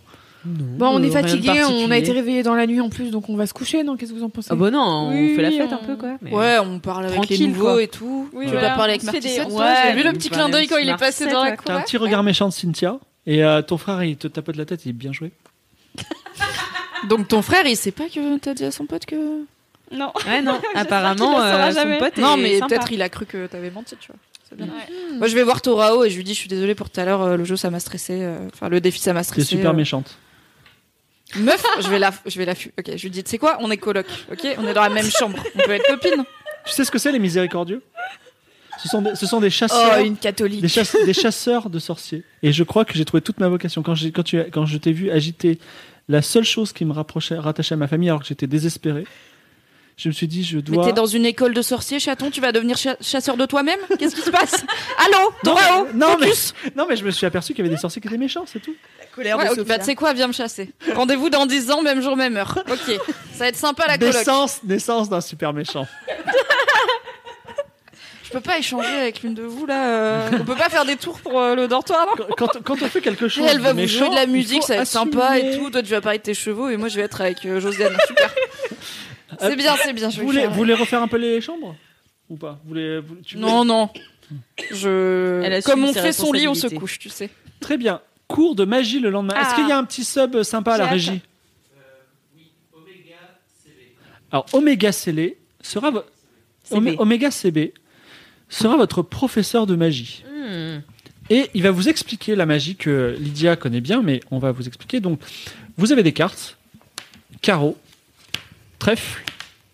Bon, on est rien de fatigué, on a particulier. été réveillé dans la nuit en plus, donc on va se coucher, non? Qu'est-ce que vous en pensez? Ah bah non, Oui, on fait la oui, fête on- un peu quoi. Mais... Ouais, on parle avec les Tranquille, nouveaux quoi. et tout. Oui, Tu voilà. vas parler avec On se fait Martissette, des- toi Ouais, J'ai vu le on petit va clin aller d'œil quand il est Marcette, passé dans la ouais. cour. T'as un petit regard méchant de Cynthia. Et ton frère, il te tapote la tête, il est bien joué. Donc ton frère, il sait pas que t'as dit à son pote que... Non. Ouais, non, J'espère apparemment, qu'il le saura son jamais. pote Non, est mais sympa. peut-être il a cru que t'avais menti, tu vois. C'est bien. Ouais. Moi, je vais voir Torao et je lui dis, je suis désolée pour tout à l'heure, le jeu, ça m'a stressé. Enfin, le défi, ça m'a T'es stressé. super méchante. Meuf, je vais la Ok, je lui dis, tu sais quoi, on est coloc, ok, on est dans la même chambre, on peut être copines. Tu sais ce que c'est, les miséricordieux? Ce sont des chasseurs. Oh, une catholique. Des chasseurs de sorciers. Et je crois que j'ai trouvé toute ma vocation. Quand je t'ai vu agiter la seule chose qui me rattachait à ma famille alors que j'étais désespéré, je me suis dit, je Mais dois... t'es dans une école de sorciers, chaton, tu vas devenir chasseur de toi-même? Qu'est-ce qui se passe? Allô, Torao, non, focus. mais je me suis aperçu qu'il y avait des sorciers qui étaient méchants, c'est tout. Colère Ouais, de ok, Sophia. bah tu sais quoi, viens me chasser. Rendez-vous dans 10 ans, même jour, même heure. Ok, ça va être sympa la coloc. Naissance d'un super méchant. Je peux pas échanger avec l'une de vous là. On peut pas faire des tours pour le dortoir, non? Quand on fait quelque chose Elle va de vous jouer méchant, de la il musique, faut ça va être sympa et assumer. tout. Toi, tu vas parler de tes chevaux et moi, je vais être avec Josiane. Super. C'est bien, c'est bien. Je vais Vous faire- voulez refaire un peu les chambres? Ou pas? Non, non. Elle assume Comme on ses fait son lit, on se responsabilités. couche, tu sais. Très bien. Cours de magie le lendemain. Est-ce Ah. qu'il y a un petit sub sympa à la J'ai régie? Alors, Oméga CB sera CB. Oméga CB sera votre professeur de magie. Hmm. Et il va vous expliquer la magie que Lydia connaît bien, mais on va vous expliquer. Donc, vous avez des cartes, carreau, trèfle,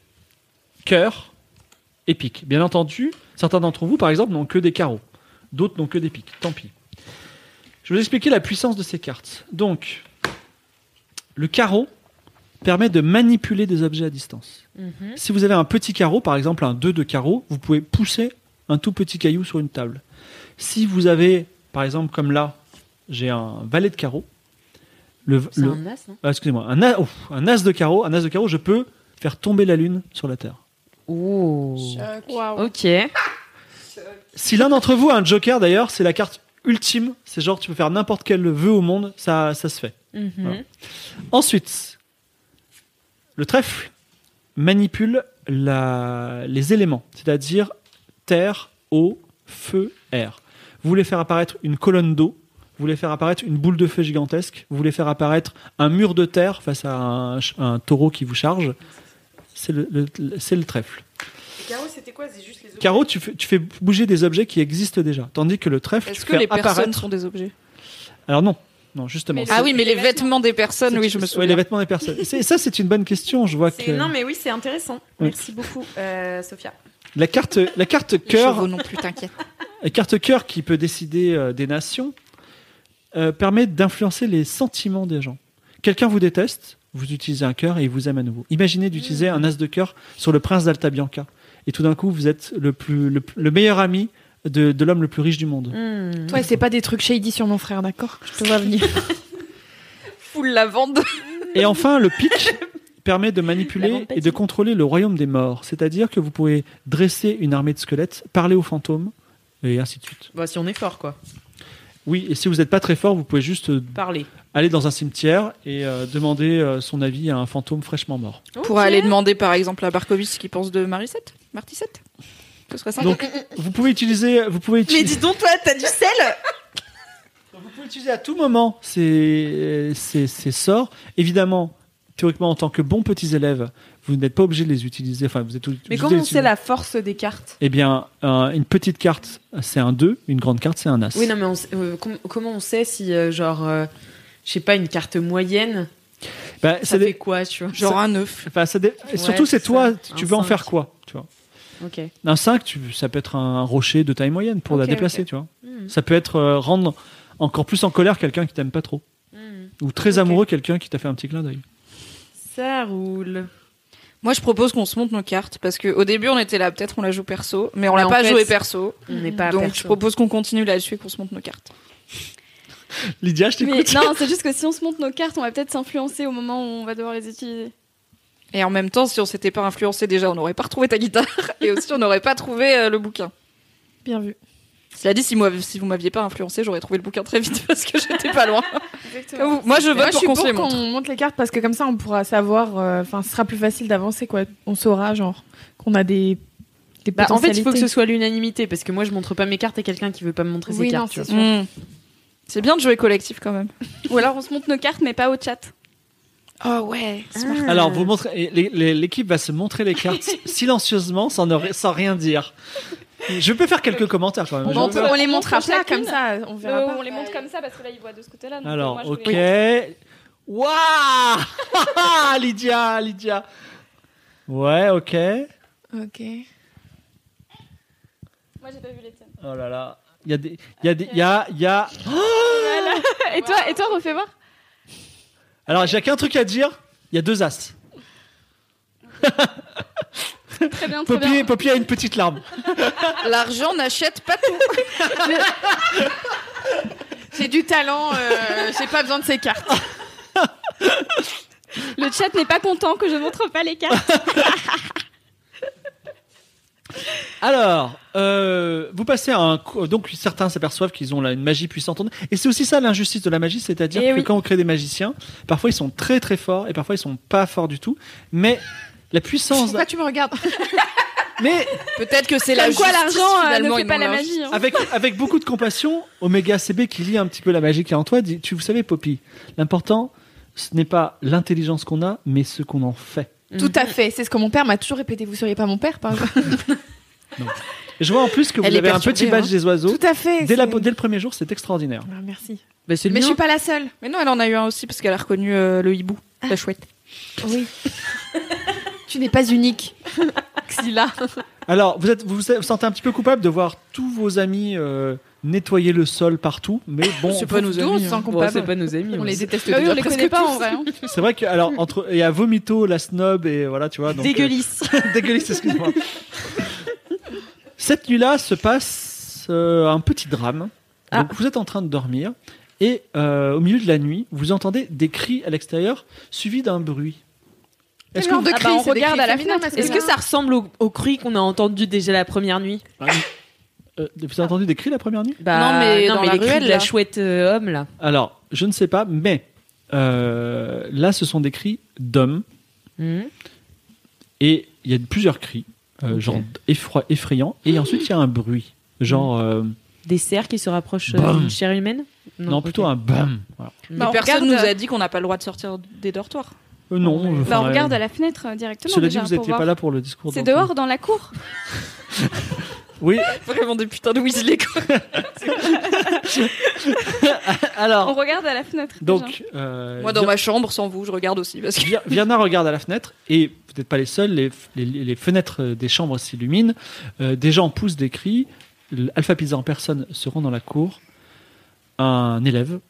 cœur et pique. Bien entendu, certains d'entre vous, par exemple, n'ont que des carreaux. D'autres n'ont que des piques. Tant pis. Je vais vous expliquer la puissance de ces cartes. Donc, le carreau permet de manipuler des objets à distance. Mhm. Si vous avez un petit carreau, par exemple un 2 de carreau, vous pouvez pousser un tout petit caillou sur une table. Si vous avez, par exemple, comme là, j'ai un valet de carreau, C'est un as, non? excusez-moi, un as de carreau, je peux faire tomber la lune sur la terre. Oh. Waouh. Ok. Si l'un d'entre vous a un joker, d'ailleurs, c'est la carte ultime. C'est genre, tu peux faire n'importe quel vœu au monde, ça se fait. Mhm. Voilà. Ensuite, le trèfle manipule les éléments, c'est-à-dire terre, eau, feu, air. Vous voulez faire apparaître une colonne d'eau, vous voulez faire apparaître une boule de feu gigantesque, vous voulez faire apparaître un mur de terre face à un taureau qui vous charge, c'est le trèfle. Carreau, c'était quoi? C'est juste les objets. Carreau, tu fais bouger des objets qui existent déjà, tandis que le trèfle, Est-ce tu que fais les personnes apparaître... sont des objets? Alors non, justement. Mais Ah oui, mais les vêtements des personnes, oui, je me Oui, souviens. les vêtements des personnes. C'est une bonne question, je vois que... Non, mais oui, c'est intéressant. Oui. Merci beaucoup, Sophia. La carte Les cœur, chevaux non plus, t'inquiète. la carte cœur qui peut décider des nations permet d'influencer les sentiments des gens. Quelqu'un vous déteste, vous utilisez un cœur et il vous aime à nouveau. Imaginez d'utiliser un as de cœur sur le prince d'Alta Bianca. Et tout d'un coup, vous êtes le meilleur ami de l'homme le plus riche du monde. Hmm. Ouais, c'est pas des trucs shady sur mon frère, d'accord? Je te vois venir. Full lavande. Et enfin, le pic permet de La manipuler vente et de contrôler le royaume des morts. C'est-à-dire que vous pouvez dresser une armée de squelettes, parler aux fantômes, et ainsi de suite. Bon, si on est fort, quoi. Oui, et si vous n'êtes pas très fort, vous pouvez juste Parler. aller dans un cimetière et demander son avis à un fantôme fraîchement mort. Pour aller demander par exemple à Barkovitch ce qu'il pense de Marissette. Ce serait sympa. Donc, vous pouvez utiliser... Mais dis donc, toi, t'as du sel? Vous pouvez utiliser à tout moment ces sorts. Évidemment, théoriquement, en tant que bons petits élèves, vous n'êtes pas obligé de les utiliser. Enfin, vous êtes Mais obligé de comment les on utiliser. sait la force des cartes? Eh bien, une petite carte, c'est un 2. Une grande carte, c'est un as. Oui, non, mais comment on sait si, je sais pas, une carte moyenne, Bah, ça dé- fait quoi, tu vois? Genre un œuf. enfin, et surtout, c'est c'est toi, ça. tu Un veux en 5. faire quoi, tu vois. Ok. Un 5, ça peut être un rocher de taille moyenne pour la Ok, déplacer, ok. tu vois. Mhm. Ça peut être rendre encore plus en colère quelqu'un qui t'aime pas trop. Ou très Ok. amoureux quelqu'un qui t'a fait un petit clin d'œil. Ça roule. Moi je propose qu'on se monte nos cartes parce qu'au début on était là, peut-être on la joue perso, mais on Mais l'a en pas fait, joué perso. On n'est pas Donc perso. je propose qu'on continue là-dessus et qu'on se monte nos cartes. Lydia, je Mais t'écoute. non, c'est juste que si on se monte nos cartes, on va peut-être s'influencer au moment où on va devoir les utiliser. Et en même temps, si on s'était pas influencé déjà, on n'aurait pas retrouvé ta guitare et aussi on n'aurait pas trouvé le bouquin. Bien vu. Cela dit, si vous m'aviez pas influencé, j'aurais trouvé le bouquin très vite parce que j'étais pas loin. Exactement. Moi, je Moi, vote je suis pour pour qu'on se les montre. qu'on monte les cartes parce que comme ça, on pourra savoir. Enfin, ce sera plus facile d'avancer, quoi. On saura, genre, qu'on a des En fait, il faut que ce potentialités. soit l'unanimité parce que moi, je montre pas mes cartes à quelqu'un qui veut pas me montrer ses Oui, cartes. non, tu c'est vois. sûr. C'est bien de jouer collectif quand même. Ou alors on se montre nos cartes, mais pas au chat. Oh ouais. Alors, vous montrez, l'équipe va se montrer les cartes silencieusement, sans rien dire. Je peux faire quelques commentaires quand même. On les montre à plat, chacune. comme ça, on verra pas. On les montre comme ça parce que là, ils voient de ce côté-là. donc, Alors, moi, je ok. voulais- Waouh Lydia. Ouais, ok. Ok. Moi, j'ai pas vu les tiennes. Oh là là. Il y a Et toi, refais voir. Alors, j'ai qu'un truc à dire. Il y a 2 as. Très bien, très bien. Poppy a une petite larme. L'argent n'achète pas tout. J'ai du talent, j'ai pas besoin de ces cartes. Le chat n'est pas content que je montre pas les cartes. Alors, vous passez à un... Donc, certains s'aperçoivent qu'ils ont là une magie puissante. Et c'est aussi ça l'injustice de la magie, c'est-à-dire Eh que oui. quand on crée des magiciens, parfois ils sont très très forts et parfois ils sont pas forts du tout. Mais la puissance... Pourquoi tu me regardes? Mais Peut-être que c'est la Comme quoi, justice, l'argent finalement, ne et fait pas non la l'injustice. magie. Hein. avec beaucoup de compassion, Omega CB qui lit un petit peu la magie qui est en toi, dit, vous savez Poppy, l'important ce n'est pas l'intelligence qu'on a, mais ce qu'on en fait. Tout à fait, c'est ce que mon père m'a toujours répété. Vous seriez pas mon père, par exemple? Et je vois en plus que vous Elle est avez un perturbée, petit badge hein. des oiseaux. Tout à fait. Dès c'est- le premier jour, c'est extraordinaire. Ah, merci. Bah, c'est le Mais je mien. suis pas la seule. Mais non, elle en a eu un aussi parce qu'elle a reconnu le hibou, la chouette. Oui. Tu n'es pas unique. Xila. Alors, vous sentez un petit peu coupable de voir tous vos amis nettoyer le sol partout, mais bon, C'est pas nos D'où on amis. se sent hein. Bon, coupable. c'est pas nos amis. On ouais. les déteste Bah oui, déjà on les presque connaît pas tous. en vrai. Hein. c'est vrai que alors il y a Vomito, la snob et voilà, tu vois. Donc, Dégueulisse. dégueulisse, excuse-moi. Cette nuit-là se passe un petit drame. Ah. Donc vous êtes en train de dormir et au milieu de la nuit, vous entendez des cris à l'extérieur suivis d'un bruit. Quel Est-ce genre de vous- cri? on C'est des regarde cris à la féminins, fenêtre, masculins? Est-ce que ça ressemble au cri qu'on a entendu déjà la première nuit? vous avez entendu des cris la première nuit? Non, mais dans la les cris ruelle, de la là. chouette homme là. Alors, je ne sais pas, mais là, ce sont des cris d'hommes et il y a plusieurs cris, genre effrayants, et ensuite il y a un bruit, genre Des cerfs qui se rapprochent Bam. d'une chair humaine? non, plutôt un bam. Voilà. Mais Bah, on personne regarde, nous a dit qu'on n'a pas le droit de sortir des dortoirs. Non, Bah, on regarde à la fenêtre directement. Cela dit, déjà, vous pour n'étiez voir. pas là pour le discours. C'est d'Antoine. dehors dans la cour. Oui. Vraiment des putains de Weasley, quoi. On Alors, regarde à la fenêtre. déjà. donc, Moi, dans ma chambre, sans vous, je regarde aussi. Parce que... Viana regarde à la fenêtre et vous n'êtes pas les seuls. Les fenêtres des chambres s'illuminent. Des gens poussent des cris. Alpha Pizza en personne se rend dans la cour. Un élève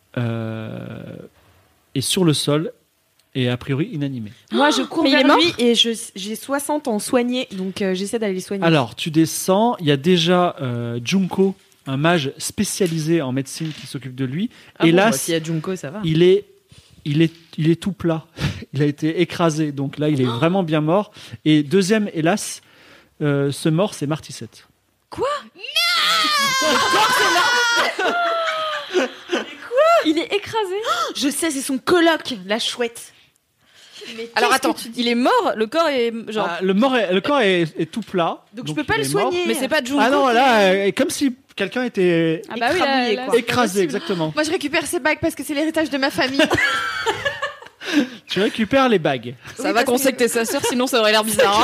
est sur le sol et a priori inanimé. Moi, je cours Mais il est vers mort lui et j'ai 60 en soigné, donc j'essaie d'aller les soigner. Alors, tu descends. Il y a déjà Junko, un mage spécialisé en médecine qui s'occupe de lui. Hélas, s'il y a Junko, ça va. il est tout plat. Il a été écrasé. Donc là, il est vraiment bien mort. Et deuxième, hélas, ce mort, c'est Martissette. Il est écrasé. Je sais, c'est son coloc, la chouette. Alors attends, il est mort, le corps est genre. Ah, le corps est tout plat. Donc je peux pas il le est mort. soigner. Mais c'est pas Junko. Ah non, qui- là, comme si quelqu'un était Ah bah oui, Écrabouillé, là, quoi. c'est pas écrasé, possible. exactement. Moi, je récupère ces bagues parce que c'est l'héritage de ma famille. Tu récupères les bagues. Ça va qu'on sait que t'es sa sœur, sinon ça aurait l'air bizarre.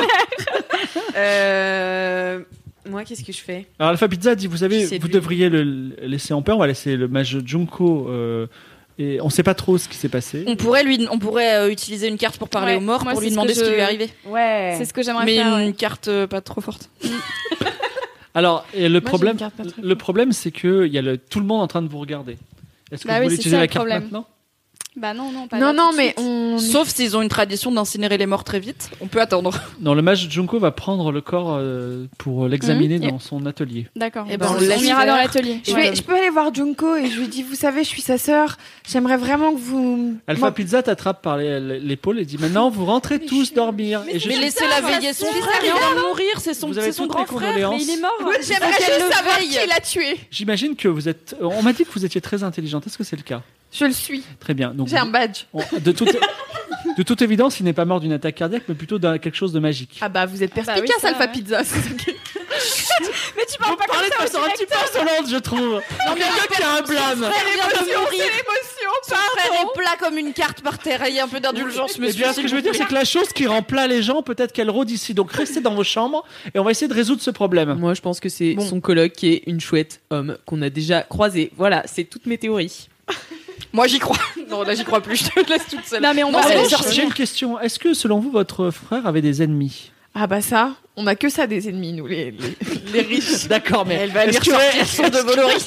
hein. Moi, qu'est-ce que je fais? Alors Alpha Pizza dit, vous savez, C'est vous lui. devriez le laisser en paix. On va laisser le mage Junko. Et on sait pas trop ce qui s'est passé. On pourrait utiliser une carte pour parler Ouais, aux morts, moi, pour lui c'est ce demander que ce qui lui est je- arrivé. Ouais. C'est ce que j'aimerais Mais faire. une ouais. carte pas trop forte. Alors, et le j'ai une carte pas très problème, c'est que il y a tout le monde en train de vous regarder. Est-ce que Bah vous oui, voulez c'est utiliser ça, la le carte problème. maintenant? Bah non, pas Non, là, non, tout de mais suite. Sauf s'ils ont une tradition d'incinérer les morts très vite, on peut attendre. Non, le mage Junko va prendre le corps pour l'examiner Mhm. dans son atelier. D'accord. Eh ben, on on le laisse ira faire. dans l'atelier. je peux aller voir Junko et je lui dis, vous savez, je suis sa sœur. J'aimerais vraiment que vous. Alpha Moi- Pizza t'attrape par l'épaule et dit maintenant vous rentrez tous dormir. Et je Mais suis- laissez-la veiller son frère, il vient de mourir, c'est son Vous avez grand toutes mes frère. condoléances. Mais il est mort. J'aimerais Faut qu'elle juste le savoir veille. qui l'a tué. J'imagine que vous êtes. On m'a dit que vous étiez très intelligente. Est-ce que c'est le cas? Je le suis. Très bien. Donc J'ai un badge. de toute évidence, il n'est pas mort d'une attaque cardiaque, mais plutôt d'un quelque chose de magique. Ah bah, vous êtes bah oui, perspicace, ça, Alpha ouais. Pizza. Mais tu parles pas comme Parlez de ça. façon un petit peu insolente, je trouve. Non, mais Quelqu'un qui a un blâme. L'émotion, Son frère est plat comme une carte par terre, il y a un peu d'indulgence, Eh monsieur. bien, ce que je veux dire, c'est que la chose qui rend plat les gens, peut-être qu'elle rôde ici. Donc, restez dans vos chambres et on va essayer de résoudre ce problème. Moi, je pense que c'est Bon. son coloc qui est une chouette homme qu'on a déjà croisé. Voilà, c'est toutes mes théories. Moi, j'y crois. Non, là, j'y crois plus, je te laisse toute seule. Non, mais on En va revanche, chercher. j'ai une question. Est-ce que, selon vous, votre frère avait des ennemis? Ah bah ça, on a que ça des ennemis, nous, les riches. D'accord, mais Elle va lui est-ce que- ressortir son de Voloris.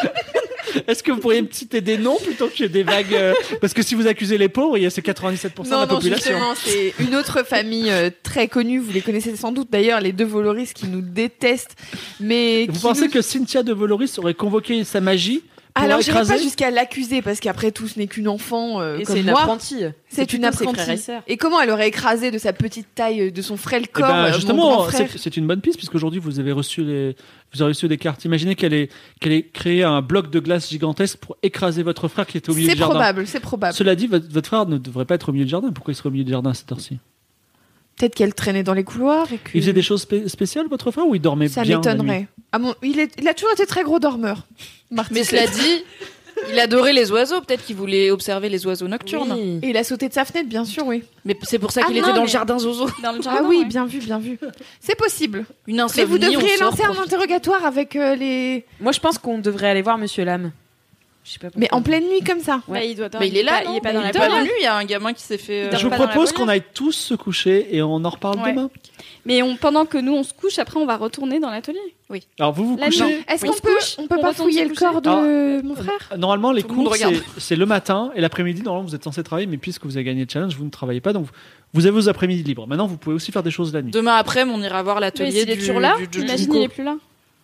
Est-ce que vous pourriez me citer des noms plutôt que des vagues Parce que si vous accusez les pauvres, il y a ces 97% de la Non, population. justement, c'est une autre famille très connue. Vous les connaissez sans doute d'ailleurs, les deux Voloris qui nous détestent. Mais Vous qui pensez nous- que Cynthia de Voloris aurait convoqué sa magie pour Alors, j'irai écraser pas jusqu'à l'accuser parce qu'après tout, ce n'est qu'une enfant Et comme c'est une moi. apprentie. C'est une plutôt ses apprentie. frères et sœurs. Et comment elle aurait écrasé de sa petite taille, de son frêle Eh corps, ben, mon justement, grand frère c'est une bonne piste puisqu'aujourd'hui vous avez reçu des cartes. Imaginez qu'elle ait créé un bloc de glace gigantesque pour écraser votre frère qui était au milieu C'est du jardin. probable, c'est probable. Cela dit, votre frère ne devrait pas être au milieu du jardin. Pourquoi il serait au milieu du jardin à cette heure-ci? Peut-être qu'elle traînait dans les couloirs et que... Il faisait des choses spéciales, votre frère, ou il dormait Ça bien la nuit m'étonnerait. Ah bon, il a toujours été très gros dormeur. Martin. Mais cela dit, il adorait les oiseaux. Peut-être qu'il voulait observer les oiseaux nocturnes. Oui. Et il a sauté de sa fenêtre, bien sûr, oui. Mais c'est pour ça Ah qu'il non, était dans le mais- jardin Zozo. Dans le jardin. Ah oui, ouais. bien vu, bien vu. C'est possible. Une Mais insomnie, vous devriez on sort, lancer un profite. interrogatoire avec les... Moi, je pense qu'on devrait aller voir Monsieur Lame. Je sais pas pourquoi. Mais en pleine nuit comme ça. Bah, il doit Mais il est là, il est pas non dans la il est pas volière. venu. Il y a un gamin qui s'est fait. Il Je vous pas dans la propose volière. qu'on aille tous se coucher et on en reparle Ouais. demain. Mais pendant que nous on se couche, après on va retourner dans l'atelier. Alors vous vous La couchez. nuit. Est-ce Oui. qu'on peut, on peut On pas retourne fouiller se le coucher. corps de mon frère Normalement, les Tout le monde cours, regarde. c'est le matin et l'après-midi. Normalement, vous êtes censé travailler, mais puisque vous avez gagné le challenge, vous ne travaillez pas, donc vous avez vos après-midi libres. Maintenant, vous pouvez aussi faire des choses la nuit. Demain après, on ira voir Mais l'atelier s'il est du. toujours là, du imagine Junko. il est plus là.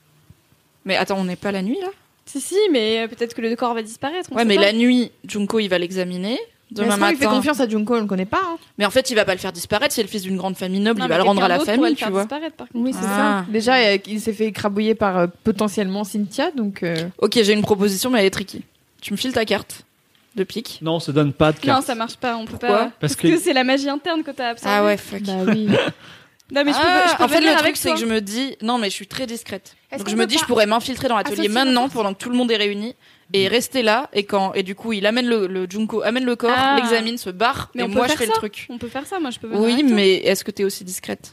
Mais attends, on n'est pas la nuit là. Si, mais peut-être que le corps va disparaître. on Ouais, sait mais pas. la nuit, Junko il va l'examiner. Mais Demain est-ce qu'on lui fait matin. confiance à Junko, on le connaît pas. Hein. Mais en fait, il va pas le faire disparaître. C'est le fils d'une grande famille noble. Non, Il va mais le rendre à la quelqu'un d'autre pourrait famille, le tu faire vois. disparaître, par contre. Oui, c'est Ah. ça. Déjà, il s'est fait écrabouiller par potentiellement Cynthia, donc... Ok, j'ai une proposition, mais elle est tricky. Tu me files ta carte de pique. Non, on se donne pas de Non, carte. ça marche pas, on peut Pourquoi pas. Parce Parce que c'est la magie interne que t'as absorbée. Ah ouais, fuck. Bah oui. Non, mais je Ah, peux en fait, venir le avec truc, c'est toi. que je me dis, non, mais je suis très discrète. Est-ce Donc qu'on je me peut dis, je pas pourrais m'infiltrer dans l'atelier associer maintenant, notre- pendant que tout le monde est réuni, et rester là. Et du coup, il amène le Junko, amène le corps, Ah. l'examine, se barre, Mais et on peut moi, je faire fais le ça. truc. On peut faire ça, moi je peux venir Oui, avec toi. mais est-ce que t'es aussi discrète?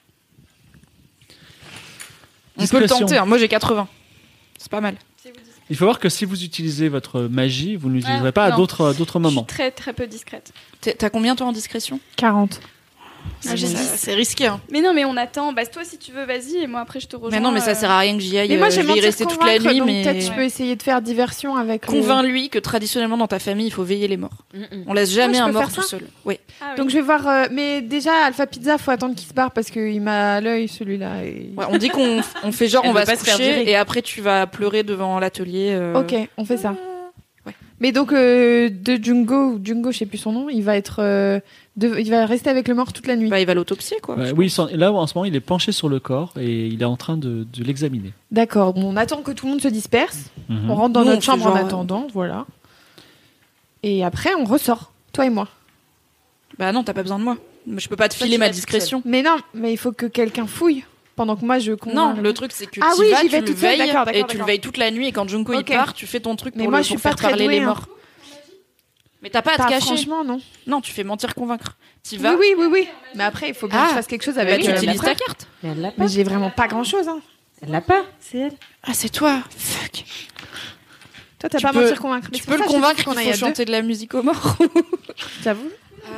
On peut le Discrétion. tenter, hein. Moi j'ai 80. C'est pas mal. Il faut voir que si vous utilisez votre magie, vous ne l'utiliserez Ah, pas à non. d'autres Je suis moments. très très peu discrète. T'as combien toi en discrétion? 40. Ah, j'ai dit. C'est risqué, hein. Mais non, mais on attend. Bah, toi, si tu veux, vas-y, et moi après je te rejoins. Mais non, mais ça sert à rien que j'y aille. Mais moi, je j'aime vais y mentir rester toute la convaincre, nuit, donc mais peut-être je peux essayer de faire diversion avec... convainc-lui que traditionnellement dans ta famille, il faut veiller les morts. On laisse jamais je un peux mort faire tout ça seul. Oui. Ah, oui. Donc je vais voir... mais déjà, Alpha Pizza, faut attendre qu'il se barre parce qu'il m'a à l'œil, celui-là. Et... Ouais, on dit qu'on on fait genre Elle on va veut pas se se faire coucher virer. et après tu vas pleurer devant l'atelier. Ok, on fait ça. Ouais. Mais donc, de Jungo, je sais plus son nom, il va être... il va rester avec le mort toute la nuit. Bah, il va l'autopsier quoi. Ouais, oui, là en ce moment, il est penché sur le corps et il est en train de l'examiner. D'accord, bon, on attend que tout le monde se disperse. Mhm. On rentre dans Nous, on notre fait chambre en genre, attendant, voilà. Et après, on ressort, toi et moi. Bah non, t'as pas besoin de moi. Je peux pas te Toi, filer tu ma vas toute discrétion. Mais non, mais il faut que quelqu'un fouille pendant que moi je convainc. Non, le truc c'est que Ah tu oui, vas, j'y tu vais le toute seule, veilles d'accord, et d'accord, tu le d'accord. veilles toute la nuit et quand Junko Ok. il part, tu fais ton truc Mais pour, moi, le, je suis pour pas faire très parler douée, les hein. morts. Mais t'as pas à te Pas cacher. franchement, non. Non, tu fais mentir convaincre. Tu vas. Oui. Mais après, il faut bien que je fasse quelque chose Bah, avec tu ma utilises ta frère. carte. Mais elle l'a pas. Mais j'ai vraiment pas grand-chose. Hein. Elle l'a pas. C'est elle. Ah, c'est toi. Fuck. Toi, t'as Tu pas peux- mentir convaincre. Mais Tu c'est peux pour le ça que je convaincre dis qu'on qu'il aille à faut deux. chanter de la musique aux morts. J'avoue.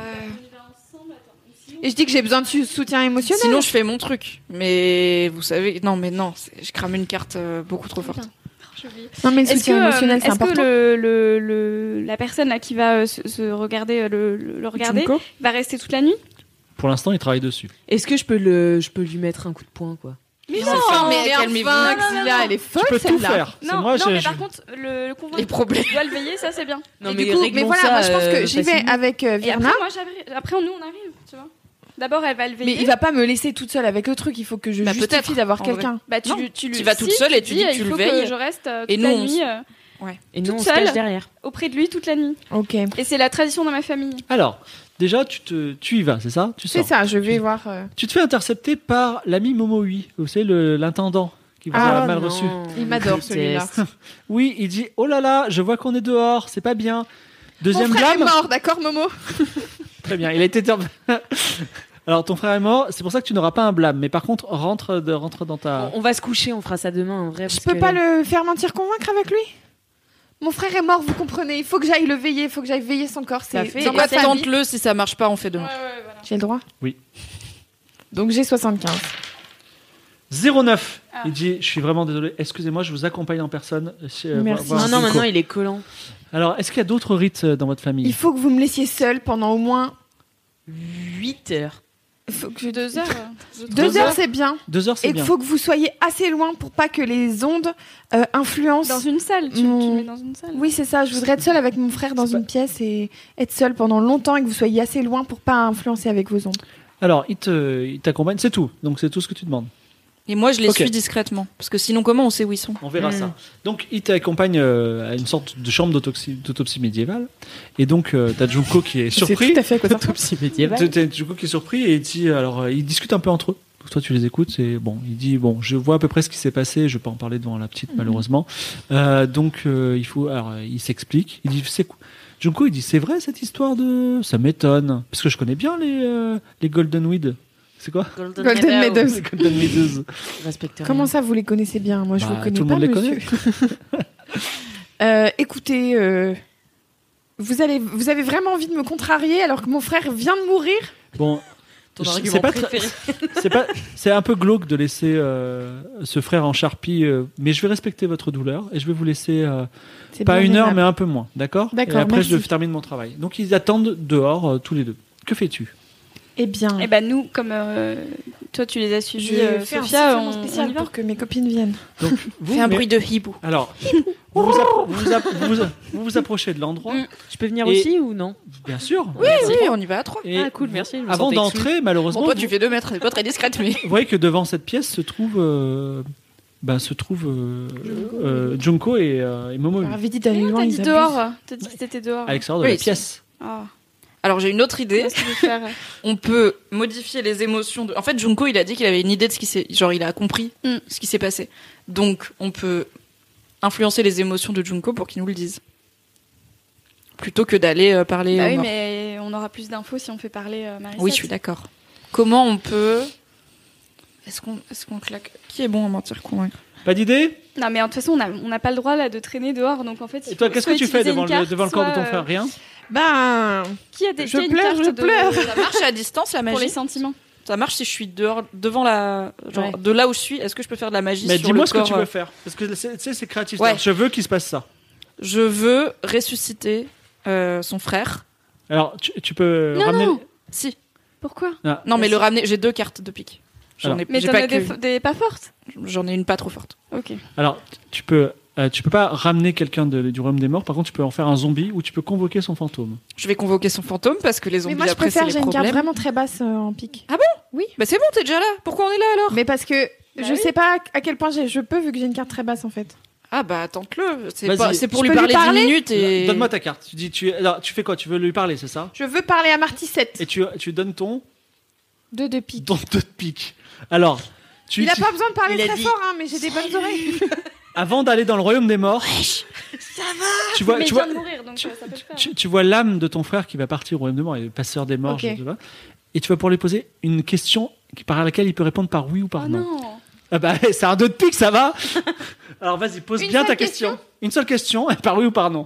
Et je dis que j'ai besoin de soutien émotionnel. Sinon, je fais mon truc. Mais vous savez, non, je crame une carte beaucoup trop forte. Non, mais le Est-ce soutien émotionnel, c'est important. que la personne là qui va se regarder, le regarder, Junko va rester toute la nuit? Pour l'instant, il travaille dessus. Est-ce que je peux lui mettre un coup de poing, quoi? Mais non, mais calmez-vous. Maxilla, elle est folle, Tu peux tout celle-là. faire. C'est Non, moi, non, je- mais je- par contre, le convaincre Les problèmes. doit le veiller, ça c'est bien. Non, Et mais du coup, mais réglons voilà, ça, moi je pense que j'y vais facilement. avec Et après, Virna. moi, après, nous, on arrive, tu vois. D'abord, elle va le veiller. Mais il va pas me laisser toute seule avec le truc. Il faut que je Bah, justifie peut-être, d'avoir en quelqu'un. Bah, Non, tu vas toute seule et tu dis que tu il le faut veilles. que je reste Et toute nous, la on nuit Et nous, toute on se seule. cache derrière. auprès de lui toute la nuit. Ok. Et c'est la tradition dans ma famille. Alors, déjà, tu y vas, c'est ça? Tu C'est sors. ça, je vais voir. Tu te fais intercepter par l'ami Momohui, vous savez, l'intendant qui vous a mal reçu. Il m'adore, celui-là. Oui, il dit oh là là, je vois qu'on est dehors, c'est pas bien. Mon Deuxième frère est gamme. mort, d'accord, Momo? Très bien, il a été. Alors, ton frère est mort, c'est pour ça que tu n'auras pas un blâme. Mais par contre, rentre dans ta. On va se coucher, on fera ça demain, en vrai. Je parce peux que- pas le faire mentir convaincre avec lui? Mon frère est mort, vous comprenez. Il faut que j'aille le veiller, il faut que j'aille veiller son corps. Bah, C'est dans ma fais, famille. tente-le, si ça marche pas, on fait demain. J'ai le droit? Oui. Donc j'ai 75. 09. Ah. Il dit je suis vraiment désolé, excusez-moi, je vous accompagne en personne. Merci. voir Non, Junko. maintenant, il est collant. Alors, est-ce qu'il y a d'autres rites dans votre famille? Il faut que vous me laissiez seule pendant au moins 8 heures. il faut que je... 2 heures. 2 heures, c'est bien. 2 heures, c'est Et il bien. faut que vous soyez assez loin pour pas que les ondes influencent. Dans une salle. Tu Mon- mets dans une salle. Oui, c'est ça. Je voudrais être seule avec mon frère dans C'est une pièce et être seule pendant longtemps et que vous soyez assez loin pour pas influencer avec vos ondes. Alors, il t'accompagne, c'est tout. Donc, c'est tout ce que tu demandes. Et moi, je les Ok. suis discrètement. Parce que sinon, comment on sait où ils sont? On verra ça. Donc, il t'accompagne à une sorte de chambre d'autopsie médiévale. Et donc, t'as Junko qui est surpris. C'est tout à fait à quoi ça ressemble. Autopsie médiévale. T'as Junko qui est surpris et il dit, alors, ils discutent un peu entre eux. Donc, toi, tu les écoutes. Et bon, il dit, bon, je vois à peu près ce qui s'est passé. Je vais pas en parler devant la petite, malheureusement. Donc, il faut, alors, il s'explique. Il dit, c'est quoi? Junko, il dit, c'est vrai cette histoire de. Ça m'étonne. Parce que je connais bien les Golden Weed. C'est quoi? Golden Meadows. Les Golden Meadows. Respecte Comment rien. ça, vous les connaissez bien? Moi, je Bah, vous connais tout le pas, monde les monsieur. Écoutez, vous avez vraiment envie de me contrarier alors que mon frère vient de mourir? Bon. Ton c'est argument pas préféré. c'est un peu glauque de laisser ce frère en charpie, mais je vais respecter votre douleur et je vais vous laisser C'est pas bien une heure aimable. mais un peu moins, d'accord? D'accord, Et après merci. je termine mon travail. Donc ils attendent dehors tous les deux. Que fais-tu? Eh bien, Et bah nous, comme toi tu les as je suivis, fais un Sophia, sifflement on spécial y va. pour que mes copines viennent. Donc vous, Fais un mais- bruit de hibou. Alors, vous vous approchez de l'endroit, Je peux venir Et- aussi ou non? bien sûr. Oui, on y va à 3. Et Ah, cool, merci. je me avant sentais d'entrer, malheureusement, Bon, toi, tu fais 2 mètres, c'est pas très discrète, mais. vous voyez que devant cette pièce se trouve Junko et Momo. On avait dit d'aller loin, T'as ils dit abusent. dehors. T'as dit que t'étais dehors. À l'extérieur de Oui, la pièce. Ah. Alors, j'ai une autre idée. Qu'est-ce que tu veux faire? On peut modifier les émotions de. En fait, Junko, il a dit qu'il avait une idée de ce qui s'est. Genre, il a compris Mm. ce qui s'est passé. Donc, on peut influencer les émotions de Junko pour qu'il nous le dise. Plutôt que d'aller parler. Bah aux oui, morts. mais on aura plus d'infos si on fait parler Marissa. Oui, je suis d'accord. Comment on peut. Est-ce qu'on claque. Qui est bon à mentir convaincre? Pas d'idée? Non, mais de toute façon, on n'a pas le droit là de traîner dehors, donc en fait. Et il toi, faut qu'est-ce que soit tu fais utiliser devant une carte, le corps de ton soit, frère? Rien? Ben, Qui a des Je qui a une pleure, carte je de- pleure. Ça marche à distance, la pour les magie? sentiments. Ça marche si je suis dehors, devant la. Genre, Ouais. de là où je suis, est-ce que je peux faire de la magie Mais sur dis-moi le ce que corps tu veux faire. Parce que tu sais, c'est créatif. Ouais. Je veux qu'il se passe ça. Je veux ressusciter son frère. Alors, tu peux Non, ramener. non. Si. Pourquoi? Ah, Non, mais le ramener. J'ai 2 cartes de pique. Alors. Mais j'ai t'en pas as que- des pas fortes. J'en ai une pas trop forte. Ok. Alors, tu peux pas ramener quelqu'un du royaume des morts. Par contre, tu peux en faire un zombie ou tu peux convoquer son fantôme. Je vais convoquer son fantôme parce que les mais zombies moi je après c'est préfère, les j'ai une carte problèmes. vraiment très basse en pique. Bah c'est bon, t'es déjà là. Pourquoi on est là alors? Mais parce que Bah je oui. sais pas à quel point je peux vu que j'ai une carte très basse en fait. Ah bah tente-le. Vas-y. C'est pour Je lui peux lui parler 10 parler minutes et. Donne-moi ta carte. Alors, tu fais quoi? Tu veux lui parler, c'est ça? Je veux parler à Marty 7. Et tu donnes ton 2 de pique. ton 2 de pique. Alors, Il a pas besoin de parler Il a très dit- fort, hein, mais j'ai des bonnes oreilles. avant d'aller dans le royaume des morts, tu vois, mais tu il vois, vient de mourir, donc ça peut le faire. tu vois l'âme de ton frère qui va partir au royaume des morts, il est passeur des morts, Ok. je sais pas. Et tu vas pouvoir lui poser une question par laquelle il peut répondre par oui ou par Oh non. non. Ah bah, c'est un 2 de pique, ça va. Alors vas-y, pose Une bien seule ta question. Une seule question, et par oui ou par non.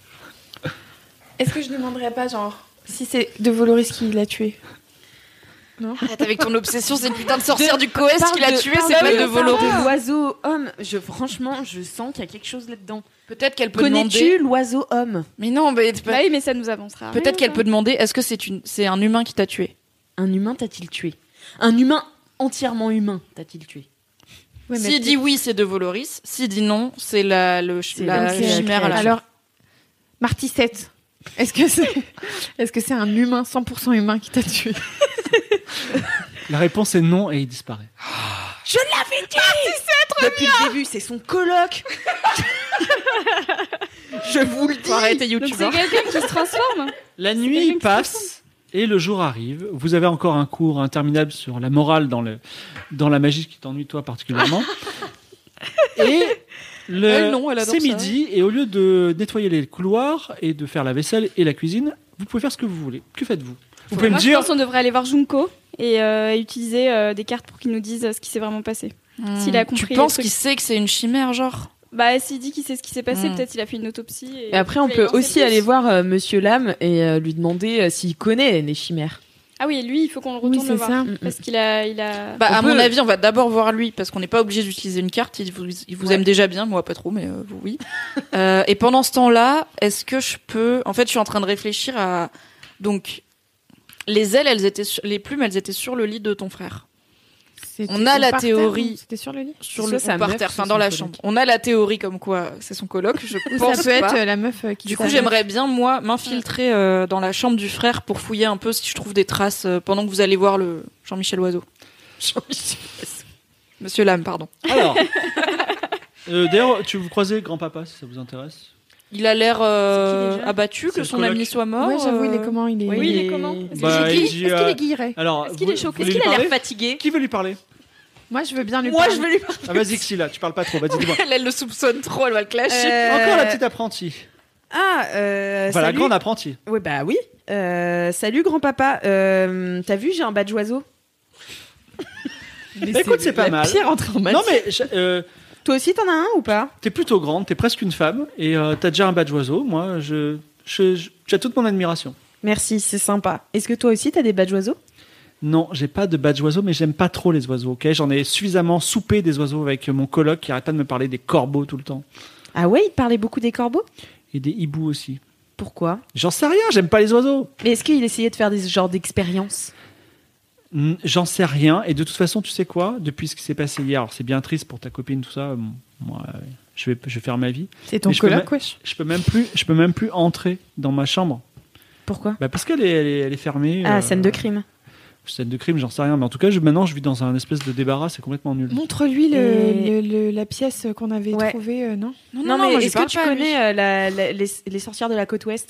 Est-ce que je demanderais pas, genre, si c'est de Voloris qui l'a tué? Arrête avec ton obsession, c'est une putain de sorcière du Coest Parle qui l'a de- tué, parle c'est pas de- de Voloris. parle de l'oiseau homme. Franchement, je sens qu'il y a quelque chose là-dedans. Peut-être qu'elle peut Connais-tu demander. l'oiseau homme? Mais non, mais Bah oui, mais ça nous avancera. peut-être qu'elle peut demander est-ce que c'est un humain qui t'a tué? Un humain t'a-t-il tué? Un humain entièrement humain t'a-t-il tué? Ouais, mais S'il dit oui, c'est de Voloris. S'il dit non, c'est la chimère à la Alors, Martissette, est-ce que c'est un humain, 100% humain qui t'a tué? La réponse est non et il disparaît. Je l'avais dit! Depuis le début, c'est son coloc. Je vous le dis. Faut arrêter Donc YouTubeur. c'est quelqu'un qui se transforme. La nuit passe et le jour arrive. Vous avez encore un cours interminable sur la morale dans la magie qui t'ennuie toi particulièrement. Et Elle, non, elle adore c'est ça. midi et au lieu de nettoyer les couloirs et de faire la vaisselle et la cuisine, vous pouvez faire ce que vous voulez. Que faites-vous? Vous pouvez me Moi, je dire. pense qu'on devrait aller voir Junko et utiliser des cartes pour qu'il nous dise ce qui s'est vraiment passé. S'il a compris Tu penses le qu'il truc. sait que c'est une chimère, genre? Bah, s'il dit qu'il sait ce qui s'est passé, Hmm. peut-être il a fait une autopsie. Et après, on il a peut lancé aussi le aller plus. voir Monsieur Lame et lui demander s'il connaît les chimères. Ah oui, lui, il faut qu'on le retourne Oui, le c'est voir. ça. Parce qu'il a. Bah, à On mon peut- avis, on va d'abord voir lui, parce qu'on n'est pas obligé d'utiliser une carte. Il vous aime déjà bien, moi pas trop, mais vous, oui. Et pendant ce temps-là, est-ce que je peux... En fait, je suis en train de réfléchir à... Donc, les ailes, les plumes, elles étaient sur le lit de ton frère. On a la par terre, théorie- non? C'était sur le lit? Sur Soit le sa ou par meuf, terre, soit enfin dans son la coloc. chambre. On a la théorie comme quoi c'est son coloc, je Ou pense ça peut pas. être la meuf qui Du coup, s'appelle- j'aimerais bien, moi, m'infiltrer dans la chambre du frère pour fouiller un peu si je trouve des traces pendant que vous allez voir le Jean-Michel Oiseau. Jean-Michel Oiseau. Monsieur Lame, pardon. Alors. D'ailleurs, tu vous croisez grand-papa si ça vous intéresse. Il a l'air déjà abattu C'est que le son coloc. ami soit mort. Ouais, j'avoue, il est comment? Il est... Oui, il est comment? Est-ce Bah, qu'il est il gay dit, Est-ce qu'il est guilleret? Alors, Est-ce qu'il est choqué? voulez Est-ce lui qu'il a l'air parler fatigué? Qui veut lui parler? Moi, je veux bien lui Moi, parler. je vais lui parler. Ah, vas-y, Xila, tu parles pas trop. Vas-y, dis-moi. Elle le soupçonne trop, elle va le clasher. Encore la petite apprentie. Ah, Voilà, salut. grande apprentie. Ouais, bah oui. Salut grand-papa. T'as vu, j'ai un badge oiseau. Bah, écoute, c'est pas La mal. pire entrée en Non, matière. mais Toi aussi, t'en as un ou pas? t'es plutôt grande, t'es presque une femme et t'as déjà un badge oiseau. Moi, tu as toute mon admiration. Merci, c'est sympa. Est-ce que toi aussi, t'as des badges oiseaux? Non, j'ai pas de badge oiseau, mais j'aime pas trop les oiseaux. Ok, j'en ai suffisamment soupé des oiseaux avec mon coloc qui arrête pas de me parler des corbeaux tout le temps Ah ouais, il te parlait beaucoup des corbeaux? et des hiboux aussi. Pourquoi? J'en sais rien, j'aime pas les oiseaux. Mais est-ce qu'il essayait de faire des genres d'expériences? J'en sais rien. Et de toute façon, tu sais quoi? Depuis ce qui s'est passé hier, alors c'est bien triste pour ta copine, tout ça. Moi, je vais faire ma vie. C'est ton Mais je peux coloc, wesh. Je peux même plus entrer dans ma chambre. Pourquoi? Bah parce qu'elle est fermée. Ah, scène de crime. Scène de crime, j'en sais rien. Mais en tout cas, maintenant, je vis dans un espèce de débarras. C'est complètement nul. Montre-lui Et- la pièce qu'on avait Ouais. trouvée, non? Non, mais est-ce que tu connais les sorcières de la côte ouest?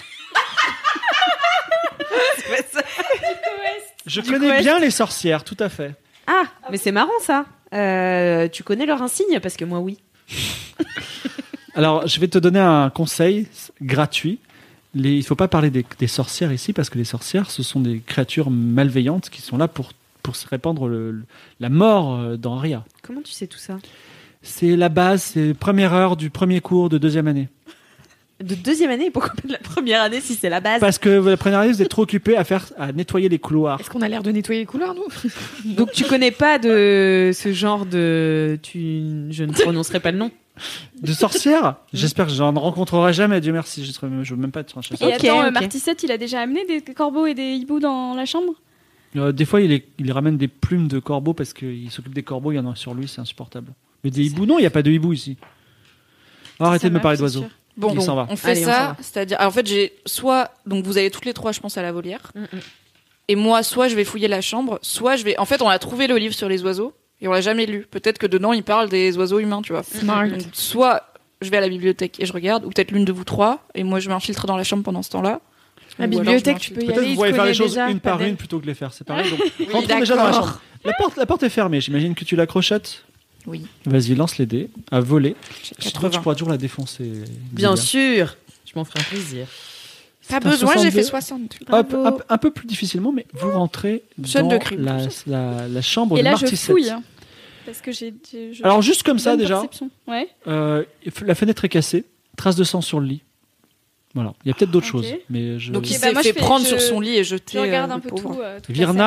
Je Du connais coup, bien les sorcières, tout à fait. Ah, mais c'est marrant ça. Tu connais leur insigne? Parce que moi, oui. Alors, je vais te donner un conseil gratuit. Il ne faut pas parler des sorcières ici, parce que les sorcières, ce sont des créatures malveillantes qui sont là pour se répandre la mort dans Ria. Comment tu sais tout ça? C'est la base, c'est première heure du premier cours de deuxième année. De deuxième année? Pourquoi pas de la première année si c'est la base? Parce que la première année, vous êtes trop occupés à nettoyer les couloirs. Est-ce qu'on a l'air de nettoyer les couleurs, nous? Donc tu connais pas de ce genre de... Je ne prononcerai pas le nom. De sorcières? J'espère que j'en rencontrerai jamais, Dieu merci. Je veux même pas être un chasseur. Et Ok, attends, ok. Martissette, il a déjà amené des corbeaux et des hiboux dans la chambre? Des fois, il ramène des plumes de corbeaux parce qu'il s'occupe des corbeaux, il y en a sur lui, c'est insupportable. Mais des hiboux, non, il n'y a pas de hiboux ici. Arrêtez de me parler d'oiseaux. Bon, Il s'en va. on fait Allez, on s'en ça, va. c'est-à-dire, en fait, j'ai soit, donc vous allez toutes les trois, je pense, à la volière, Mm. et moi, soit je vais fouiller la chambre, soit je vais, en fait, on a trouvé le livre sur les oiseaux, et on l'a jamais lu. Peut-être que dedans, il parle des oiseaux humains, tu vois. Smart. Donc, soit je vais à la bibliothèque et je regarde, ou peut-être l'une de vous trois, et moi, je m'infiltre dans la chambre pendant ce temps-là. La Ou alors, bibliothèque, je tu peux y Peut-être aller. vous il pourriez te faire les connaît choses déjà, une par Padel. une plutôt que de les faire séparer. Donc, Oui, rentrons déjà dans la d'accord. chambre. La porte est fermée, j'imagine que tu la crochettes. Oui. Vas-y, lance les dés, à voler. J'ai Je trouve que tu 80. pourras toujours la défoncer. Bien Xenia. sûr. Je m'en ferai un plaisir. Pas C'est un besoin, j'ai 62. fait 60. Hop, un peu plus difficilement, mais vous rentrez Scène dans de crime. la chambre Et de là, je Martissette. fouille. hein, Parce que je Alors, juste comme ça, bonne déjà, perception. Ouais. la fenêtre est cassée, trace de sang sur le lit. Voilà, il y a peut-être d'autres Ok. choses, mais je... Donc, il Ok, bah, s'est moi, fait je fais- prendre je- sur son lit et jeter. Je regarde le un peu pauvre. tout. toute la salle. Virna,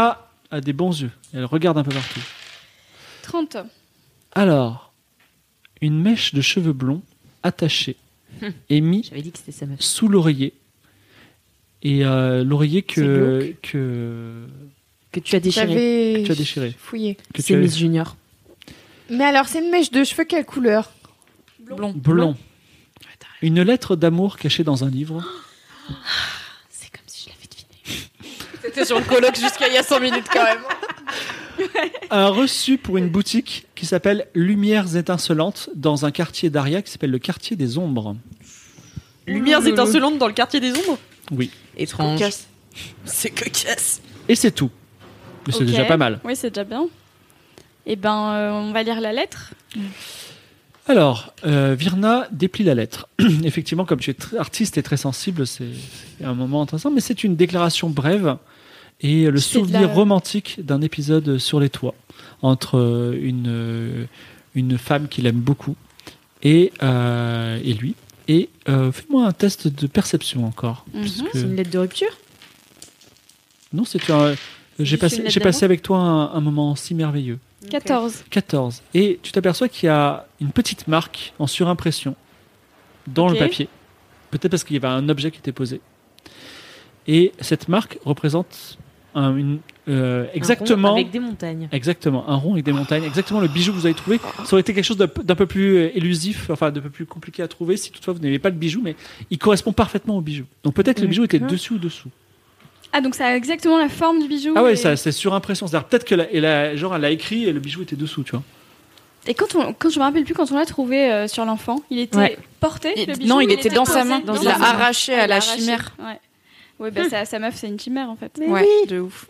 a des bons yeux. Elle regarde un peu partout. 30. Alors, une mèche de cheveux blonds attachée est mise J'avais dit que c'était sa meuf. sous l'oreiller. Et l'oreiller que Que tu as déchiré. tu as déchiré. Fouillé. Que tu C'est as Miss Junior. Mais alors, c'est une mèche de cheveux quelle couleur? Blond. blond. Une lettre d'amour cachée dans un livre. C'est comme si je l'avais deviné. C'était sur le colloque jusqu'à il y a 5 minutes quand même. Un reçu pour une boutique qui s'appelle Lumières étincelantes dans un quartier d'Aria qui s'appelle le quartier des ombres. Lumières étincelantes dans le quartier des ombres. Oui. Étrange. Cocasse. C'est cocasse. Et c'est tout. Mais c'est Ok. déjà pas mal. Oui, c'est déjà bien. Eh ben, on va lire la lettre. Alors, Virna déplie la lettre. Effectivement, comme tu es artiste et très sensible, c'est un moment intéressant, mais c'est une déclaration brève et le C'est de souvenir la- romantique d'un épisode sur les toits entre une femme qu'il aime beaucoup et lui. Et fais-moi un test de perception encore. Mhm. parce que- C'est une lettre de rupture. Non, c'est un... J'ai juste passé, une lettre j'ai passé d'amour avec toi un moment si merveilleux. 14. 14. Et tu t'aperçois qu'il y a une petite marque en surimpression dans Ok. le papier. Peut-être parce qu'il y avait un objet qui était posé. Et cette marque représente exactement, Un rond avec des montagnes. exactement un rond avec des montagnes, exactement le bijou que vous avez trouvé. Ça aurait été quelque chose d'un peu plus élusif, enfin d'un peu plus compliqué à trouver si toutefois vous n'avez pas le bijou, mais il correspond parfaitement au bijou. Donc peut-être que le bijou était dessus ou dessous. Ah, donc ça a exactement la forme du bijou. Ah ouais, et... ça c'est surimpression. C'est-à-dire peut-être que elle a écrit et le bijou était dessous, tu vois. Et quand je me rappelle plus, quand on l'a trouvé sur l'enfant, il était Ouais. porté. le bijou, Non, il était dans sa posé main. dans Il sa l'a main. arraché Ah, à il l'a la arraché. chimère. Ouais. Ouais, bah sa meuf, c'est une chimère en fait. Ouais, de ouf.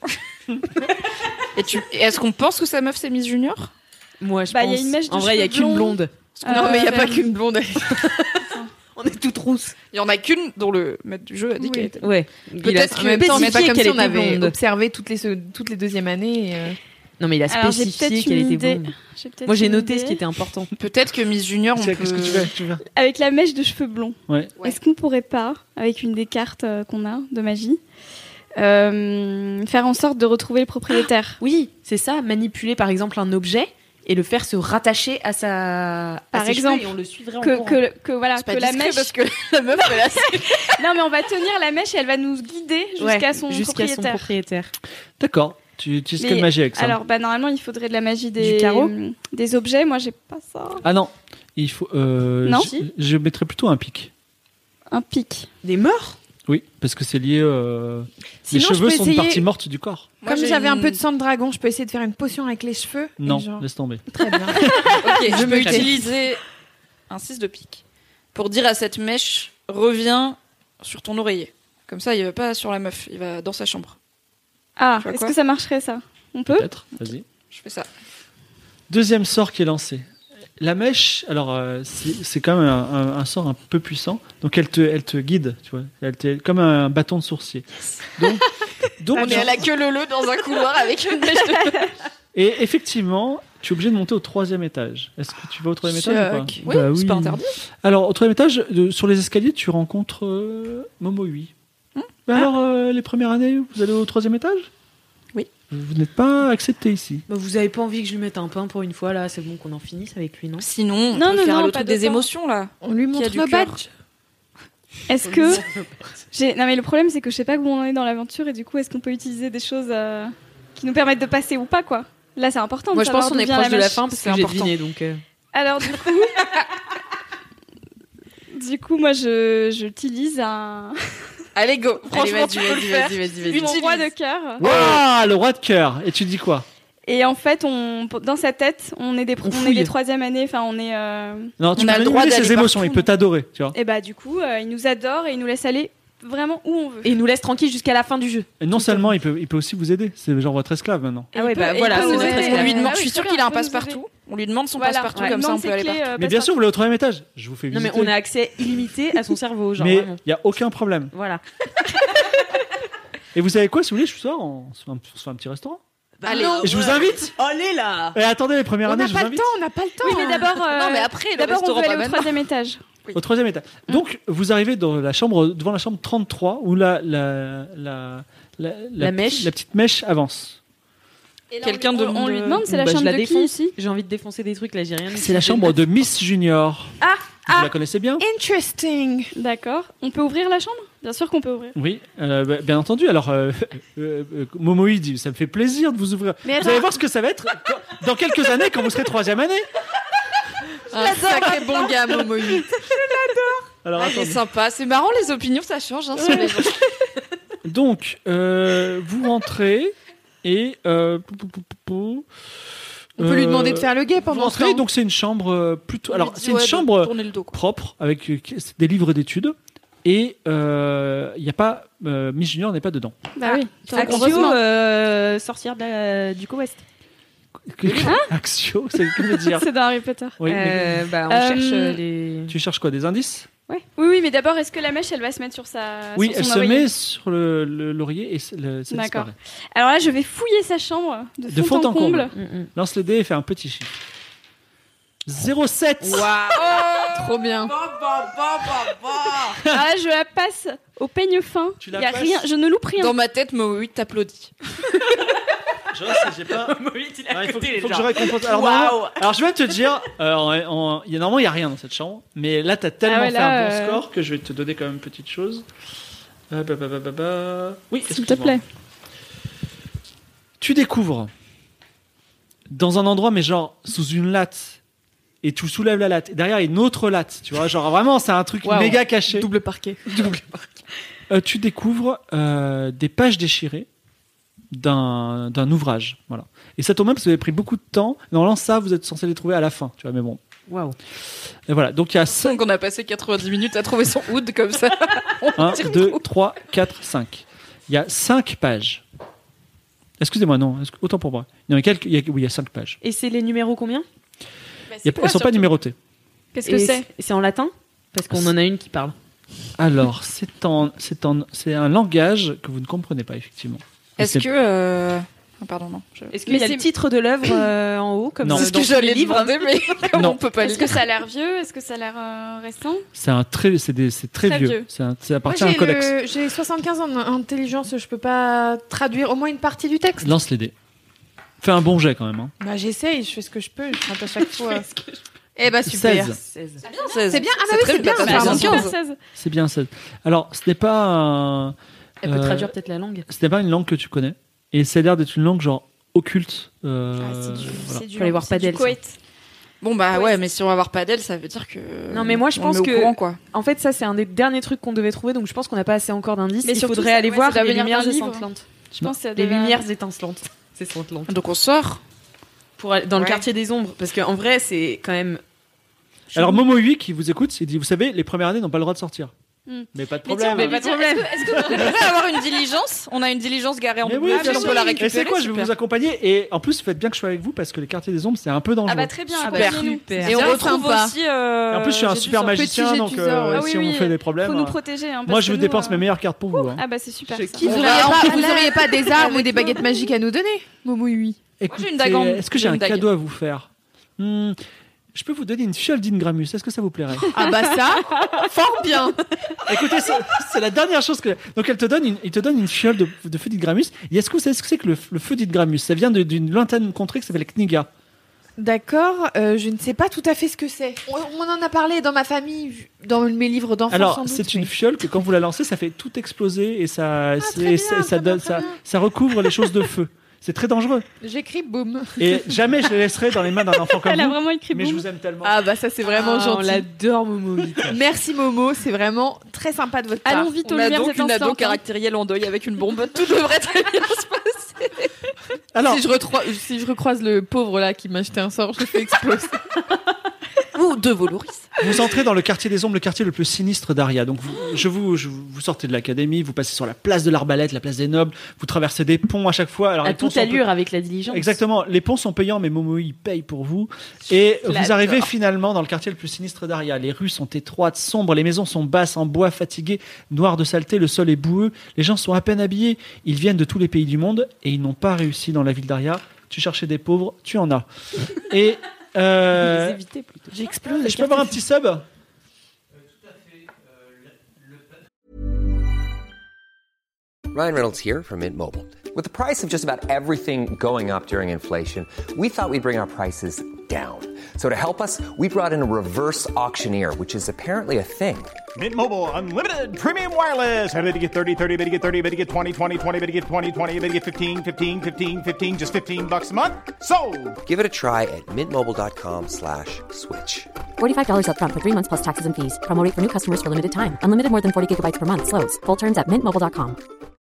Et est-ce qu'on pense que sa meuf c'est Miss Junior? Moi, je Bah, pense. il y a une mèche de en vrai, il y a cheveux qu'une blonds. blonde. Non, mais il n'y a pas ferme. qu'une blonde. On est toutes rousses. Il y en a qu'une dont le maître du jeu a dit Oui. qu'elle était. Ouais. Peut-être En même temps, c'est pas comme qu'elle si on était avait blonde. observé toutes les deuxièmes années. Non, mais il a Alors, j'ai spécifié peut-être qu'elle une était idée. blonde. J'ai peut-être Moi, j'ai une noté idée. ce qui était important. Peut-être que Miss Junior, on peut. Qu'est-ce que tu veux Avec la mèche de cheveux blonds, Ouais. Ouais. est-ce qu'on pourrait pas, avec une des cartes qu'on a de magie, faire en sorte de retrouver le propriétaire? Oui, c'est ça. Manipuler, par exemple, un objet et le faire se rattacher à sa. Par à ses exemple, cheveux et on le suivrait en Que, courant. que voilà, C'est pas que la discret mèche. parce que la meuf elle a. Non, mais on va tenir la mèche et elle va nous guider jusqu'à son propriétaire. D'accord. Tu utilises Mais quelle magie avec ça? Alors, bah, normalement, il faudrait de la magie Du carreau des objets. Moi, j'ai pas ça. Ah non, il faut. Non. Je mettrais plutôt un pic. Un pic. Des morts. Oui, parce que c'est lié. Les Sinon, je cheveux peux sont une essayer- partie morte du corps. Moi, Comme j'ai j'avais un une- peu de sang de dragon, je peux essayer de faire une potion avec les cheveux. et Non, genre- laisse tomber. Très bien. Ok, je me peux tais. utiliser un 6 de pique pour dire à cette mèche reviens sur ton oreiller. Comme ça, il va pas sur la meuf, il va dans sa chambre. Ah, Tu vois est-ce quoi que ça marcherait, ça? On peut? Peut-être. Vas-y. Je fais ça. Deuxième sort qui est lancé. La mèche, alors c'est quand même un sort un peu puissant. Donc elle te guide, tu vois. Comme un bâton de sourcier. Donc Mais elle a que le dans un couloir avec une mèche de. et effectivement, tu es obligé de monter au 3e étage. Est-ce que tu vas au 3e étage ou pas? Choc. Oui, Bah c'est pas interdit. Alors, au 3e étage, sur les escaliers, tu rencontres Momo Hui. Alors, les premières années, vous allez au 3e étage? Oui. Vous n'êtes pas accepté ici. Bah, vous avez pas envie que je lui mette un pain pour une fois, là? C'est bon qu'on en finisse avec lui, non? Sinon, on Non, peut non, faire non, le pas truc de des temps. émotions là. On lui Qui a montre du nos cœur. badges. Est-ce que. Non, mais le problème, c'est que je sais pas où on en est dans l'aventure et du coup, est-ce qu'on peut utiliser des choses qui nous permettent de passer ou pas, quoi? Là, c'est important. Moi, de je pense savoir qu'on d'où est vient proche de la mèche. fin parce C'est que j'ai important. deviné, donc. Alors, du coup, moi, j'utilise un. Allez, go. Allez, Franchement, vas-y, tu peux le vas-y, faire. vas-y, vas-y. Mon roi de cœur. Waouh, le roi de cœur. Et tu dis quoi? Et en fait, dans sa tête, on est des fouille. 3e année. Enfin, on est. Non, tu On peux a le droit manipuler ses d'aller émotions. partout, Il peut t'adorer, tu vois. Et bah, du coup, il nous adore et il nous laisse aller vraiment où on veut. Et il nous laisse tranquille jusqu'à la fin du jeu. Et non seulement, il peut aussi vous aider. C'est genre votre esclave maintenant. Et Ah ouais, il peut- bah et il voilà, peut c'est nous notre aider. esclave. On lui demande, Ah je oui, suis sûre très qu'il bien, a un il peut nous aider. passe-partout. On lui demande son Voilà. passe-partout, Ouais. comme ça Non, on peut ses aller clés, partout. Mais bien sûr, vous voulez au 3e étage. Je vous fais Non, visiter. mais on a accès illimité à son cerveau, genre Mais vraiment. il n'y a aucun problème. Voilà. Et vous savez quoi, si vous voulez, ce soir, on se fait un petit restaurant. Allez. Et je vous invite. Allez là. Et attendez, les premières On années, n'a je vous pas le invite. temps, on n'a pas le temps. Oui, mais d'abord. Non, mais après, le D'abord, on restaurant, veut pas aller au maintenant. 3e étage. Au 3e étage. Donc, vous arrivez devant la chambre 33 où la mèche. petite mèche avance. Quelqu'un de On lui demande, c'est la Bah, je chambre la de qui défonce. ici? J'ai envie de défoncer des trucs là, j'ai rien. C'est la chambre de Miss Junior. Vous la connaissez bien? Interesting. D'accord. On peut ouvrir la chambre? Bien sûr qu'on peut ouvrir. Oui, bien entendu. Alors, Momoï dit, ça me fait plaisir de vous ouvrir. Mais Vous allez voir ce que ça va être dans quelques années quand vous serez 3e année. Un sacré bon gars, Momoï. Alors, Il est attendez. sympa. C'est marrant, les opinions, ça change sur les gens. Donc, vous rentrez et... On peut lui demander de faire le guet Vous pendant ce rentrez, temps. donc c'est une chambre plutôt... Alors, c'est une Ouais, de chambre tourner le dos, quoi. propre avec des livres d'études et il n'y a pas... Miss Junior n'est pas dedans. Bah oui. Axio, Heureusement. sortir du co-West. Axio, c'est comment dire? C'est dans Harry Potter. Oui, mais On cherche les. tu cherches quoi? Des indices? Ouais. Oui, mais d'abord, est-ce que la mèche, elle va se mettre sur Oui, sur elle son se oreiller met sur l'oreiller et ça D'accord. disparaît. Alors là, je vais fouiller sa chambre de fond en comble. Lance le dé et fais un petit chiffre. 07. Trop bien. Alors là, je la passe au peigne fin. Tu Il la y a passes rien, je ne loupe rien. Dans ma tête, Momoï t'applaudit. J'ai pas... Non, il faut que je récompense. Alors, je vais te dire, normalement, il n'y a rien dans cette chambre, mais là, tu as tellement Ah ouais, fait là, un bon score que je vais te donner quand même une petite chose. Oui, S'il te excuse-moi. plaît. Tu découvres dans un endroit, mais genre sous une latte, et tu soulèves la latte. Et derrière, il y a une autre latte, tu vois. Genre vraiment, c'est un truc méga caché. Double parquet. Tu découvres des pages déchirées d'un ouvrage, voilà. Et ça tombe bien parce que vous avez pris beaucoup de temps. Normalement, ça, vous êtes censé les trouver à la fin, tu vois. Mais bon. Waouh. Et voilà. Donc il y a 5, Donc on a passé 90 minutes à trouver son hood comme ça. 1, 2, 3, 4, 5. Il y a 5 pages. Excusez-moi, non. Autant pour moi. Il y en a quelques. Oui, il y a 5 pages. Et c'est les numéros combien? Elles sont pas numérotées. Qu'est-ce que c'est? C'est en latin? Parce qu'on en a une qui parle. Alors, c'est un langage que vous ne comprenez pas, effectivement. Est-ce C'est- que... Pardon, non. Est-ce qu'il y a le titre de l'œuvre en haut comme Non. C'est ce dans que tous les j'allais livres demander, mais comme Non. on peut pas Est-ce lire. que ça a l'air vieux? Est-ce que ça a l'air récent? C'est très Très vieux. vieux. Ça appartient à un codex. J'ai 75 en intelligence, je peux pas traduire au moins une partie du texte. Lance les dés. Fais un bon jet quand même. Hein. Bah j'essaye, je fais ce que je peux, je rate à chaque fois. Eh bah super. 16. C'est bien, ah bah oui, très c'est bien, t'as ça raison, va, Super 15. 16. C'est bien 16. Alors, ce n'est pas un... Elle peut traduire peut-être la langue. Ce n'est pas une langue que tu connais. Et ça a l'air d'être une langue genre occulte. Ah, c'est du, voilà. c'est du, Faut aller voir c'est du Padel, ça. Koweït. Bon bah Ouais, ouais, mais si on va voir Padel, ça veut dire que... Non, mais moi, je on pense est au que- courant, quoi. En fait, ça, c'est un des derniers trucs qu'on devait trouver, donc je pense qu'on n'a pas assez encore d'indices. Mais Il surtout, faudrait ça- aller ouais, voir ça doit les venir lumières d'un livre. étincelantes. Je pense que ça Les doit- lumières étincelantes. C'est étincelantes. Donc on sort. Pour aller dans le Ouais. quartier des ombres, parce qu'en vrai, c'est quand même. Alors, Momo 8 qui vous écoute, il dit, vous savez, les premières années n'ont pas le droit de sortir. Hmm. Mais pas de Mais tiens, problème. mais tiens, est-ce que On pourrait avoir une diligence. On a une diligence garée en Mais double, oui, si bien on sûr. peut la Et récupérer. c'est quoi, je vais super. vous accompagner. Et en plus, faites bien que je sois avec vous parce que les quartiers des ombres, c'est un peu dangereux. Ah bah très bien, Super. accompagnez-nous. Super. Et on Bien retrouve sympa. aussi... Et en plus, je suis un j'ai super dû magicien, petit donc Jétuseur, ouais. Ah oui, si on oui. fait des problèmes... Faut nous protéger. Hein, moi, parce je vous que nous, dépense mes meilleures cartes pour vous. hein. Ah bah c'est super. ça. kiffe. Vous On va- auriez pas des armes ou des baguettes magiques à nous donner, Momo oui. Écoutez, j'ai une dague en- est-ce que j'ai j'ai un une dague. cadeau à vous faire? Je peux vous donner une fiole d'Ingramus. Est-ce que ça vous plairait? Ah bah ça, fort bien. Écoutez, c'est la dernière chose que. Donc, il te donne une fiole de feu d'Ingramus. Et est-ce que vous savez ce que c'est que le feu d'Ingramus? Ça vient d'une lointaine contrée qui s'appelle Kniga. D'accord, je ne sais pas tout à fait ce que c'est. On en a parlé dans ma famille, dans mes livres d'enfants Alors, sans doute. c'est une mais- fiole que quand vous la lancez, ça fait tout exploser et ça, très bien, ça, très bien, très bien. ça recouvre les choses de feu. C'est très dangereux. J'écris boum. Et jamais je les laisserai dans les mains d'un enfant comme Elle a vous. vraiment écrit Mais je boum. vous aime tellement. Ah bah ça c'est vraiment On gentil. l'adore, Momo. Merci Momo, c'est vraiment très sympa de votre part. Allons vite aux On a lumières donc une ado étincelantes. hein. caractérielle en deuil avec une bombe. Tout devrait très bien se passer. Alors, Si je recroise le pauvre là qui m'a jeté un sort, je le fais exploser. Ou de Voloris. vous entrez dans le quartier des ombres, le quartier le plus sinistre d'Aria. Donc, vous sortez de l'académie, vous passez sur la place de l'Arbalète, la place des Nobles, vous traversez des ponts à chaque fois. Alors, À les ponts toute sont allure avec la diligence. Exactement. Les ponts sont payants, mais Momo il paye pour vous. Et vous L'adore. arrivez finalement dans le quartier le plus sinistre d'Aria. Les rues sont étroites, sombres, les maisons sont basses, en bois, fatiguées, noires de saleté, le sol est boueux, les gens sont à peine habillés. Ils viennent de tous les pays du monde et ils n'ont pas réussi dans la ville d'Aria. Tu cherchais des pauvres, tu en as. Et Les éviter plutôt. J'explose. je peux avoir un petit sub? Ryan Reynolds here from Mint Mobile. With the price of just about everything going up during inflation, we thought we'd bring our prices down. So to help us, we brought in a reverse auctioneer, which is apparently a thing. Mint Mobile Unlimited Premium Wireless. How to get 30, 30, bit to get 30, bit to get 20, 20, 20, bit to get 20, 20, bit to get 15, 15, 15, 15, just $15 a month? Sold! Give it a try at mintmobile.com/switch. $45 up front for 3 months plus taxes and fees. Promo rate for new customers for limited time. Unlimited more than 40 gigabytes per month. Slows full terms at mintmobile.com.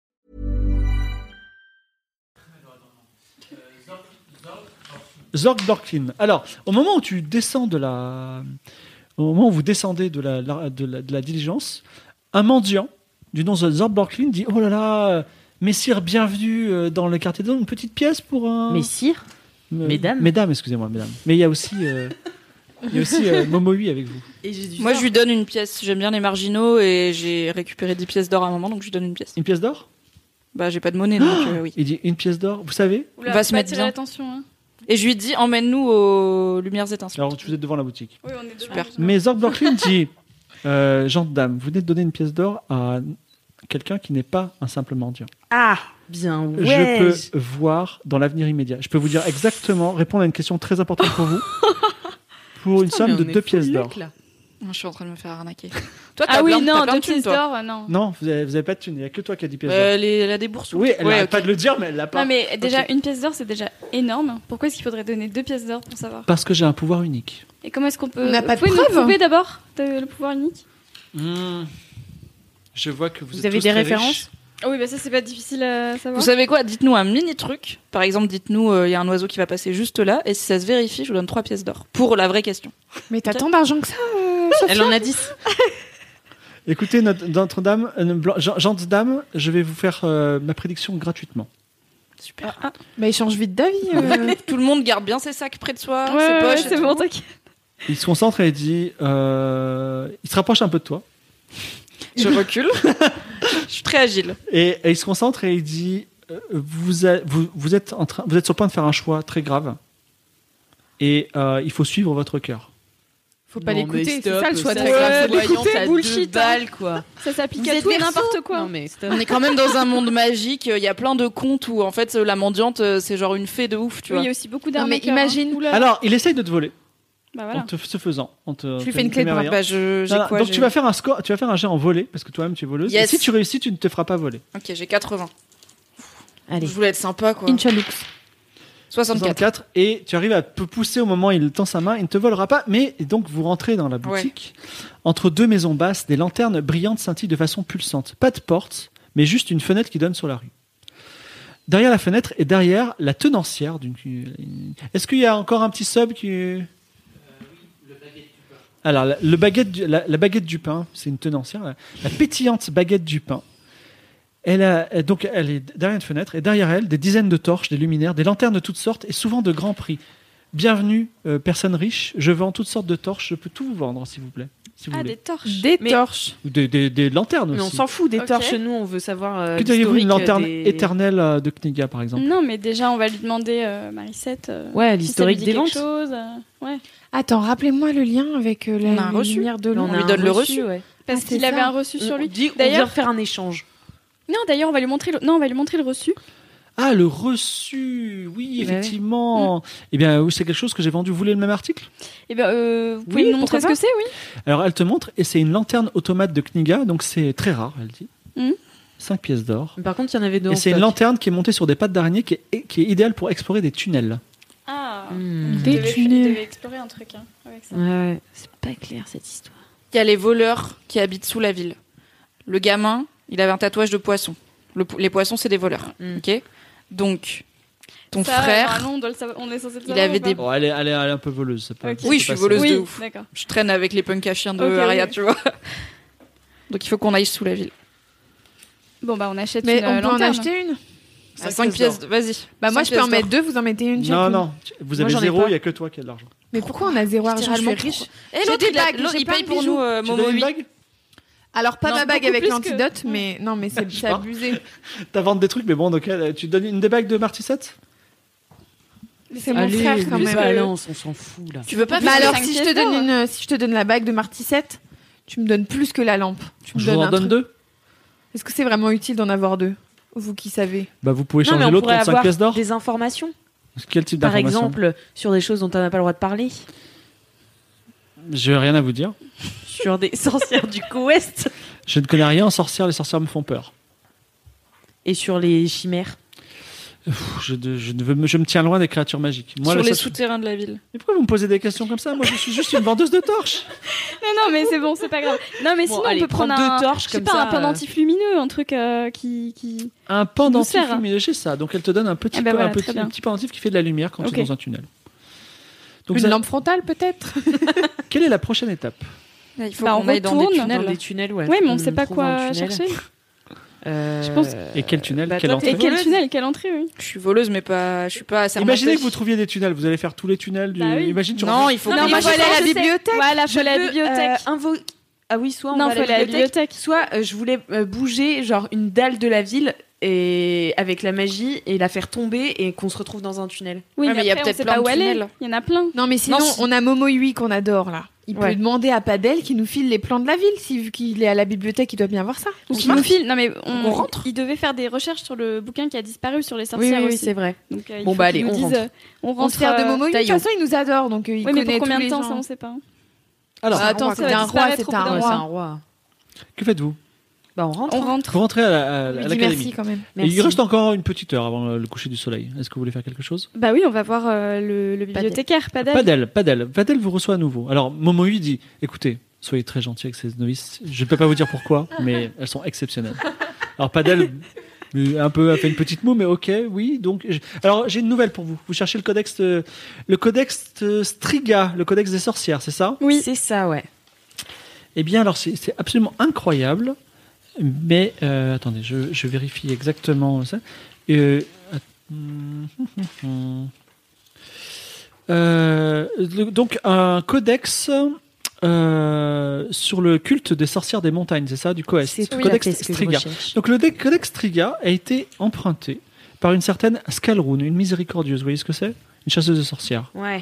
Zorg Dorklin. Alors, au moment où tu descends au moment où vous descendez de la diligence, un mendiant du nom de Zorg Dorklin dit: oh là là, messire, bienvenue dans le quartier de une petite pièce pour un. Messire Mesdames. Mesdames, excusez-moi, mesdames. Mais il y a aussi Momohui avec vous. Et j'ai dû Moi, faire- je lui donne une pièce. J'aime bien les marginaux et j'ai récupéré 10 pièces d'or à un moment, donc je lui donne une pièce. Une pièce d'or? Bah, j'ai pas de monnaie, donc oui. Il dit une pièce d'or. Vous savez? Oula, On va faut se pas mettre attirer bien. l'attention. Hein. Et je lui dis, emmène-nous aux lumières étincelantes. Alors, vous êtes devant la boutique. Oui, on est Super. Mais Zorg Dorklin dit: Gendarme, vous venez de donner une pièce d'or à quelqu'un qui n'est pas un simple mendiant. Ah, bien, ouais. Je peux voir dans l'avenir immédiat. Je peux vous dire exactement, répondre à une question très importante pour vous, pour une somme de 2 pièces d'or. Je suis en train de me faire arnaquer. Toi, Ah oui, t'as non, plein 2 de thunes, pièces toi. d'or, non. Non, vous avez pas de thune. Il n'y a que toi qui as 10 pièces d'or. Elle a des bourses. Oui, elle ouais, n'arrête ok. pas de le dire, mais elle l'a pas. Non, mais déjà, Ok. une pièce d'or, c'est déjà énorme. Pourquoi est-ce qu'il faudrait donner 2 pièces d'or pour savoir? Parce que j'ai un pouvoir unique. Et comment est-ce qu'on peut. On n'a pas de Vous pouvez nous preuves. prouver d'abord le pouvoir unique? Je vois que vous êtes avez tous des très références riches. Ah oui, bah ça, c'est pas difficile à savoir. Vous savez quoi? Dites-nous un mini truc. Par exemple, dites-nous, il y a un oiseau qui va passer juste là, et si ça se vérifie, je vous donne 3 pièces d'or. Pour la vraie question. Mais t'as tant d'argent que ça, Elle en a 10. Écoutez, Notre-Dame, Dame, je vais vous faire ma prédiction gratuitement. Super. Bah, il change vite d'avis. Tout le monde garde bien ses sacs près de soi, Ouais, ses ouais, poches. et c'est tout. bon, t'inquiète. Il se concentre et il dit... il se rapproche un peu de toi. Je recule. Je suis très agile. Et il se concentre et il dit vous êtes sur le point de faire un choix très grave. Et il faut suivre votre cœur. Faut pas Non, l'écouter, mais c'est stop, ça le choix de ça, la c'est classe. voyant, ça a bullshit, 2 balles, quoi. Ça s'applique Vous à êtes tout et Verseau n'importe quoi. Non, mais stop. On est quand même dans un monde magique. Il y a plein de contes où, en fait, la mendiante, c'est genre une fée de ouf, tu Oui, il y vois. a aussi beaucoup Non, mais d'arnaqueurs. imagine. Oula. Alors, il essaye de te voler. Bah voilà. Ce faisant. Je lui fais une clé de met bras. rien. Bah, j'ai Non, quoi? donc j'ai- tu vas faire un score, tu vas faire un jet en volée parce que toi-même tu es voleuse. Yes. Et si tu réussis, tu ne te feras pas voler. Ok, j'ai 80. Allez. Je voulais être sympa, quoi. Inchalux. 64. 64 et tu arrives à te pousser au moment où il tend sa main, il ne te volera pas, mais et donc vous rentrez dans la boutique. Entre 2 maisons basses, des lanternes brillantes scintillent de façon pulsante. Pas de porte, mais juste une fenêtre qui donne sur la rue. Derrière la fenêtre et derrière la tenancière d'une. Est-ce qu'il y a encore un petit sub qui. Alors, la baguette du pain, c'est une tenancière, la pétillante baguette du pain. Elle est derrière une fenêtre et derrière elle, des dizaines de torches, des luminaires, des lanternes de toutes sortes et souvent de grands prix. Bienvenue, personne riche, je vends toutes sortes de torches, je peux tout vous vendre, s'il vous plaît. Si vous Ah, voulez. des torches. Des Mais- torches. Ou des lanternes Mais on aussi. s'en fout des Ok. torches, nous, on veut savoir. Que diriez-vous une l'historique lanterne des- éternelle de Kniga, par exemple? Non, mais déjà, on va lui demander, Maricette. Ouais, si ça l'historique lui dit des quelque ventes. chose. Ouais. Attends, rappelez-moi le lien avec la On a un reçu. lumière de On l'ombre. lui a donne un le reçu. ouais. Parce Ah, c'est qu'il avait ça. un reçu sur On lui. dit, on D'ailleurs- vient faire un échange. Non, d'ailleurs, on va lui montrer le reçu. Ah, le reçu, oui, Ouais. effectivement. Eh bien, oui, c'est quelque chose que j'ai vendu. Vous voulez le même article? Et ben, vous pouvez Oui, nous montrer ce pourquoi que c'est, oui. Alors, elle te montre, et c'est une lanterne automate de Kniga, donc c'est très rare, elle dit. Mhm. 5 pièces d'or. Mais par contre, il y en avait 2 Et c'est une lanterne qui est montée sur des pattes d'araignée qui est idéale pour explorer des tunnels. Ah. Des tunnels. Il devait explorer un truc hein, avec ça. Ouais, c'est pas clair cette histoire. Il y a les voleurs qui habitent sous la ville. Le gamin, il avait un tatouage de poisson. Les poissons, c'est des voleurs. Ok. Donc, ton Ça, frère, normalement, on doit le savoir- on est censé le il savoir. avait ou pas des. Bon, elle est un peu voleuse. Ça peut- Ok. ça Oui, peut je suis passer. voleuse Oui, de ouf. d'accord. Je traîne avec les punks à chiens de Ok, Aria, ok. tu vois. Donc, il faut qu'on aille sous la ville. Bon, bah, on achète Mais une on peut en lanterne. acheter une. À 5 pièces, vas-y. Bah moi 5 je peux en pièces mettre d'or. 2, vous en mettez une Non, chacune. non, vous Moi, avez j'en ai 0, pas. il n'y a que toi qui as de l'argent. Mais pourquoi on a 0 argent? Je suis Littéralement riche. Eh, J'ai l'autre, des il a- bagues, l'autre, j'ai il plein paye de pour bijoux. nous, Tu donnes Momo une 8. bague? Alors pas Non, ma bague beaucoup avec plus l'antidote, mais non mais c'est Genre. abusé. T'as vendu des trucs, mais bon, donc tu donnes une des bagues de Martissette? C'est mon frère quand les même. balances, on s'en fout là. Tu veux pas Mais faire alors cinq si je te pièces donne d'or. si je te donne la bague de Martissette, tu me donnes plus que la lampe. Tu me Je vous donnes en un donne truc. 2. Est-ce que c'est vraiment utile d'en avoir 2? Vous qui savez. Bah, vous pouvez Non, mais changer on l'autre pourrait contre 5 avoir pièces d'or. des informations. Quel type Par d'information? exemple, sur des choses dont on n'a pas le droit de parler. J'ai rien à vous dire. Sur des sorcières du Ouest. Je ne connais rien en sorcières, les sorcières me font peur. Et sur les chimères. Je me tiens loin des créatures magiques. Moi, Sur la les seule- souterrains de la ville. Mais pourquoi vous me posez des questions comme ça? Moi, je suis juste une vendeuse de torches. Non, mais c'est bon, c'est pas grave. Non, mais Bon, sinon, allez, on peut prendre prends un, deux torches je sais comme pas, ça, un pendentif lumineux, un truc qui... Un nous pendentif sert. lumineux, j'ai ça. Donc, elle te donne un petit, Eh ben voilà, un très bien. petit pendentif qui fait de la lumière quand tu es Ok. dans un tunnel. Donc, Une ça- lampe frontale, peut-être. quelle est la prochaine étape? Il faut Bah, qu'on on aille dans des retourne tunnels. Dans des tunnels, ouais. Ouais, mais on On sait pas trouve un quoi tunnel. chercher. Je pense- Et quel tunnel? Bah, Quelle toi, entrée? Et quel tunnel, quelle entrée, oui. Je suis voleuse, mais pas. Je suis pas assermentée. Imaginez que vous trouviez des tunnels. Vous allez faire tous les tunnels du. Bah oui. Imagine, tu Non, rentres- il faut. Non, qu'on mais moi, y je aille. sais, aller à la je sais. bibliothèque. Voilà, faut aller à la bibliothèque. Oui, soit on Non, va faut aller à la bibliothèque. Soit je voulais bouger genre une dalle de la ville et avec la magie et la faire tomber et qu'on se retrouve dans un tunnel. Oui, Ouais, mais il y a après, peut-être on sait plein pas de où elle est. tunnels. Il y en a plein. Non, mais sinon, Non, si. on a Momo Hui qu'on adore, là. Il Ouais. peut demander à Padel qui nous file les plans de la ville. Si, vu qu'il est à la bibliothèque, il doit bien voir ça. Ou qui nous file. Non, mais On rentre. il devait faire des recherches sur le bouquin qui a disparu sur les sorcières aussi. c'est vrai. Donc, il Bon, faut bah, qu'ils allez, nous on disent, rentre. on On rentre. se sert de Momo Hui. De toute taillons. façon, il nous adore, donc il Oui, mais connaît pour combien tous de les temps, gens. ça, on sait pas. Alors, Bah, attends, ça c'était va un roi, disparaître c'était au un bout d'un Ouais, roi. c'est un roi. que faites-vous? Bah on rentre. On rentre. Vous rentrez à Lui dit l'académie. merci quand même. Et il reste encore une petite heure avant le coucher du soleil. Est-ce que vous voulez faire quelque chose? Bah oui, on va voir le bibliothécaire, Padel. Padel vous reçoit à nouveau. Alors, Momohui dit, écoutez, soyez très gentil avec ces novices. Je ne peux pas vous dire pourquoi, mais elles sont exceptionnelles. Alors, Padel a fait une petite moue, mais ok, oui. Donc, alors, j'ai une nouvelle pour vous. Vous cherchez le codex Striga, le codex des sorcières, c'est ça? Oui. C'est ça, ouais. Eh bien, alors, c'est absolument incroyable. Mais, attendez, je vérifie exactement ça. Donc, un codex sur le culte des sorcières des montagnes, c'est ça, du Coest. C'est tout à Codex fait ce que je Striga. recherche. Donc, le codex Striga a été emprunté par une certaine Scalrune, une miséricordieuse. Vous voyez ce que c'est? Une chasseuse de sorcières. Ouais.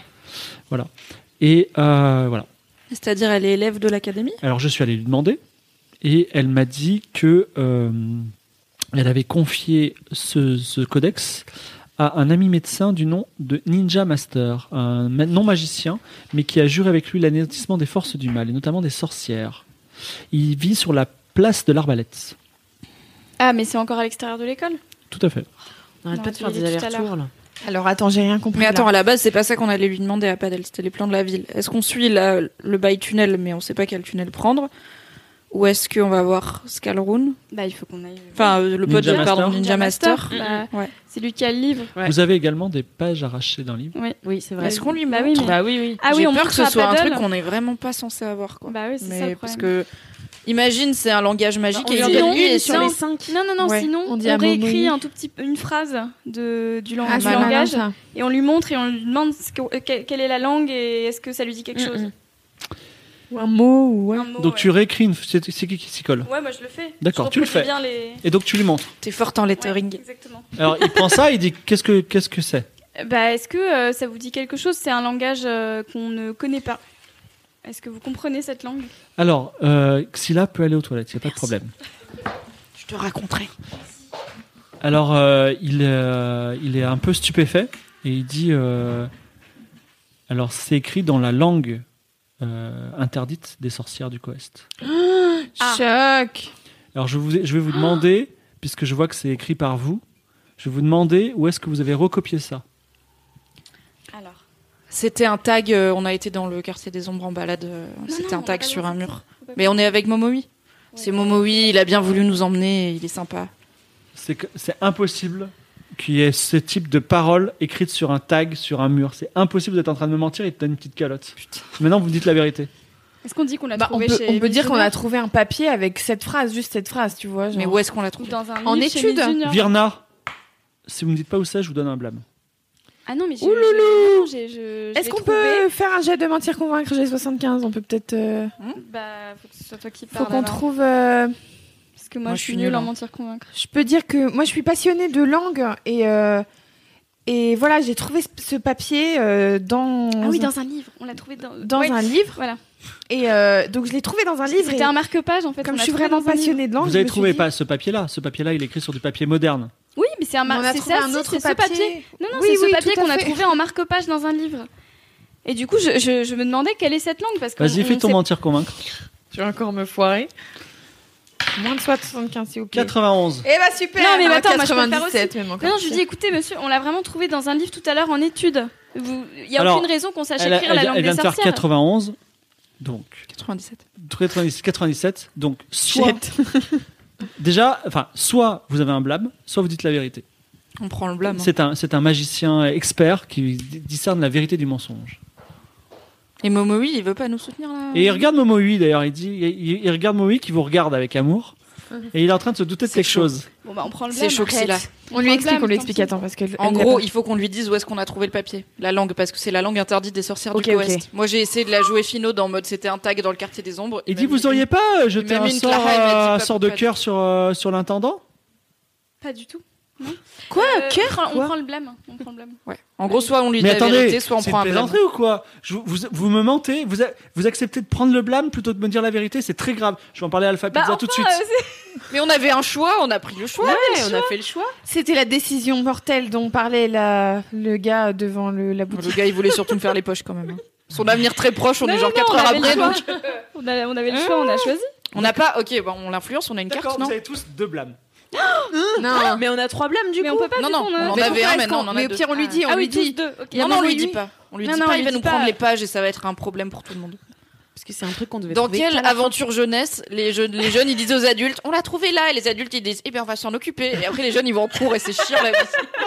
Et voilà. C'est-à-dire, elle est élève de l'académie. Alors, je suis allé lui demander et elle m'a dit que elle avait confié ce codex à un ami médecin du nom de Ninja Master, un non-magicien, mais qui a juré avec lui l'anéantissement des forces du mal, et notamment des sorcières. Il vit sur la place de l'Arbalète. Ah, mais c'est encore à l'extérieur de l'école? Tout à fait. On arrête On pas de faire l'a des dit tout à allers-retours là. Alors attends, j'ai rien compris. Mais attends, là. à la base, c'est pas ça qu'on allait lui demander à Padel. C'était les plans de la ville. Est-ce qu'on suit le bail tunnel, mais on sait pas quel tunnel prendre? Ou est-ce qu'on va voir Scalrune? Bah, il faut qu'on aille. Enfin, le pote de Ninja pardon, Master. Ninja Master. Bah, Ouais. c'est lui qui a le livre. Ouais. Vous avez également des pages arrachées d'un livre. Oui, c'est vrai. Est-ce qu'on lui Bah montre? oui, mais- Bah oui. Ah oui, J'ai on peur montre que ce à soit un Padel. truc qu'on n'est vraiment pas censé avoir, quoi. Bah oui, c'est ça Mais le parce problème. que imagine, c'est un langage magique On et lui en il sinon, donne lui une et sur sinon- les 5. Non, Ouais. sinon, On on, dit à réécrit Momo. une phrase du Ah, c'est langage malin, ça. et on lui montre et on lui demande quelle est la langue et est-ce que ça lui dit quelque chose. Ou un mot, ou ouais. Un mot, Donc ouais. tu réécris une. C'est qui s'y colle? Ouais, moi je le fais. D'accord, Je tu le reproduis fais. bien les... Et donc tu lui montres. T'es forte en lettering. Ouais, exactement. Alors il prend ça, il dit qu'est-ce que c'est? Bah, est-ce que ça vous dit quelque chose? C'est un langage qu'on ne connaît pas. Est-ce que vous comprenez cette langue? Alors, Xyla peut aller aux toilettes, il n'y a pas de problème. Je te raconterai. Alors, il est un peu stupéfait et il dit alors, c'est écrit dans la langue interdite des sorcières du Coest. Choc. Alors, je vais vous demander, puisque je vois que c'est écrit par vous, je vais vous demander où est-ce que vous avez recopié ça. Alors. C'était un tag, on a été dans le quartier des ombres en balade, c'était non, un on tag va pas sur dans un ça. mur. Faut pas Mais on est avec Momohui. C'est Momohui, il a bien voulu nous emmener, il est sympa. C'est impossible qu'il y ait ce type de paroles écrites sur un tag, sur un mur. C'est impossible, vous êtes en train de me mentir et de donner une petite calotte. Maintenant, vous me dites la vérité. Est-ce qu'on dit qu'on l'a Bah, on trouvé peut, chez on peut dire qu'on a Visionnaire trouvé un papier avec cette phrase, juste cette phrase, tu vois. Genre. Mais où est-ce qu'on l'a ou trouvé? dans un En livre chez études Visionnaire? Virna, si vous me dites pas où c'est, je vous donne un blâme. Ah non, mais Ouloulou. je Est-ce l'ai qu'on trouvé. peut faire un jet de mentir convaincre G75? On peut peut-être. Bah, faut que ce soit toi qui Faut parle. qu'on alors. trouve. Parce que moi, je suis nulle en mentir convaincre. Je peux dire que moi, je suis passionnée de langue et Et voilà, j'ai trouvé ce papier dans Ah oui, dans un livre. On l'a trouvé dans un livre. Voilà. Et donc je l'ai trouvé dans un livre. C'était un marque-page en fait. Comme on je l'a suis trouvé vraiment dans un livre. passionnée de langue. Vous avez trouvé pas ce papier-là. Ce papier-là, il est écrit sur du papier moderne. Oui, mais c'est un On a c'est trouvé ça, un si, autre c'est ce papier. Non, Oui, c'est ce oui, papier tout à qu'on a fait. trouvé en marque-page dans un livre. Et du coup, je me demandais quelle est cette langue parce que Vas-y, fais ton mentir convaincre. Je vais encore me foirer. Moins de 75, s'il vous plaît. 91. Eh bah super. Non, mais attends, moi, je peux le faire 97 aussi. même encore. Non, je lui dis, écoutez, monsieur, on l'a vraiment trouvé dans un livre tout à l'heure en études. Il n'y a Alors, aucune raison qu'on sache Elle, écrire la langue elle vient des de faire sorcières. 91. Donc, 97. 97. Donc, soit. Déjà, enfin, soit vous avez un blâme, soit vous dites la vérité. On prend le blâme. Hein. C'est un magicien expert qui discerne la vérité du mensonge. Et Momoï, il veut pas nous soutenir là. Et il regarde Momoï d'ailleurs, il regarde Momoï qui vous regarde avec amour. Et il est en train de se douter de quelque chose. Bon, bah, on prend le C'est blâme. chaud que c'est là. arrête. On lui explique, blâme, tant pis. attends, parce que. En gros, il faut qu'on lui dise où est-ce qu'on a trouvé le papier, la langue, parce que c'est la langue interdite des sorcières Ok, du ok. Coest. Moi, j'ai essayé de la jouer finaude en mode c'était un tag dans le quartier des ombres. Il dit vous auriez pas jeté m'a un mis une sort, Clara, il m'a dit pas sort de pourquoi. cœur sur l'intendant? Pas du tout. Quoi Cœur On prend le blâme. On prend le blâme. Ouais. En gros, soit on lui dit Mais la attendez, vérité, soit on c'est prend une un blâme. plaisanterie ou quoi? Vous me mentez, vous acceptez de prendre le blâme plutôt que de me dire la vérité, c'est très grave. Je vais en parler à Alpha Pizza tout de suite. Mais on avait un choix, on a pris le choix. on a fait le choix. C'était la décision mortelle dont parlait le gars devant la Le boutique. gars, il voulait surtout me faire les poches quand même. Hein. Son avenir très proche, on est genre 4 on heures avait après. le choix. Donc... On avait le choix, on a choisi. On n'a pas. Ok, bon, on l'influence, on a une D'accord, carte, vous non avez tous deux blâmes. Non. Mais on a 3 blâmes du Mais coup. on peut pas. Non, du non, coup, on en Mais avait pourquoi un, est-ce maintenant qu'on- on en a Mais au deux. pire, on lui dit, Ah on oui, lui dit. tous deux. Ok. Non, non, on lui oui. dit pas. On lui Non, dit non, pas, on il lui va dit nous pas. prendre les pages et ça va être un problème pour tout le monde. Parce que c'est un truc qu'on devait Dans trouver quelle qu'à la fin. aventure jeunesse les jeunes ils disent aux adultes on l'a trouvé là et les adultes ils disent eh bien on va s'en occuper et après les jeunes ils vont en cours et c'est chiant la vie.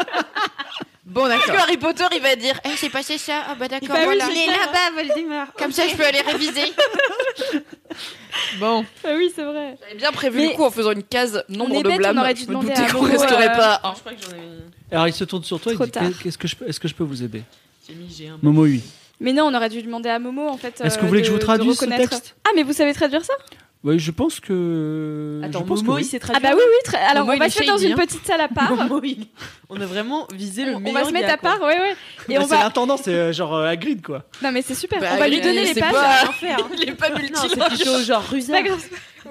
Bon, Parce que d'accord. Harry Potter il va dire eh c'est passé ça ah bah d'accord Bah oui, voilà c'est ça. là-bas, Voldemort. comme ça je peux aller réviser. Bon. Ah oui, c'est vrai. J'avais bien prévu Mais le coup en faisant une case nombre est de bête, blâmes. on aurait dû Je me demander doutais à qu'on Momo, resterait pas un. Je crois que j'en ai mis. Alors il se tourne sur toi, Trop il dit tard. est-ce que je peux vous aider? J'ai mis G1. Momo, oui. Mais non, on aurait dû demander à Momo en fait. Est-ce que vous voulez que je vous traduise ce texte? Ah, mais vous savez traduire ça? Oui, je pense que. Attends, je pense Momo, que il oui. s'est Ah traduit. bah oui, oui. Alors Momo, on va il se est mettre dans shady, une hein. petite salle à part. Momo, on a vraiment visé le On meilleur. va se mettre gars, à quoi. part, ouais, ouais. Et Bah, on c'est va. l'intendant, c'est genre Hagrid quoi. Non mais c'est super. Bah, On va lui il- donner les c'est pages. pas- Il est pas Non, c'est multilingue. plutôt genre C'est rusé. pas grave.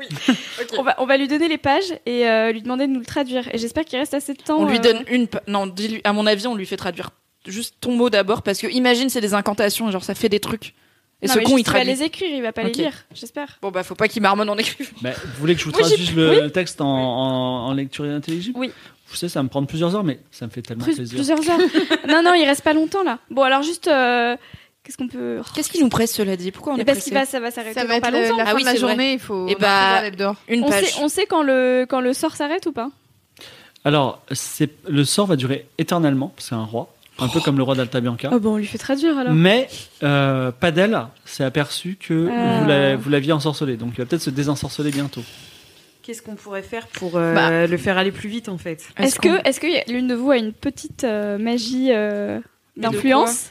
On va lui donner les pages et lui demander de nous le traduire. Et j'espère qu'il reste assez de temps. On lui donne non dis-lui à mon avis on lui fait traduire juste ton mot d'abord parce que imagine c'est des incantations genre ça fait des trucs. Et Non, ce mais con il il va traduit. les écrire, il va pas Ok. les lire. J'espère. Bon bah faut pas qu'il marmonne en écrivant. Bah, vous voulez que je vous Oui, j'ai- traduise le texte en lecture intelligible? Oui. Je sais, ça va me prendre plusieurs heures, mais ça me fait tellement plaisir. Plusieurs heures. Non, il reste pas longtemps là. Bon, alors juste. Qu'est-ce qu'on peut. Qu'est-ce qui nous presse cela dit? Pourquoi on Mais est parce pressé qu'il ça va s'arrêter Ça dans va être pas longtemps. la fin oui, de la c'est vrai. journée, il faut. Et on bah, a besoin d'être dehors. Une On page. sait quand le sort s'arrête ou pas? Alors, le sort va durer éternellement, c'est un roi, un peu comme le roi d'Alta Bianca. Oh bon, on lui fait traduire alors. Mais Padel s'est aperçu que vous l'aviez ensorcelé, donc il va peut-être se désensorceler bientôt. Qu'est-ce qu'on pourrait faire pour Bah. le faire aller plus vite en fait? Est-ce que l'une de vous a une petite magie d'influence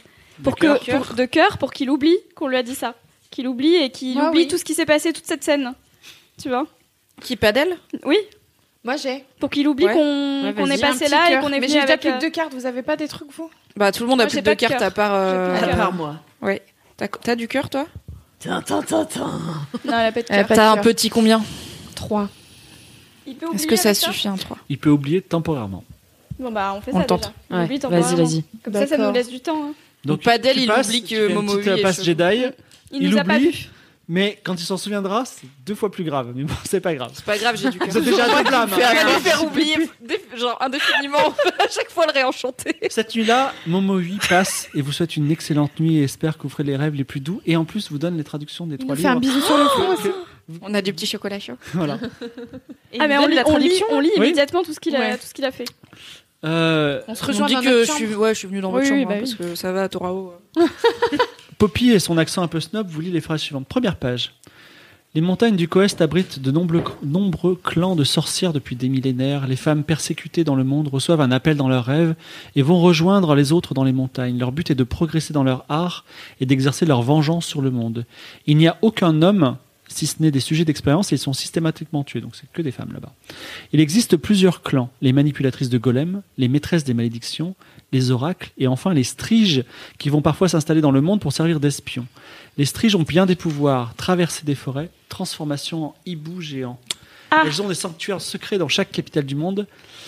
de cœur pour qu'il oublie qu'on lui a dit ça, qu'il oublie et qu'il Moi, oublie oui. tout ce qui s'est passé, toute cette scène, tu vois? Qui padelle? Oui, Moi, j'ai. pour qu'il oublie Ouais. qu'on vas-y. est Un passé petit là et cœur. qu'on est Mais venu j'ai déjà avec. plus que 2 cartes. Vous avez pas des trucs, vous? Bah tout le monde a Moi, plus j'ai de pas de cartes cœur. à part. J'ai plus de À cœur. part moi. Ouais. T'as du cœur toi? Non, elle a pas de Elle a cœur. pas de T'as un cœur. petit combien? 3. Il peut Est-ce oublier que ça avec suffit un 3? Il peut oublier temporairement. Bon bah on fait On ça le tente. déjà. On Ouais, oublie vas-y, temporairement. vas-y. Comme ça D'accord. nous laisse du temps. Hein. Donc Padel, tu il passes, oublie tu que fais une Momo petite lui est passe chaud. Jedi, Il nous a pas oublie, vu. mais quand il s'en souviendra, c'est 2 fois plus grave. Mais bon, c'est pas grave. C'est pas grave, j'ai du cœur. Vous êtes déjà à deux blâmes. Il va hein. nous faire oublier genre indéfiniment à chaque fois le réenchanter. Cette nuit-là, Momohui passe et vous souhaite une excellente nuit et espère que vous ferez les rêves les plus doux. Et en plus, vous donne les traductions des Il 3 nous fait un livres. bisou sur le front aussi. On a du petit chocolat chaud. Voilà. Et Ah il mais donne on lit la traduction. oui. Oui. Immédiatement tout ce qu'il Ouais. a fait. On se On rejoint dit dans que notre je suis, chambre. je suis venue dans votre Oui, chambre oui, bah parce que ça va à Torao. Poppy et son accent un peu snob vous lit les phrases suivantes. Première page. Les montagnes du Coest abritent de nombreux clans de sorcières depuis des millénaires. Les femmes persécutées dans le monde reçoivent un appel dans leurs rêves et vont rejoindre les autres dans les montagnes. Leur but est de progresser dans leur art et d'exercer leur vengeance sur le monde. Il n'y a aucun homme, si ce n'est des sujets d'expérience, et ils sont systématiquement tués, donc c'est que des femmes là-bas. Il existe plusieurs clans, les manipulatrices de golems, les maîtresses des malédictions, les oracles et enfin les striges qui vont parfois s'installer dans le monde pour servir d'espions. Les striges ont bien des pouvoirs, traverser des forêts, transformation en hibou géant. Elles ont des sanctuaires secrets dans chaque capitale du monde,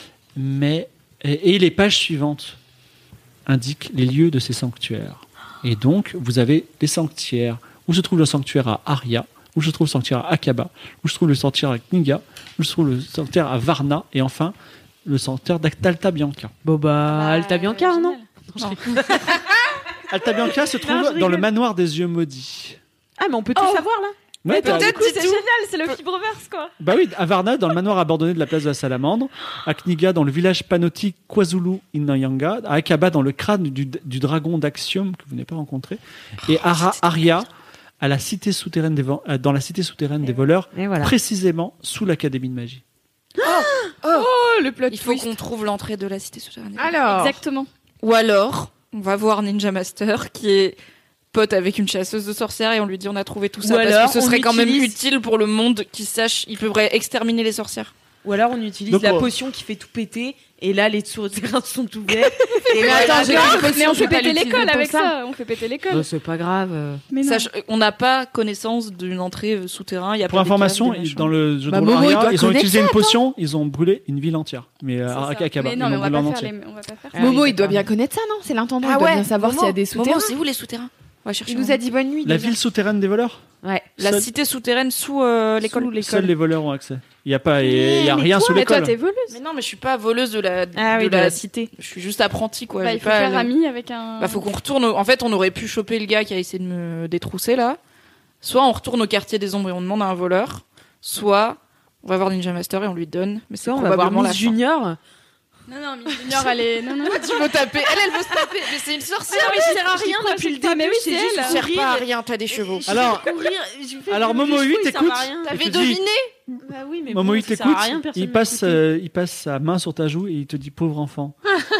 et les pages suivantes indiquent les lieux de ces sanctuaires. Et donc, vous avez les sanctuaires, où se trouve le sanctuaire à Aria, où se trouve le sanctuaire à Akaba, où se trouve le sanctuaire à Kniga, où se trouve le sanctuaire à Varna, et enfin, le sanctuaire d'Alta Bianca. Alta Bianca, non? Alta Bianca se trouve dans le manoir des yeux maudits. Ah, mais on peut tout savoir, là? Ouais, peut-être, C'est génial, c'est le Fibroverse, quoi. Bah oui, à Varna, dans le manoir abandonné de la place de la Salamandre, à Kniga, dans le village Panoti KwaZulu Inayanga, à Akaba, dans le crâne du dragon d'Axiom, que vous n'avez pas rencontré, et à Aria, à la cité souterraine dans la cité souterraine des voleurs, précisément sous l'Académie de magie. Le plot Il faut qu'on trouve l'entrée de la cité souterraine. Alors, Exactement. Ou alors, on va voir Ninja Master qui est pote avec une chasseuse de sorcières et on lui dit on a trouvé tout ça Ou parce alors, que ce on serait quand même utilise- utile pour le monde qui sache, il pourrait exterminer les sorcières. Ou alors on utilise Donc, la potion qui fait tout péter et là les souterrains sont ouverts. Et mais attends, j'ai une potion, Mais on je vais fait pas péter l'utiliser l'école pour avec ça. ça. On fait péter l'école. c'est pas grave. Mais non. On n'a pas connaissance d'une entrée souterrain. Il y a Pour pas des information, caves, des machins. dans le jeu de Bah, rôle Momo, il Aria, doit ils ont utilisé connaître une potion, ils ont brûlé une ville entière. Mais à Akaba, Mais ils non, mais l'ont on va brûlé en pas entier. faire on va pas faire. Ah Momo, oui, il doit d'accord. bien connaître ça, non? C'est l'intendant, il doit bien savoir s'il y a des souterrains. Momo, c'est où les souterrains? On va chercher. Il nous a dit bonne nuit. La déjà. ville souterraine des voleurs, Ouais. La Seul- cité souterraine sous l'école. seuls les voleurs ont accès. Il n'y a pas, il y a rien sous Mais toi, l'école. t'es voleuse. Mais non, mais je suis pas voleuse de la De la cité. Je suis juste apprentie quoi. Bah, J'ai il faut pas faire le- ami avec un. Bah, faut qu'on retourne. En fait, on aurait pu choper le gars qui a essayé de me détrousser là. Soit on retourne au quartier des ombres et on demande à un voleur. Soit on va voir Ninja Master et on lui donne. Mais c'est Ça, on va voir probablement Miss la fin. Junior. Non, Miss Junior, elle est. Non. Tu veux taper? Elle veut se taper. Mais c'est une sorcière. Ah oui, mais je sert à rien quoi, depuis le c'est pas- début. mais oui, c'est c'est juste elle. tu sers pas à rien. T'as des chevaux. Alors Momo 8 écoute. T'avais Il te dit- deviné. Bah oui, mais Momo bon, 8 ça sert à écoute, rien, personne il passe sa main sur ta joue et il te dit pauvre enfant.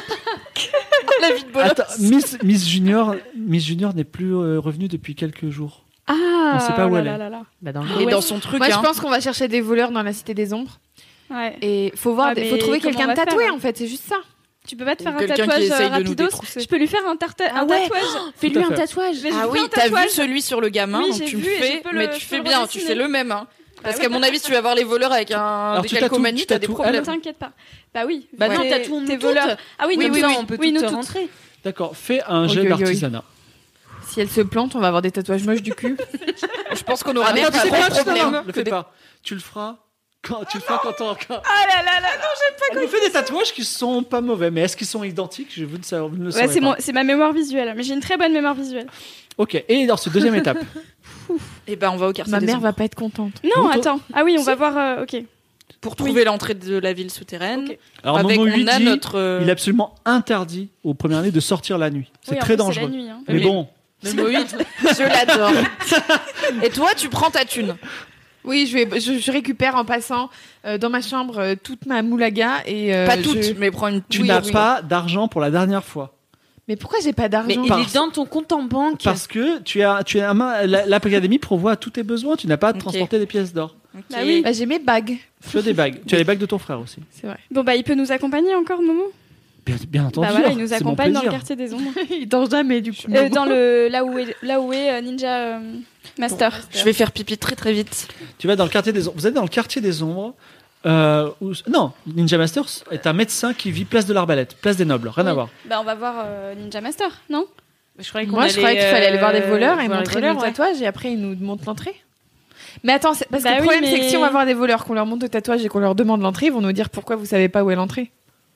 La vie de bolos. Attends, Miss Junior n'est plus revenue depuis quelques jours. Ah. On sait pas où oh elle là est. là là. Bah dans le Il est dans son truc. Moi, je hein. pense qu'on va chercher des voleurs dans la cité des ombres. Ouais. Et faut voir, Ah, mais faut trouver comment quelqu'un on de va tatoué faire, en fait, c'est juste ça. Tu peux pas te faire un Quelqu'un qui tatouage essaye de nous rapidos. détrousser. Je peux lui faire un Ah ouais. tatouage. Fais-lui Tout à un fait. tatouage. Mais je Ah lui oui, fais un t'as vu tatouage. celui sur le gamin, Oui, donc j'ai tu me vu et fais, je peux mais le- tu je fais peux le bien, tu redessiner. fais le même. Hein. Parce qu'à mon avis, si tu vas voir les voleurs avec un Alors, tu décalcomanie, t'as des tatoues problèmes. Ne t'inquiète pas. Bah oui. Bah non, T'es- tatouons-nous t'es toutes. voleur. Ah oui, Oui, nous oui, toutes. on peut Oui, nous toutes toutes. rentrer. D'accord, fais un Oi, jet oi, oi. d'artisanat. Si elle se plante, on va avoir des tatouages moches du cul. Je pense qu'on aura Ah, des non, tu sais vrais quoi, non, problèmes. non, le fais pas. Tu le feras quand tu le feras quand Ah là là là. Elle nous fait des tatouages qui sont pas mauvais, mais est-ce qu'ils sont identiques? Vous ne savez, vous ne le Ouais, saurez pas. c'est ma mémoire visuelle. Mais j'ai une très bonne mémoire visuelle. Ok, et dans cette deuxième étape, Et ben, on va au quartier Ma des mère ombres va pas être contente. Non, Vous, attends. Ah oui, on va voir. Ok. pour trouver l'entrée de la ville souterraine. Ok. alors Avec Momo on lui a dit, notre. il est absolument interdit aux premières années de sortir la nuit. C'est Oui, en très plus, dangereux. C'est la nuit. Hein. Mais Oui. bon, Le Moïse, je l'adore. Et toi, tu prends ta thune. Oui, je récupère en passant dans ma chambre toute ma moulaga et Pas toute, mais prends une. tu Oui, n'as oui. pas d'argent pour la dernière fois. Mais pourquoi j'ai pas Mais d'argent il est dans ton compte en banque. Parce que tu as un main, l'Académie pourvoit à tous tes besoins. Tu n'as pas à Ok. transporter des pièces d'or. Bah oui. Bah, j'ai mes bagues, Tu as des bagues. Tu as les bagues de ton frère aussi. c'est vrai. Bon bah il peut nous accompagner encore, Momo. Bien entendu. Bah voilà, il nous c'est mon accompagne dans le plaisir. quartier des ombres. Il dort jamais du coup. Dans le là où est Ninja Master. Je vais faire pipi très très vite. Tu vas dans le quartier des ombres. Vous êtes dans le quartier des ombres. Non, Ninja Master est un médecin qui vit place de l'Arbalète, place des Nobles. Rien à Oui. voir. Bah on va voir Ninja Master, non? Je croyais Moi, je croyais qu'il fallait aller voir des voleurs et voir les montrer voleurs, nos ouais. tatouages et après ils nous montrent l'entrée. Mais attends, parce Bah que le oui, problème mais- c'est que si on va voir des voleurs, qu'on leur montre le tatouage et qu'on leur demande l'entrée, ils vont nous dire pourquoi vous savez pas où est l'entrée.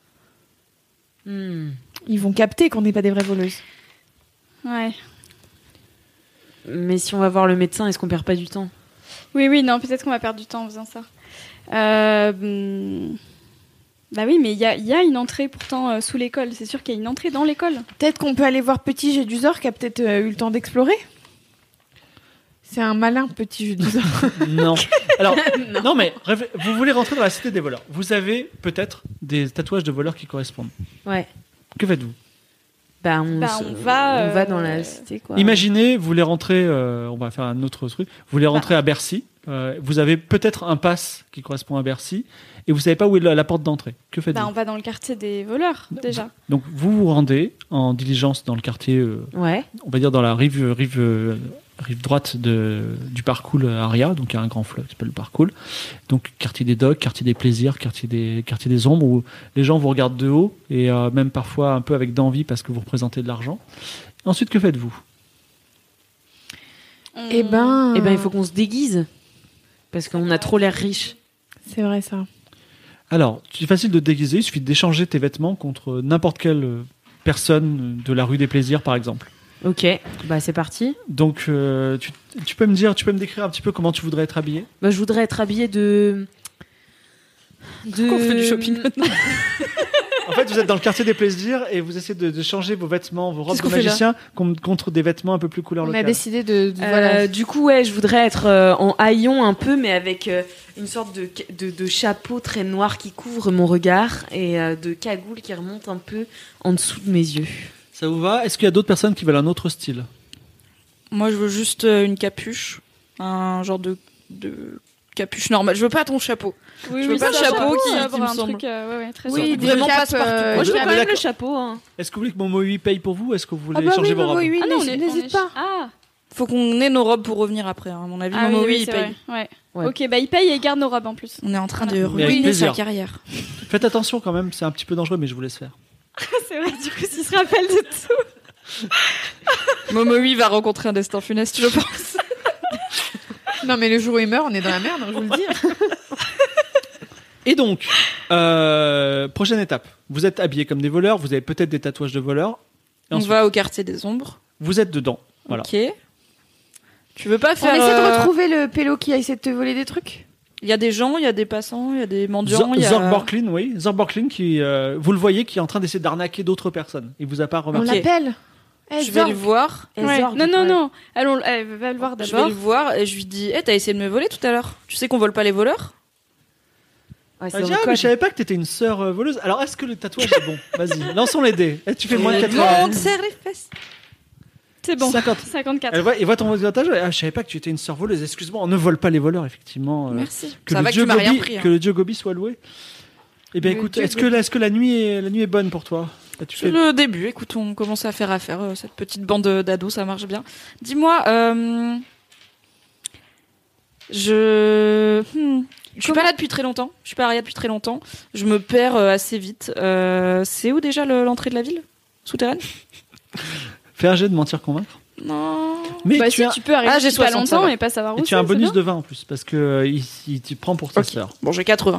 Hmm. Ils vont capter qu'on n'est pas des vraies voleuses. Ouais. Mais si on va voir le médecin, est-ce qu'on perd pas du temps? Oui, non, peut-être qu'on va perdre du temps en faisant ça. Bah oui, mais il y a une entrée pourtant sous l'école. C'est sûr qu'il y a une entrée dans l'école. Peut-être qu'on peut aller voir Petit Gédusor qui a peut-être eu le temps d'explorer. C'est un malin Petit Gédusor. Non. Alors, non, mais vous voulez rentrer dans la cité des voleurs. Vous avez peut-être des tatouages de voleurs qui correspondent. Ouais. Que faites-vous? Bah on va dans la cité quoi. Imaginez, vous voulez rentrer, on va faire un autre truc, vous voulez rentrer à Bercy, Vous avez peut-être un pass qui correspond à Bercy et vous savez pas où est la porte d'entrée. Que faites-vous? On va dans le quartier des voleurs, déjà. Donc vous vous rendez en diligence dans le quartier, Ouais. on va dire dans la rive droite du parcours Aria, donc il y a un grand fleuve qui s'appelle le parcours. Donc quartier des docks, quartier des plaisirs, quartier des ombres, où les gens vous regardent de haut et même parfois un peu avec d'envie parce que vous représentez de l'argent. Ensuite, que faites-vous? Eh ben, il faut qu'on se déguise. Parce qu'on a trop l'air riche. c'est vrai ça. Alors, c'est facile de te déguiser, il suffit d'échanger tes vêtements contre n'importe quelle personne de la rue des Plaisirs, par exemple. Ok, c'est parti. Donc, tu peux me décrire un petit peu comment tu voudrais être habillé? Je voudrais être habillée de... On fait du shopping maintenant. En fait, vous êtes dans le quartier des Plaisirs et vous essayez de changer vos vêtements, vos robes Qu'est-ce de qu'on fait là magicien contre des vêtements un peu plus couleur On locale. a décidé voilà. Du coup, je voudrais être en haillon un peu, mais avec une sorte de chapeau très noir qui couvre mon regard et de cagoule qui remonte un peu en dessous de mes yeux. Ça vous va? Est-ce qu'il y a d'autres personnes qui veulent un autre style? Moi, je veux juste une capuche. Un genre de capuche normale. Je veux pas ton chapeau. Oui, Je veux pas le chapeau qui me un semble. truc, très Oui, sobre. des Vraiment capes, passe-partout. Moi, je veux Ah, quand mais même le d'accord. chapeau. Hein. Est-ce que vous voulez que mon Mohui paye pour vous ou est-ce que vous voulez Ah bah changer oui, vos robes? oui, Ah non, n'hésite pas. Ah, Faut qu'on ait nos robes pour revenir après. À mon avis, ah Momo, oui, il c'est paye. vrai. Ouais. Ouais. Ok, il paye et il garde nos robes en plus. On est en train de Mais avec ruiner plaisir. sa carrière. Faites attention quand même, c'est un petit peu dangereux, mais je vous laisse faire. C'est vrai, du coup, s'il se rappelle de tout. Momo, lui, va rencontrer un destin funeste, je pense. Non mais le jour où il meurt, on est dans la merde, je vous le dis. Et donc, prochaine étape. Vous êtes habillés comme des voleurs, vous avez peut-être des tatouages de voleurs. Et On ensuite, va au quartier des ombres. vous êtes dedans. Voilà. Ok. Tu veux pas On faire... essaie de retrouver le pélo qui a essayé de te voler des trucs. Il y a des gens, il y a des passants, il y a des mendiants. il y a... Zorg Borklin, oui. Zorg Borklin, qui, vous le voyez, qui est en train d'essayer d'arnaquer d'autres personnes. Il vous a pas On remarqué. l'appelle. Je vais le voir. Ouais. Non. Allons, va le voir Je vais d'abord. le voir et je lui dis t'as essayé de me voler tout à l'heure. Tu sais qu'on vole pas les voleurs? Ouais, c'est Ah, dans tiens, le mais code. je savais pas que t'étais une sœur voleuse. Alors, est-ce que le tatouage est bon? Vas-y, lançons les dés. Est-ce que tu fais moins de 80? Monte, serre les fesses. C'est bon. 50. 54. Elle voit ton tatouage. Ah, je savais pas que tu étais une sœur voleuse. Excuse-moi, on ne vole pas les voleurs, effectivement. Merci. Que Ça le va que dieu tu m'as rien Gobi, pris. hein. que le dieu Gobi soit loué. Eh bien, Le écoute, dieu est-ce que la nuit est bonne pour toi? Tu C'est fais... le début. Écoute, on commence à faire affaire. Cette petite bande d'ados, ça marche bien. Dis-moi, je suis pas là depuis très longtemps. Je suis pas Aria depuis très longtemps. Je me perds assez vite. C'est où déjà l'entrée de la ville? Souterraine? Fais un jet de mentir convaincre. Non. Mais Bah, tu si as... tu peux arriver Ah, j'ai depuis pas 60, ça longtemps va. et pas savoir où Et tu as un c'est bonus bien. de 20 en plus, parce que il te prend pour ta Ok. sœur. Bon, j'ai 80.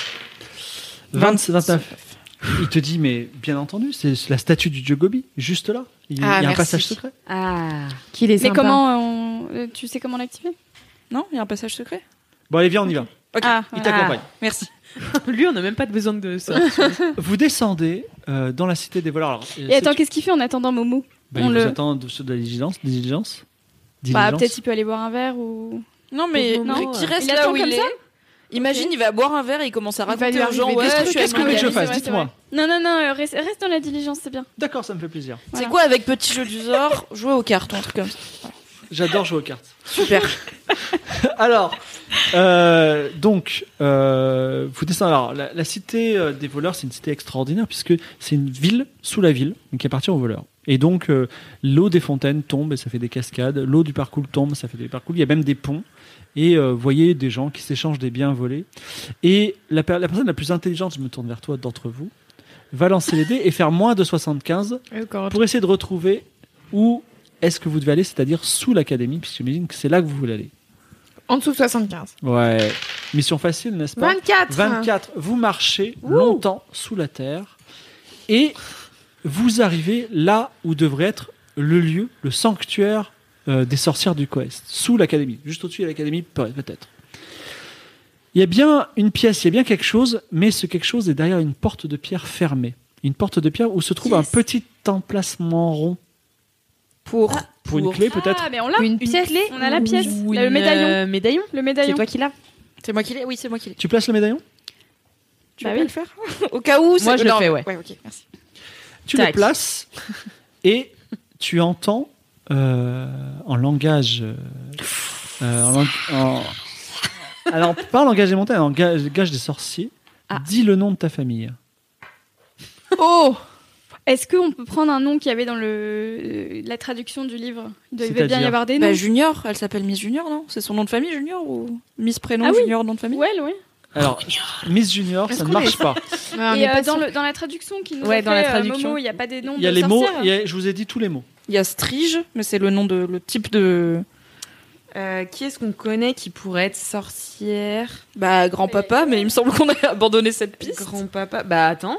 29. Il te dit, mais bien entendu, c'est la statue du dieu Gobi, juste là. Il y a un merci. passage secret. Ah. Qu'il est Mais sympa. comment tu sais comment l'activer? Non, il y a un passage secret. Bon, allez, viens, on y va. Ok. Ah, Il voilà. t'accompagne. Merci. Lui, on n'a même pas de besoin de ça. Vous descendez dans la cité des voleurs. Alors, Et attends, qu'est-ce qu'il fait en attendant Momo? il on vous le- attend de la diligence. Bah, peut-être il peut aller boire un verre ou. Non, mais Pauvre Momo, qui reste Il là attend où il comme est. ça Imagine, il va boire un verre et il commence à Il va raconter lui aux gens arriver ouais, des je trucs. suis Qu'est-ce que vous voulez que je avec fasse? c'est vrai, Dites-moi. Non, reste dans la diligence, c'est bien. D'accord, ça me fait plaisir. C'est quoi avec Petit Jeu du Zor? Jouer aux cartes ou un truc comme ça. J'adore jouer aux cartes. Super. Alors, donc, vous descendez. Alors, la cité des voleurs, c'est une cité extraordinaire puisque c'est une ville sous la ville, donc qui appartient aux voleurs. Et donc, l'eau des fontaines tombe et ça fait des cascades. L'eau du parcours tombe, ça fait des parcours. Il y a même des ponts. Et vous voyez des gens qui s'échangent des biens volés. Et la personne la plus intelligente, je me tourne vers toi d'entre vous, va lancer les dés et faire moins de 75 pour essayer de retrouver où est-ce que vous devez aller, c'est-à-dire sous l'académie, puisque j'imagine que c'est là que vous voulez aller. En dessous de 75. Ouais. Mission facile, n'est-ce pas? 24. 24. Vous marchez longtemps sous la terre et vous arrivez là où devrait être le lieu, le sanctuaire des sorcières du Coest, sous l'académie, juste au-dessus de l'académie, peut-être. Il y a bien une pièce, il y a bien quelque chose, mais ce quelque chose est derrière une porte de pierre fermée. Une porte de pierre où se trouve un petit emplacement rond. Pour Une clé, peut-être? Ah, mais on l'a. Une pièce. clé. On a la pièce. Ou Le une, médaillon. médaillon. Le médaillon. C'est toi qui l'as. C'est moi qui l'ai. Oui, c'est moi qui l'ai. Tu places le médaillon? Tu Bah veux oui. pas le faire? Au cas où. Moi, je le non, fais, ouais. Ouais, ok, merci. Tu Tac. le places et tu entends en langage Alors, pas langage des montagnes, langage des sorciers. Dis le nom de ta famille. Oh. Est-ce qu'on peut prendre un nom qu'il y avait dans la traduction du livre? Il devait C'est-à-dire bien y avoir des noms. Junior, elle s'appelle Miss Junior, non? C'est son nom de famille, Junior, ou Miss prénom, Ah oui. Junior, nom de famille? Ouais, oui. Alors, Miss Junior, ça ne marche pas. Et dans la traduction qui nous a fait, dans la traduction, Momo, il n'y a pas des noms Il y a de les mots, sorcières. je vous ai dit tous les mots. Il y a Strige, mais c'est le type de... Qui est-ce qu'on connaît qui pourrait être sorcière? Bah, grand-papa, mais il me semble qu'on a abandonné cette piste. Grand-papa. Bah, attends.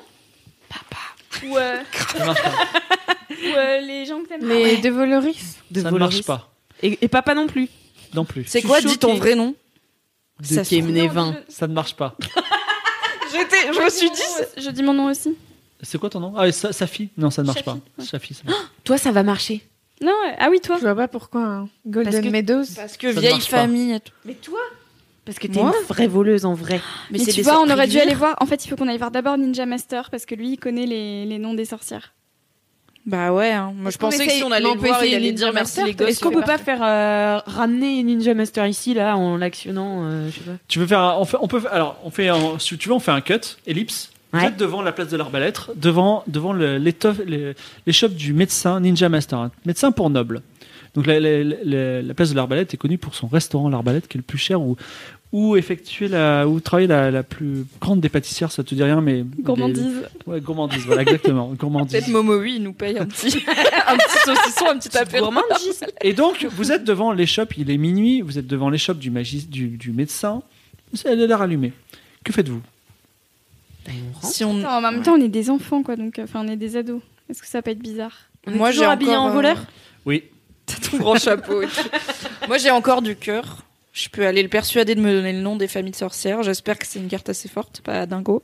Ou Ça marche pas. les gens que t'aimes. Les De Voloris. Ça ne marche pas. Et papa non plus. Non plus. C'est Je quoi, suis dis ton choquée. vrai nom? De Kemenevin. Ça ne marche pas. Je me suis dit... Je dis mon nom aussi. C'est quoi ton nom? Ah, Safi. Non, ça ne marche pas. Safi, ça marche. Toi, ça va marcher. Non, ah oui, toi. Je vois pas pourquoi. Hein. Golden Parce que- Meadows. Parce que Ça vieille marche pas. famille et tout. Mais toi? Parce que t'es Moi une vraie voleuse en vrai. Mais c'est tu des vois, on sorts aurait dû rivières. aller voir. En fait, il faut qu'on aille voir d'abord Ninja Master parce que lui, il connaît les noms des sorcières. Bah ouais, hein. Moi je qu'on pensais que essaye- si on allait mais on le peut voir, il essayer allait Ninja dire merci Master, les gosses. Est-ce qu'on peut pas faire ramener Ninja Master ici, là, en l'actionnant je sais pas. Tu veux faire, si tu veux, on fait un cut, ellipse. Vous Ouais. êtes devant la place de l'Arbalète, devant l'échoppe du médecin Ninja Master, un médecin pour nobles. Donc la place de l'Arbalète est connue pour son restaurant l'Arbalète, qui est le plus cher, où travailler la plus grande des pâtissières, ça te dit rien, mais Gourmandise. Ouais, gourmandise, voilà, exactement, gourmandise. Peut-être Momo, oui, il nous paye un petit saucisson, un petit apéro. Et donc, vous êtes devant l'échoppe, il est minuit, vous êtes devant l'échoppe du médecin, elle a l'air allumée. Que faites-vous? Si on... Attends, en même temps, on est des enfants, quoi. Donc, on est des ados. Est-ce que ça peut être bizarre? Moi, j'ai toujours habillé encore, en voleur. Oui. T'as ton grand chapeau et tout. Moi, j'ai encore du cœur. Je peux aller le persuader de me donner le nom des familles de sorcières. J'espère que c'est une carte assez forte, pas dingo.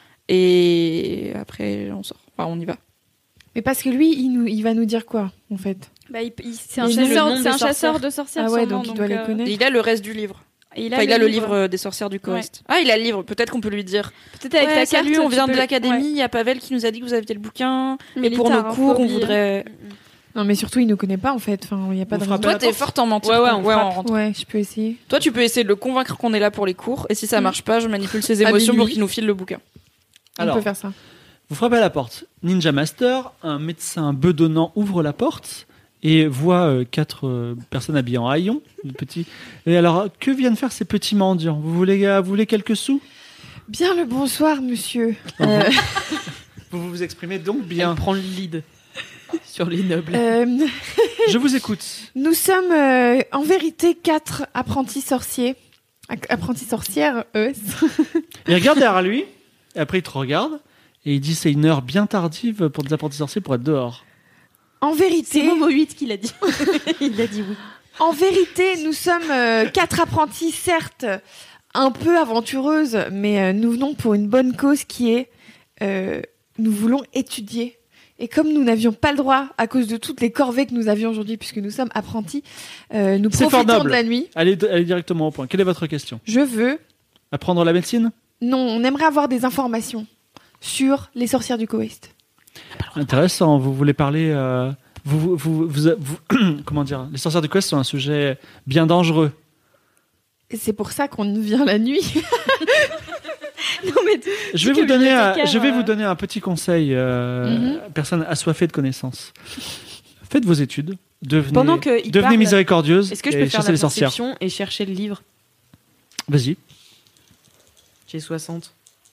Et après, on sort. Enfin, on y va. Mais parce que lui, il va nous dire quoi, en fait? Bah, c'est un Il dit le nom chasseur, des c'est un sorcières. chasseur de sorcières. Ah ouais, sûrement, donc il doit les connaître. Et il a le reste du livre. Et Il a le livre des sorcières du Coest. Ah, il a le livre. Peut-être qu'on peut lui dire. Peut-être avec Ouais, ta carte. salut, on tu vient peux de le- l'académie. ouais. Il y a Pavel qui nous a dit que vous aviez le bouquin. Mais Et pour Lita, nos hein, cours, faut on oublier. voudrait. Non, mais surtout, il nous connaît pas, en fait. Enfin, il y a pas Vous de frappez raison. Toi, t'es forte en mentir. Ouais, on frappe. rentre. Ouais, je peux essayer. Toi, tu peux essayer de le convaincre qu'on est là pour les cours. Et si ça marche pas, je manipule ses émotions minuit. pour qu'il nous file le bouquin. Alors, On peut faire ça. vous frappez à la porte. Ninja Master, un médecin bedonnant ouvre la porte et voit 4 personnes habillées en haillons, de petits. Et alors, que viennent faire ces petits mendiants? Vous voulez quelques sous? Bien le bonsoir, monsieur. Vous vous exprimez donc bien. Elle prend le lead sur les nobles. Je vous écoute. Nous sommes en vérité 4 apprentis sorciers. Apprentis sorcières, eux. Il regarde derrière lui, et après il te regarde, et il dit c'est une heure bien tardive pour des apprentis sorciers pour être dehors. En C'est vérité, Momo 8 qui l'a dit. Il a dit oui. en vérité, nous sommes 4 apprentis, certes, un peu aventureuses, mais nous venons pour une bonne cause qui est nous voulons étudier. Et comme nous n'avions pas le droit, à cause de toutes les corvées que nous avions aujourd'hui, puisque nous sommes apprentis, nous C'est fort profitons noble. de la nuit. Allez directement au point. Quelle est votre question? Je veux... Apprendre la médecine? Non, on aimerait avoir des informations sur les sorcières du Coest. Intéressant. Vous voulez parler. Comment dire? Les sorcières du Quest sont un sujet bien dangereux. Et c'est pour ça qu'on vient la nuit. Non, mais Je vais, que vous donner, bibliothécaire, je vais vous donner un petit conseil, personne assoiffée de connaissances. Faites vos études, Pendant qu'il devenez parle, miséricordieuse Est-ce que je et peux faire chassez la les sorcières. perception et chercher le livre? Vas-y, J'ai 60.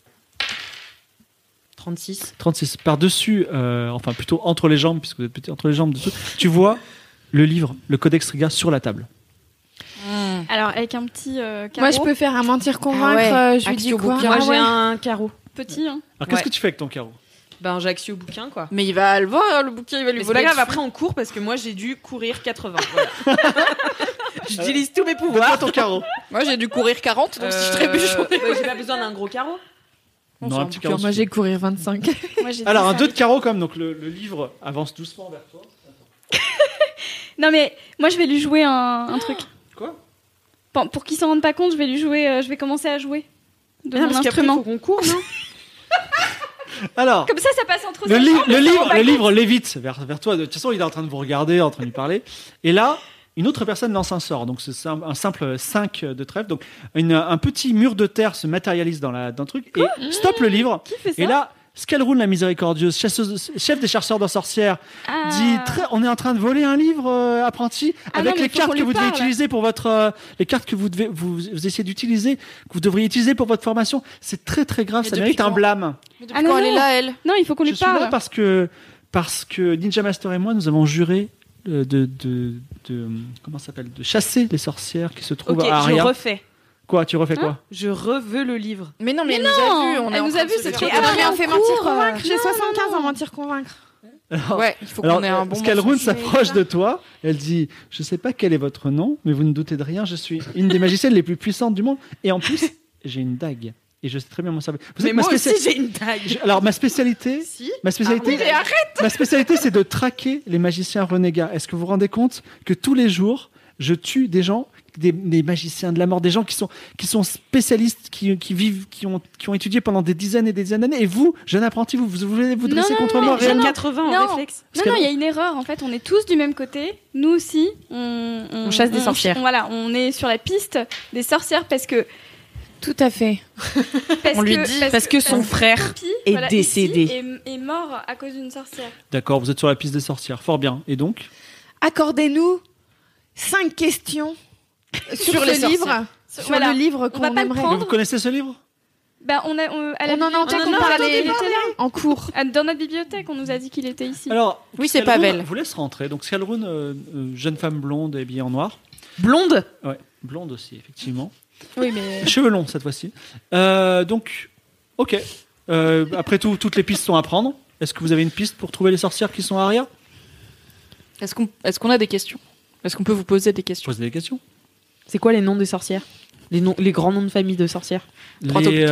36. 36. Par-dessus, enfin plutôt entre les jambes, puisque vous êtes petit, entre les jambes, dessous, tu vois le livre, le Codex Riga sur la table. alors, avec un petit carreau. Moi, je peux faire un mentir convaincre. Ah ouais, Je lui dis Axio quoi? bouquin. Moi, Ah j'ai ouais. un carreau. Petit, hein. Alors qu'est-ce Ouais. que tu fais avec ton carreau? Ben, j'ai accès au bouquin, quoi. Mais il va le voir, le bouquin, il va lui Mais c'est pas voler grave, dessus. après on court parce que moi j'ai dû courir 80. Voilà. J'utilise tous mes Donne-moi pouvoirs. ton carreau. Moi, j'ai dû courir 40, donc si je trébuche, j'en ai- bah, j'ai pas besoin d'un gros carreau. Non, un petit carreau. Moi, j'ai courir 25. Moi, j'ai Alors, un dit 2 ça. de carreau, comme donc le livre avance doucement vers toi. Non, mais moi, je vais lui jouer un truc. Quoi? Pour qu'il s'en rende pas compte, je vais lui jouer. Je vais commencer à jouer de Non, mon parce qu'après, il instrument. faut qu'on court, non? Alors, Comme ça passe entre le ses jambes, il s'en rend pas livre compte. lévite vers toi. De toute façon, il est en train de vous regarder, en train de lui parler. Et là, une autre personne lance un sort. Donc c'est un simple 5 de trèfle. Donc un petit mur de terre se matérialise dans le truc et stoppe le livre. Qui fait ça? Et là, Scalroun la miséricordieuse, chef des chasseurs de sorcières, dit on est en train de voler un livre, apprenti, avec les cartes que vous devez utiliser pour votre les cartes que vous essayez d'utiliser, que vous devriez utiliser pour votre formation. C'est très très grave, ça mérite un blâme. Mais depuis quand elle est là, elle? Non, il faut qu'on lui parle. Je suis là parce que Ninja Master et moi, nous avons juré de comment ça s'appelle, de chasser les sorcières qui se trouvent à Aria. Je refais. Quoi, tu refais quoi? Je reveux le livre. Mais non, mais elle nous a vus. Elle nous a vus, c'est trop Et après, on fait mentir-convaincre. J'ai 75 en mentir-convaincre. Ouais, il faut qu'on ait un bon Scalroun s'approche de toi. Elle dit, je sais pas quel est votre nom, mais vous ne doutez de rien. Je suis une des magiciennes les plus puissantes du monde. Et en plus, j'ai une dague. Et je sais très bien m'en servir. Mais moi aussi, j'ai une dague. Alors, ma spécialité, ma spécialité, c'est de traquer les magiciens renégats. Est-ce que vous vous rendez compte que tous les jours, je tue des gens, des magiciens de la mort, des gens qui sont spécialistes, qui vivent, qui ont étudié pendant des dizaines et des dizaines d'années. Et vous, jeune apprenti, vous voulez vous dresser contre moi réellement? 80 en réflexe. Non, il y a une erreur. En fait, on est tous du même côté. Nous aussi, on chasse des sorcières. Voilà, on est sur la piste des sorcières parce que. Tout à fait. On lui dit parce que son frère est décédé. Est mort à cause d'une sorcière. D'accord, vous êtes sur la piste des sorcières. Fort bien. Et donc? Accordez-nous 5 questions sur les ce livre. Sur le livre qu'on aimerait. Mais vous connaissez ce livre? On en a entendu parler en cours. Dans notre bibliothèque, on nous a dit qu'il était ici. Alors, oui, c'est Pavel. Vous laisse rentrer. Donc, Scalroun, jeune femme blonde habillée en noir. Blonde? Ouais, blonde aussi, effectivement. Oui, mais. Cheveux longs cette fois-ci. Donc, ok. Après tout, toutes les pistes sont à prendre. Est-ce que vous avez une piste pour trouver les sorcières qui sont à Aria? Est-ce qu'on a des questions? Est-ce qu'on peut vous poser des questions? Posez des questions. C'est quoi les noms des sorcières? Les grands noms de famille de sorcières? Les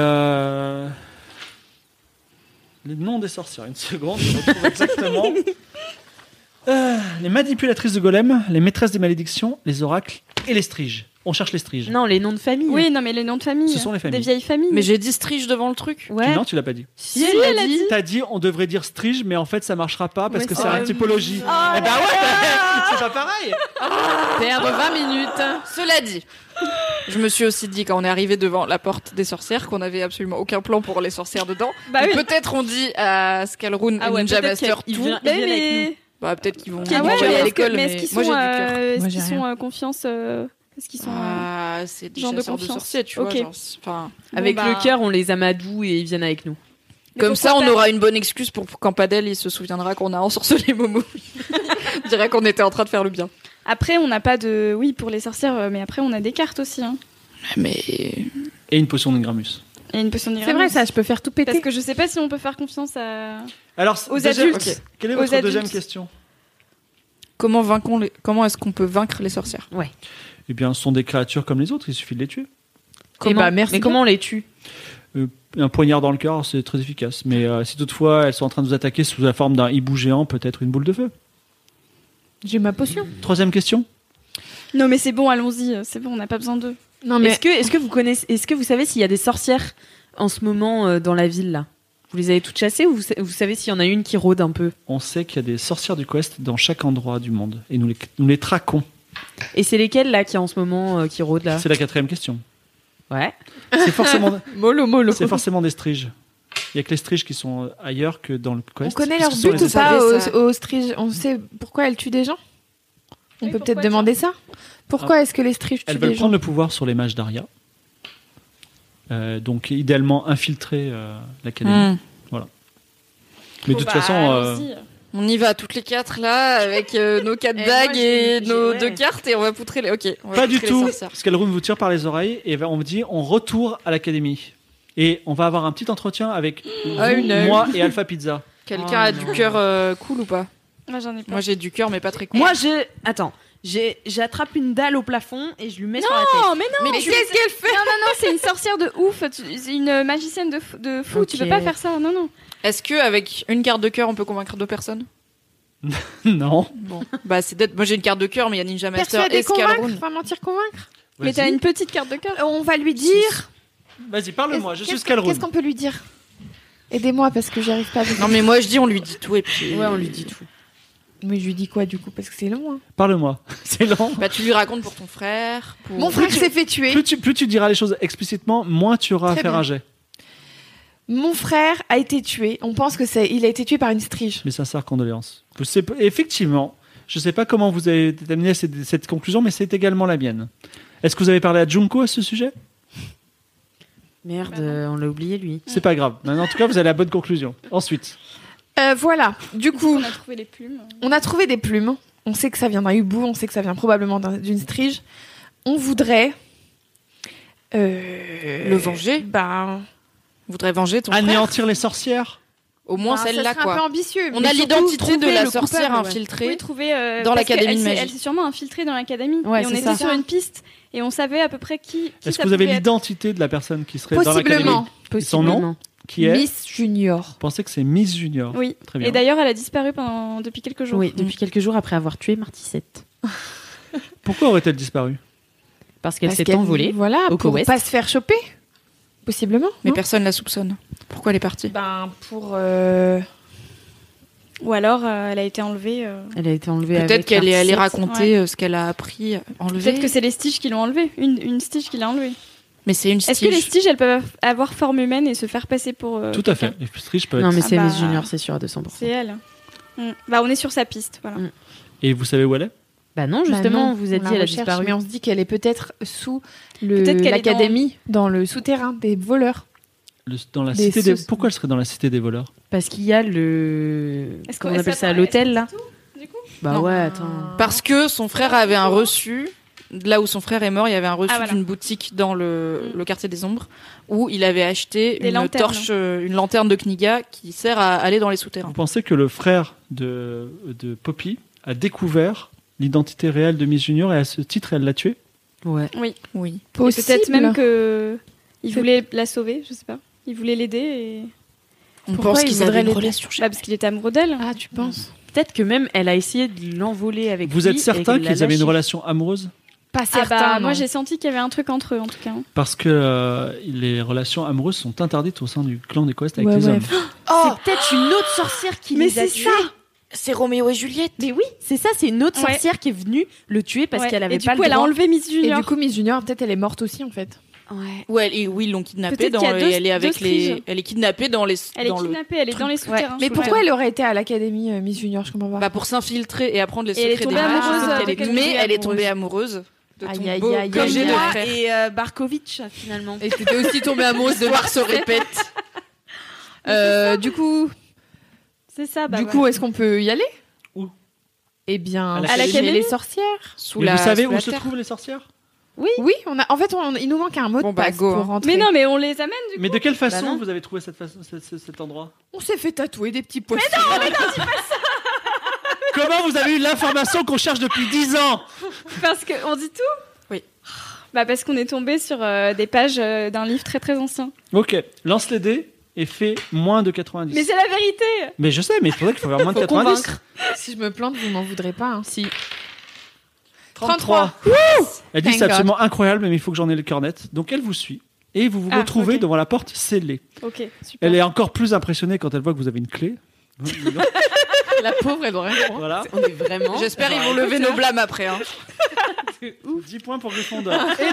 noms des sorcières. Une seconde, je retrouve exactement. Les manipulatrices de golem, les maîtresses des malédictions, les oracles et les striges. On cherche les striges. Non, les noms de famille. Oui, non, mais les noms de famille. Ce sont les familles. Des vieilles familles. Mais j'ai dit strige devant le truc. Ouais. Non, tu l'as pas dit. Si, elle a dit. T'as dit, on devrait dire strige, mais en fait, ça marchera pas parce que c'est une typologie. Oh eh ben ouais, c'est pas pareil. Perdre 20 minutes. Cela dit, je me suis aussi dit quand on est arrivé devant la porte des sorcières qu'on avait absolument aucun plan pour les sorcières dedans. Bah oui. Peut-être on dit à Scalroun et Ninja Master tout. Mais Bah peut-être qu'ils vont Ah ouais, aller à l'école, mais mais est-ce qu'ils moi sont, j'ai du cœur. est-ce qu'ils sont confiance est-ce qu'ils sont Ah, c'est des genre de chasseurs de confiance. sorciers, tu Ok. vois. Enfin, Avec Bon, le cœur, on les amadoue et ils viennent avec nous. Mais comme ça, on pourquoi pas aura une bonne excuse pour quand Padel il se souviendra qu'on a ensorcelé Momo. On dirait qu'on était en train de faire le bien. Après, on n'a pas de. Oui, pour les sorcières, mais après, on a des cartes aussi. Hein. Mais Et une potion d'Ingramus. Et une potion C'est vrai, ça, je peux faire tout péter. Parce que je sais pas si on peut faire confiance à. Alors, Aux deuxième- adultes. ok. Quelle est Aux votre adultes. deuxième question? comment est-ce qu'on peut vaincre les sorcières? Eh bien, ce sont des créatures comme les autres, il suffit de les tuer. Comment merci Mais bien. comment on les tue? Un poignard dans le cœur, c'est très efficace. Mais si toutefois elles sont en train de vous attaquer sous la forme d'un hibou géant, peut-être une boule de feu. J'ai ma potion. Troisième question. Non, mais c'est bon, allons-y. C'est bon, on n'a pas besoin d'eux. Non, mais Est-ce que vous savez s'il y a des sorcières en ce moment dans la ville là? Vous les avez toutes chassées ou vous savez s'il y en a une qui rôde un peu? On sait qu'il y a des sorcières du Quest dans chaque endroit du monde. Et nous les traquons. Et c'est lesquelles là qui en ce moment qui rôdent là? C'est la quatrième question. Ouais. C'est forcément, Mollo. c'est forcément des striges. Il n'y a que les striges qui sont ailleurs que dans le Quest. on connaît parce leur que ce sont but les ou pas savez ça. aux striges? On sait pourquoi elles tuent des gens? On Oui, peut peut-être pourquoi demander ça. Pourquoi est-ce que les striges tuent Elles des veulent gens? prendre le pouvoir sur les mages d'Aria. Donc, idéalement, infiltrer l'académie. Mais de toute façon, allons-y. On y va toutes les quatre là avec nos 4 dagues et nos 2 cartes et on va poutrer les. Ok. On va pas du poutrer les tout. sorcières. Scalroun vous tire par les oreilles et on vous dit on retourne à l'académie. Et on va avoir un petit entretien avec vous, moi et Alpha Pizza. Quelqu'un a du cœur cool ou pas? Moi, j'en ai pas. Moi j'ai du cœur mais pas très cool. Moi j'attrape une dalle au plafond et je lui mets sur la tête. Non, mais non, Mais qu'est-ce qu'elle fait? non, c'est une sorcière de ouf. C'est une magicienne de fou. Tu Ok. peux pas faire ça. Non. Est-ce que avec une carte de cœur on peut convaincre 2 personnes? Non. Bon, bah c'est dead. Moi j'ai une carte de cœur mais il y a Ninja Master Persuader, et Scalroun. convaincre, enfin mentir, convaincre. Mais t'as une petite carte de cœur. On va lui dire. Vas-y, parle-moi, je suis Qu'est-ce Scalroun. qu'on peut lui dire? Aidez-moi parce que j'y arrive pas. Non mais moi je dis on lui dit tout et puis. Ouais, on lui dit tout. Mais je lui dis quoi du coup parce que c'est long. Hein. Parle-moi. C'est long. Bah, tu lui racontes pour ton frère. Mon frère s'est fait tuer. Plus tu diras les choses explicitement, moins tu auras à Très faire bien. un jet. Mon frère a été tué. On pense que il a été tué par une strige. Mes sincères condoléances. Effectivement, je ne sais pas comment vous avez amené à cette conclusion, mais c'est également la mienne. Est-ce que vous avez parlé à Junko à ce sujet ? Merde, on l'a oublié lui. C'est pas grave. Mais en tout cas, vous avez la bonne conclusion. Ensuite. Voilà. Du coup, On a trouvé les plumes. on a trouvé des plumes. On sait que ça vient d'un hibou. On sait que ça vient probablement d'une strige. On voudrait Le venger. Bah, On voudrait venger ton frère. Anéantir les sorcières ? Au moins ça celle-là, serait un peu quoi. ambitieux. On mais a surtout l'identité de trouver la le sorcière coupable, ouais. infiltrée. Oui, trouver Dans parce l'académie de qu'elle magie. elle s'est sûrement infiltrée dans l'académie. Ouais, et on c'est était ça. sur une piste et on savait à peu près qui Est-ce ça que vous avez pouvait être. l'identité de la personne qui serait dans l'académie ? Possiblement. Son nom Qui est Miss Junior. Vous pensez que c'est Miss Junior ? Oui. Très bien. Et d'ailleurs, elle a disparu depuis quelques jours. Oui, depuis quelques jours après avoir tué Martissette. Pourquoi aurait-elle disparu ? Parce qu'elle Parce s'est qu'elle- envolée. Voilà, au pour Koweït. pas se faire choper. Possiblement. Mais non personne la soupçonne. Pourquoi elle est partie? Ben, pour. Ou alors, elle a été enlevée. Elle a été enlevée Peut-être avec qu'elle est allée Martissette. raconter ce qu'elle a appris, enlever. Peut-être que c'est les Styges qui l'ont enlevée. Une Stige qui l'a enlevée. Mais c'est une Est-ce que les Styges, elles peuvent avoir forme humaine et se faire passer pour. Tout à fait. quelqu'un Et Strige peut Non, être... mais c'est Ah Miss bah, Junior, c'est sûr, à 200%. C'est elle. Bah, on est sur sa piste, voilà. Et vous savez où elle est ? Bah non, Bah justement, non, on vous a on dit la elle a recherche, disparu. Mais on se dit qu'elle est peut-être sous Peut-être qu'elle est l'académie, dans le souterrain des voleurs. Dans la Des cité des... sauces. Pourquoi elle serait dans la cité des voleurs ? Parce qu'il y a le... Est-ce Comment qu'on- on appelle est-ce ça, qu'elle- l'hôtel, là est-ce que c'est tout, du coup Bah Non. ouais, attends. Parce que son frère avait un reçu. Là où son frère est mort, il y avait un reçu Ah, voilà. d'une boutique dans le quartier des Ombres où il avait acheté Des une lanternes. torche, une lanterne de Kniga qui sert à aller dans les souterrains. Vous pensez que le frère de Poppy a découvert l'identité réelle de Miss Junior et à ce titre, elle l'a tuée ? Ouais. Oui. Oui. Et peut-être Possible. même que il C'est- voulait la sauver, je sais pas. Il voulait l'aider et On Pourquoi pense il qu'ils voudrait avaient une l'aider relation. bah, parce qu'il était amoureux d'elle. Ah, tu penses Peut-être que même elle a essayé de l'envoler avec Vous lui. êtes certain et qu'elle l'a qu'ils avaient une lâché. relation amoureuse ? Pas Ah certain. bah non. moi j'ai senti qu'il y avait un truc entre eux en tout cas. Parce que les relations amoureuses sont interdites au sein du clan des Quest avec Ouais, les ouais. hommes. C'est peut-être une autre sorcière qui Mais les a c'est tués. ça. C'est Roméo et Juliette. Mais oui, c'est ça, c'est une autre Ouais. sorcière qui est venue le tuer parce Ouais. qu'elle avait et du pas coup le elle a droit. enlevé Miss Et Junior. du coup, Miss Junior, peut-être elle est morte aussi en fait. Ouais. Ouais, oui, ils l'ont kidnappée. Peut-être qu'il y a Elle est avec deux les. striges. Elle est kidnappée dans les. Elle est dans le- kidnappée, elle est dans les souterrains. Mais sous pourquoi le- elle aurait été à l'académie Miss Junior Je comprends pas. Bah pour s'infiltrer et apprendre les Et elle est secrets des tombée mages. amoureuse Elle de est- quelqu'un. Mais elle est tombée amoureuse de ton Aïe, aïe, beau aïe, comme aïe, j'ai de aïe. frères. Et Barkovitch finalement. Et t'étais aussi tombée amoureuse de L'histoire se répète. Du coup, C'est ça. Bah, du ouais. coup, est-ce qu'on peut y aller Où Eh bien, À chez l'académie les sorcières. Sous Mais la. vous savez sous où la se terre. trouvent les sorcières ? Oui, il nous manque un mot Bon, de bah, passe go, pour hein. rentrer. Mais non, mais on les amène du coup. Mais de quelle façon non. vous avez trouvé cet endroit ? On s'est fait tatouer des petits poissons. Comment vous avez eu l'information qu'on cherche depuis 10 ans ? Parce qu'on dit tout. Oui. Bah parce qu'on est tombé sur des pages d'un livre très très ancien. Ok, lance les dés et fais moins de 90. Mais c'est la vérité. Mais je sais, mais il faudrait qu'il faut faire moins de Faut 90. convaincre. Si je me plante, vous m'en voudrez pas. Hein. Si. 33. Elle dit Thank c'est absolument incroyable, mais il faut que j'en ai le cœur net. Donc elle vous suit. Et vous vous Ah, retrouvez ok. devant la porte scellée. Ok, super. Elle est encore plus impressionnée quand elle voit que vous avez une clé. La pauvre, elle doit rien comprendre. Voilà. On est vraiment. J'espère qu'ils vont lever nos blâmes après. Hein. 10 points pour Gryffondor. Et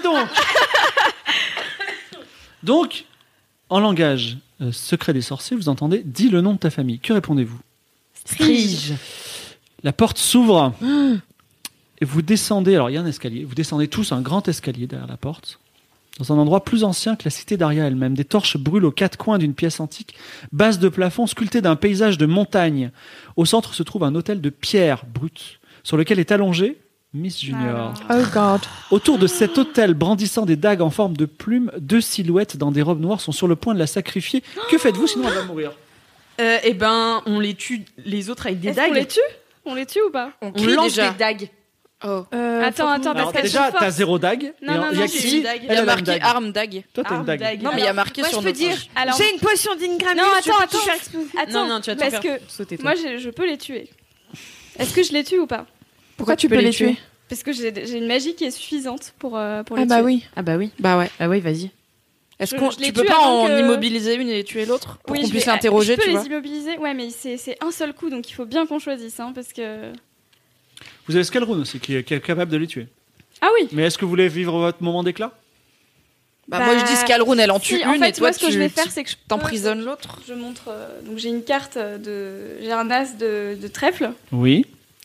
donc, en langage secret des sorciers, vous entendez « Dis le nom de ta famille ». Que répondez-vous ? Strige. La porte s'ouvre et vous descendez. Alors, il y a un escalier. Vous descendez tous un grand escalier derrière la porte, dans un endroit plus ancien que la cité d'Aria elle-même. Des torches brûlent aux quatre coins d'une pièce antique, base de plafond, sculptée d'un paysage de montagne. Au centre se trouve un autel de pierre brute, sur lequel est allongée Miss Junior. Oh God. Autour de cet autel, brandissant des dagues en forme de plumes, deux silhouettes dans des robes noires sont sur le point de la sacrifier. Que faites-vous sinon elle va mourir ? Eh ben, on les tue les autres avec des Est-ce qu'on dagues. les tue On les tue ou pas On On crie lance déjà. des dagues. Oh. Attends, Alors parce qu'elles déjà, sont fortes. t'as 0 dague. Non, et non, il y a non, qui j'ai Il une dague. y a Elle a une marqué dague. arme dague. Toi, t'as une Arme dague. dague. Non, mais il y a marqué Moi, sur je peux notre dire, torche. Alors- j'ai une potion d'Ingramus. Non, je peux attends. tout faire exploser. Attends, non, tu vas te parce faire que sauter, toi. moi je peux les tuer. Est-ce que je les tue ou pas Pourquoi tu peux les tuer Parce que j'ai une magie qui est suffisante pour les Ah bah tuer. oui. Ah bah oui. Bah ouais. Ah oui, vas-y. Est-ce Je qu'on les tu peux tue pas avant en que- immobiliser une et tuer l'autre pour qu'on je puisse vais- l'interroger, je peux tu vois? les immobiliser, ouais, mais c'est un seul coup, donc il faut bien qu'on choisisse, hein, parce que. Vous avez Scalrune aussi qui est capable de les tuer. Ah oui. Mais est-ce que vous voulez vivre votre moment d'éclat? Bah, moi je dis Scalrune, elle en tue si, une en fait, et toi moi, ce que je vais faire, c'est que je t'emprisonnes l'autre. Je montre. Donc j'ai une carte j'ai un as de trèfle. Oui.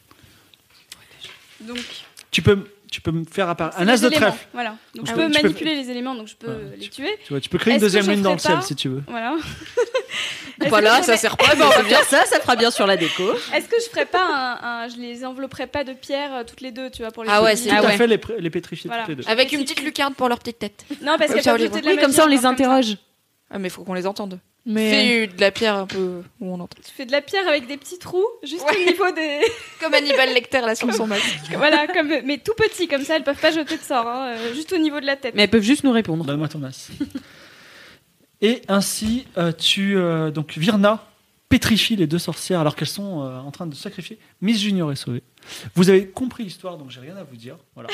Donc. Tu peux me faire apparaître c'est un as les de éléments, trèfle. Voilà. Donc Ah je peux oui, tu peux- manipuler les éléments, donc je peux les tuer. Tu peux créer une Est-ce que deuxième je lune dans le ferais ciel pas- si tu veux. Voilà. Voilà, ça sert pas, mais on va faire ça fera bien sur la déco. Est-ce que je ferais pas je les envelopperais pas de pierre toutes les deux, tu vois, pour les Ah ouais, choisir c'est Tout à ouais. fait les pétrifier Voilà. toutes les deux. Avec une petite lucarne pour leur petite tête. Non, parce Comme qu'elles ça, on peuvent les jeter de voit. la Oui, comme magie ça on les encore comme ça. interroge. Ah mais faut qu'on les entende. Mais Fais de la pierre un peu où on entend. Tu fais de la pierre avec des petits trous, juste Ouais. au niveau des. Comme Hannibal Lecter là sur son masque. Voilà, mais tout petit, comme ça, elles peuvent pas jeter de sort, hein, juste au niveau de la tête. Mais elles peuvent juste nous répondre. Donne-moi ton as. Et ainsi, donc Virna pétrifie les deux sorcières alors qu'elles sont en train de sacrifier. Miss Junior est sauvée. Vous avez compris l'histoire, donc j'ai rien à vous dire. Voilà.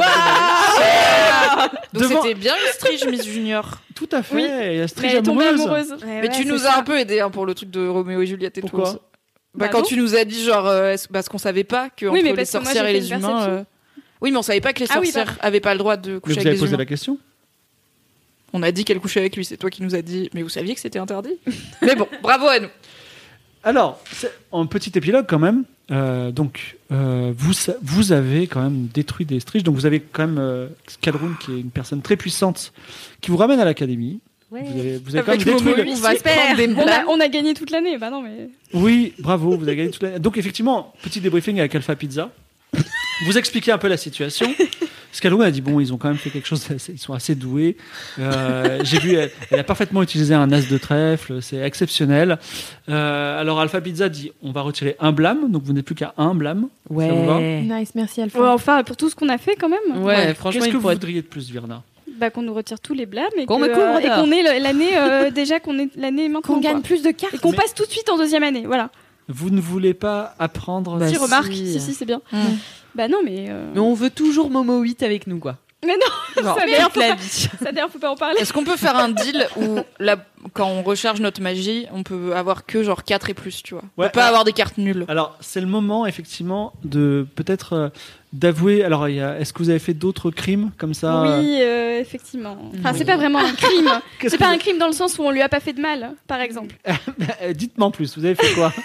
Donc Devant- c'était bien une strige Miss Junior. Tout à fait. Oui. Il y a Mais Strige elle est tombée amoureuse. amoureuse. Mais tu nous as un peu aidé hein, pour le truc de Roméo et Juliette et Pourquoi tout. Bah Quand non. tu nous as dit genre parce qu'on savait pas que Oui, entre mais les parce que moi, sorcières j'ai et fait les une humains. perception. Oui, mais on savait pas que les Ah oui, sorcières avaient pas le droit de Mais coucher vous avec avez les posé humains. la question. On a dit qu'elle couchait avec lui, c'est toi qui nous as dit. Mais vous saviez que c'était interdit. Mais bon, bravo à nous. Alors, en petit épilogue quand même. Vous avez quand même détruit des striges. Donc vous avez quand même Scalrune qui est une personne très puissante qui vous ramène à l'académie. Vous avez quand même Avec détruit. Momo, on va se prendre des blâmes. On a gagné toute l'année, bah non, mais. Oui, bravo, vous avez gagné toute la... Donc effectivement, petit débriefing avec Alpha Pizza. Vous expliquez un peu la situation. Scalrune a dit bon, ils ont quand même fait quelque chose, ils sont assez doués. J'ai vu, elle a parfaitement utilisé un as de trèfle, c'est exceptionnel. Alors Alpha Pizza dit on va retirer un blâme, donc vous n'êtes plus qu'à un blâme. Ça vous va nice, merci Alpha. Ouais, enfin, pour tout ce qu'on a fait quand même. Ouais, franchement, Qu'est-ce que il vous pourrait voudriez de plus, Virna? Bah, qu'on nous retire tous les blâmes et Qu'on me couvre et d'or. qu'on ait l'année déjà qu'on ait l'année maintenant. Qu'on gagne quoi. plus de cartes. Et qu'on passe tout de suite en deuxième année, voilà. Vous ne voulez pas apprendre Bah, Si, remarque, si. si, c'est bien. Mm. Bah non, mais. Mais on veut toujours Momo 8 avec nous, quoi. Mais non, Genre, ça d'ailleurs, toute la vie. ça d'ailleurs, faut pas en parler. Est-ce qu'on peut faire un deal où quand on recharge notre magie, on peut avoir que genre 4 et plus, tu vois. On Ouais, peut pas avoir des cartes nulles. Alors, c'est le moment, effectivement, de peut-être d'avouer. Alors, est-ce que vous avez fait d'autres crimes comme ça Oui, effectivement. Enfin, c'est pas vraiment un crime. Qu'est-ce C'est que pas vous- un crime dans le sens où on lui a pas fait de mal, par exemple. Dites-moi en plus, vous avez fait quoi?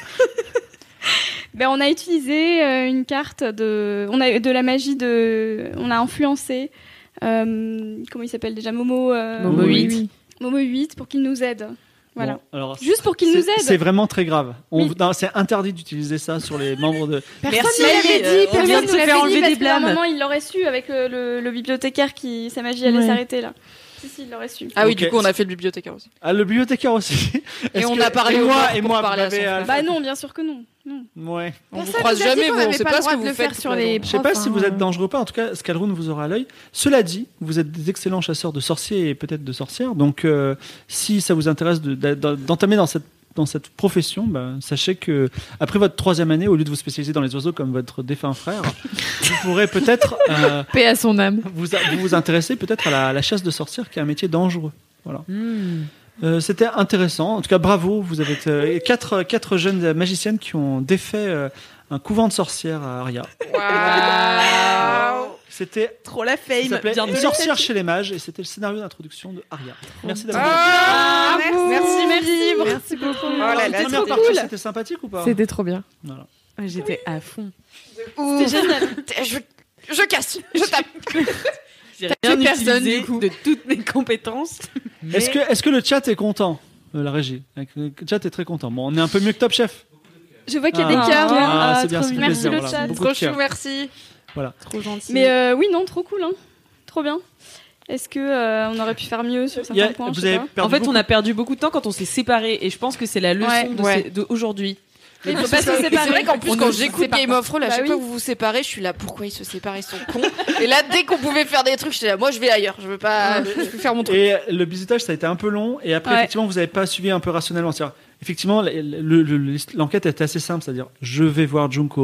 Ben, on a utilisé une carte on a de la magie on a influencé, comment il s'appelle déjà, Momo 8. Momo 8 pour qu'il nous aide. Voilà. Bon, alors, Juste pour qu'il nous aide. c'est vraiment très grave. Oui. Non, c'est interdit d'utiliser ça sur les membres de. Personne Merci, ne l'avait dit, on vient de Personne se nous faire l'avait enlever dit des parce qu'à un blâmes. moment, il l'aurait su avec le bibliothécaire sa magie allait Ouais. s'arrêter là. Si, il l'aurait su. Ah oui, Ok. du coup, on a fait le bibliothécaire aussi. Ah, le bibliothécaire aussi. Et Est-ce on que- a parlé et au moi, mort et pour moi, parler à vous avez, son frère. Bah non, bien sûr que non. Non. Ouais. On vous Personne croise nous a dit jamais, qu'on vous, on avait sait pas pas le ce que droit de vous le faire faites. sur les Je sais pas profs, si vous hein. êtes dangereux ou pas. En tout cas, Scalrune vous aura à l'œil. Cela dit, vous êtes des excellents chasseurs de sorciers et peut-être de sorcières. Donc, si ça vous intéresse d'entamer dans cette profession, bah, sachez que après votre 3e année, au lieu de vous spécialiser dans les oiseaux comme votre défunt frère, vous pourrez peut-être Paix à son âme. vous intéresser peut-être à la chasse de sorcières, qui est un métier dangereux. Voilà. Hmm. C'était intéressant. En tout cas, bravo. Vous avez quatre jeunes magiciennes qui ont défait un couvent de sorcières à Aria. Waouh. C'était Trop la ça fame. s'appelait Bientôt Une les sorcière fêtes. chez les mages et c'était le scénario d'introduction de Aria. Merci d'avoir Ah, Merci, libre. Merci beaucoup. Oh là là, La première c'était partie, c'était sympathique ou pas? C'était trop bien. Voilà. Ouais, j'étais à fond. C'était génial. Je casse, je tape. J'ai T'as rien tué personne, utilisé du coup. de toutes mes compétences. Mais Est-ce que le chat est content? La régie. Le chat est très content. Bon, on est un peu mieux que Top Chef. Je vois qu'il y a Ah. des cœurs. Ah, c'est trop bien, ça fait mignon. plaisir. Merci le Voilà. chat. Beaucoup Trop de cœur. chou, merci. trop gentil. Mais oui, non, trop cool, hein. Trop bien. Est-ce que on aurait pu faire mieux sur certains points, je Vous sais avez pas. perdu En fait, beaucoup. on a perdu beaucoup de temps quand on s'est séparés et je pense que c'est la leçon Ouais. d'aujourd'hui. Mais il faut pas se C'est séparer. vrai qu'en plus, On quand ne j'écoute sépare Game pas. of Thrones, à Bah chaque oui. fois que vous vous séparez, je suis là, pourquoi ils se séparent, ils sont cons. Et là, dès qu'on pouvait faire des trucs, j'étais là, moi je vais ailleurs, je veux pas, je veux faire mon truc. Et le bisutage, ça a été un peu long. Et après, Ouais. effectivement, vous n'avez pas suivi un peu rationnellement. C'est-à-dire, effectivement, l'enquête était assez simple. C'est-à-dire, je vais voir Junko.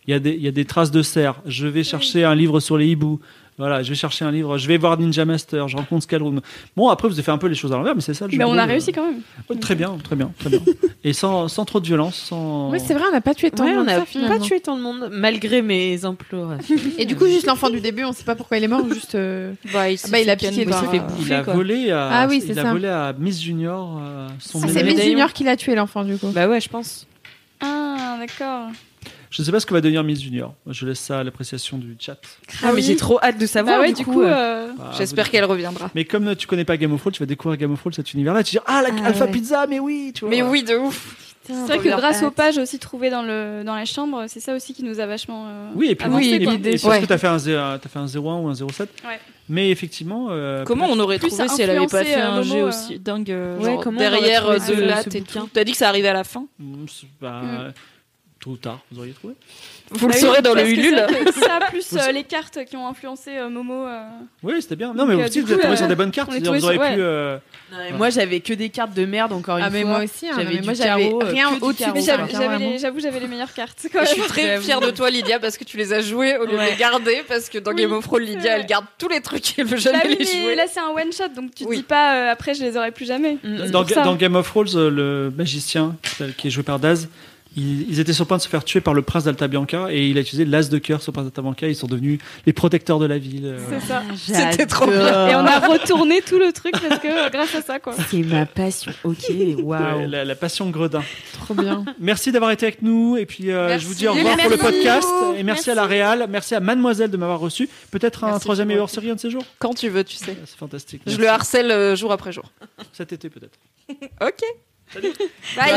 il y a des traces de cerf. Je vais chercher un livre sur les hiboux. Voilà, je vais chercher un livre. Je vais voir Ninja Master. Je rencontre Scalroom. Bon, après, vous avez fait un peu les choses à l'envers, mais c'est ça le jeu. Mais de on a rôle. réussi quand même. Ouais, très bien. Et sans trop de violence, sans. Oui, c'est vrai, on n'a pas tué tant de Ouais, monde. on n'a ça, finalement. pas tué tant de monde, malgré mes implorations. Et du coup, juste l'enfant du début, on sait pas pourquoi il est mort, juste. Bah, il a piqué le bras. Il a volé à. Ah oui, c'est il a ça. volé à Miss Junior son C'est médaillon. Miss Junior qui l'a tué, l'enfant, du coup. Bah ouais, je pense. Ah, d'accord. Je ne sais pas ce que va devenir Miss Junior. Je laisse ça à l'appréciation du chat. Ah, mais j'ai trop hâte de savoir. Bah ouais, du coup, Bah, J'espère vous- qu'elle reviendra. Mais comme tu connais pas Game of Thrones, tu vas découvrir Game of Thrones, cet univers-là. Tu vas dire Alpha ouais. Pizza, mais oui, tu vois. Mais oui, de ouf. c'est vrai que grâce aux pages aussi trouvées dans la chambre, c'est ça aussi qui nous a vachement. Oui, et puis avancé, et quoi. puis- et c'est parce que t'as fait un 01 ou un 07. Ouais. Mais effectivement. Comment on aurait Plus trouvé ça si elle avait pas influencé, fait un Momo, jet aussi dingue Ouais, genre comment on derrière aurait trouvé de ce latte et bouquin tout. T'as dit que ça arrivait à la fin. Tôt ou tard, vous auriez trouvé. Vous le Bah oui, saurez dans le parce que Ulule. c'est vrai que ça, plus les cartes qui ont influencé Momo. Oui, c'était bien. Non, mais Donc, aussi, du vous êtes coup, tombé sur des bonnes cartes. on est C'est-à-dire, vous tombé auriez sur- pu. Non, mais moi, j'avais que des cartes de merde, encore une Ah, fois. mais moi aussi, hein, J'avais mais du moi, j'avais carreau, rien que du au-dessus carreau, Mais de ça. quoi. j'avoue, j'avais les meilleures cartes. Je suis très fière de toi, Lydia, parce que tu les as jouées au lieu de Ouais. les garder. Parce que dans Oui, Game of Thrones, c'est Lydia, vrai. elle garde tous les trucs, elle veut Bah jamais oui, les mais jouer. là c'est un one shot, donc tu te Oui. dis pas après je les aurai plus jamais. C'est Dans, pour ça. dans Game of Thrones, le magicien qui est joué par Daz, ils étaient sur le point de se faire tuer par le prince d'Alta Bianca et il a utilisé l'as de cœur sur le prince d'Alta Bianca. Ils sont devenus les protecteurs de la ville. C'est ça. C'était trop bien. Et on a retourné tout le truc parce que grâce à ça quoi. C'est ma passion. Ok, waouh. Ouais, la passion Gredin. Trop bien. Merci d'avoir été avec nous et puis je vous dis au revoir pour le podcast et merci à la Réal, merci à Mademoiselle de m'avoir reçu. Peut-être un Merci, troisième Thibaut. hors série un de ces jours. Quand tu veux, tu sais. C'est fantastique. Je Merci. le harcèle jour après jour. Cet été peut-être. Ok. Bye.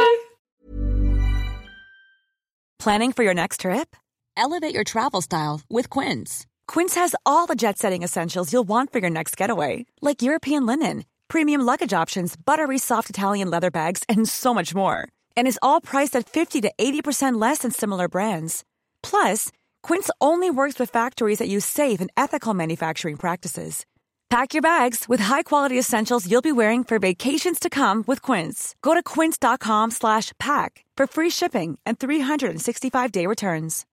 Planning for your next trip? Elevate your travel style with Quince. Quince has all the jet-setting essentials you'll want for your next getaway, like European linen, premium luggage options, buttery soft Italian leather bags, and so much more. And is all priced at 50 to 80% less than similar brands. Plus, Quince only works with factories that use safe and ethical manufacturing practices. Pack your bags with high-quality essentials you'll be wearing for vacations to come with Quince. Go to quince.com/pack for free shipping and 365-day returns.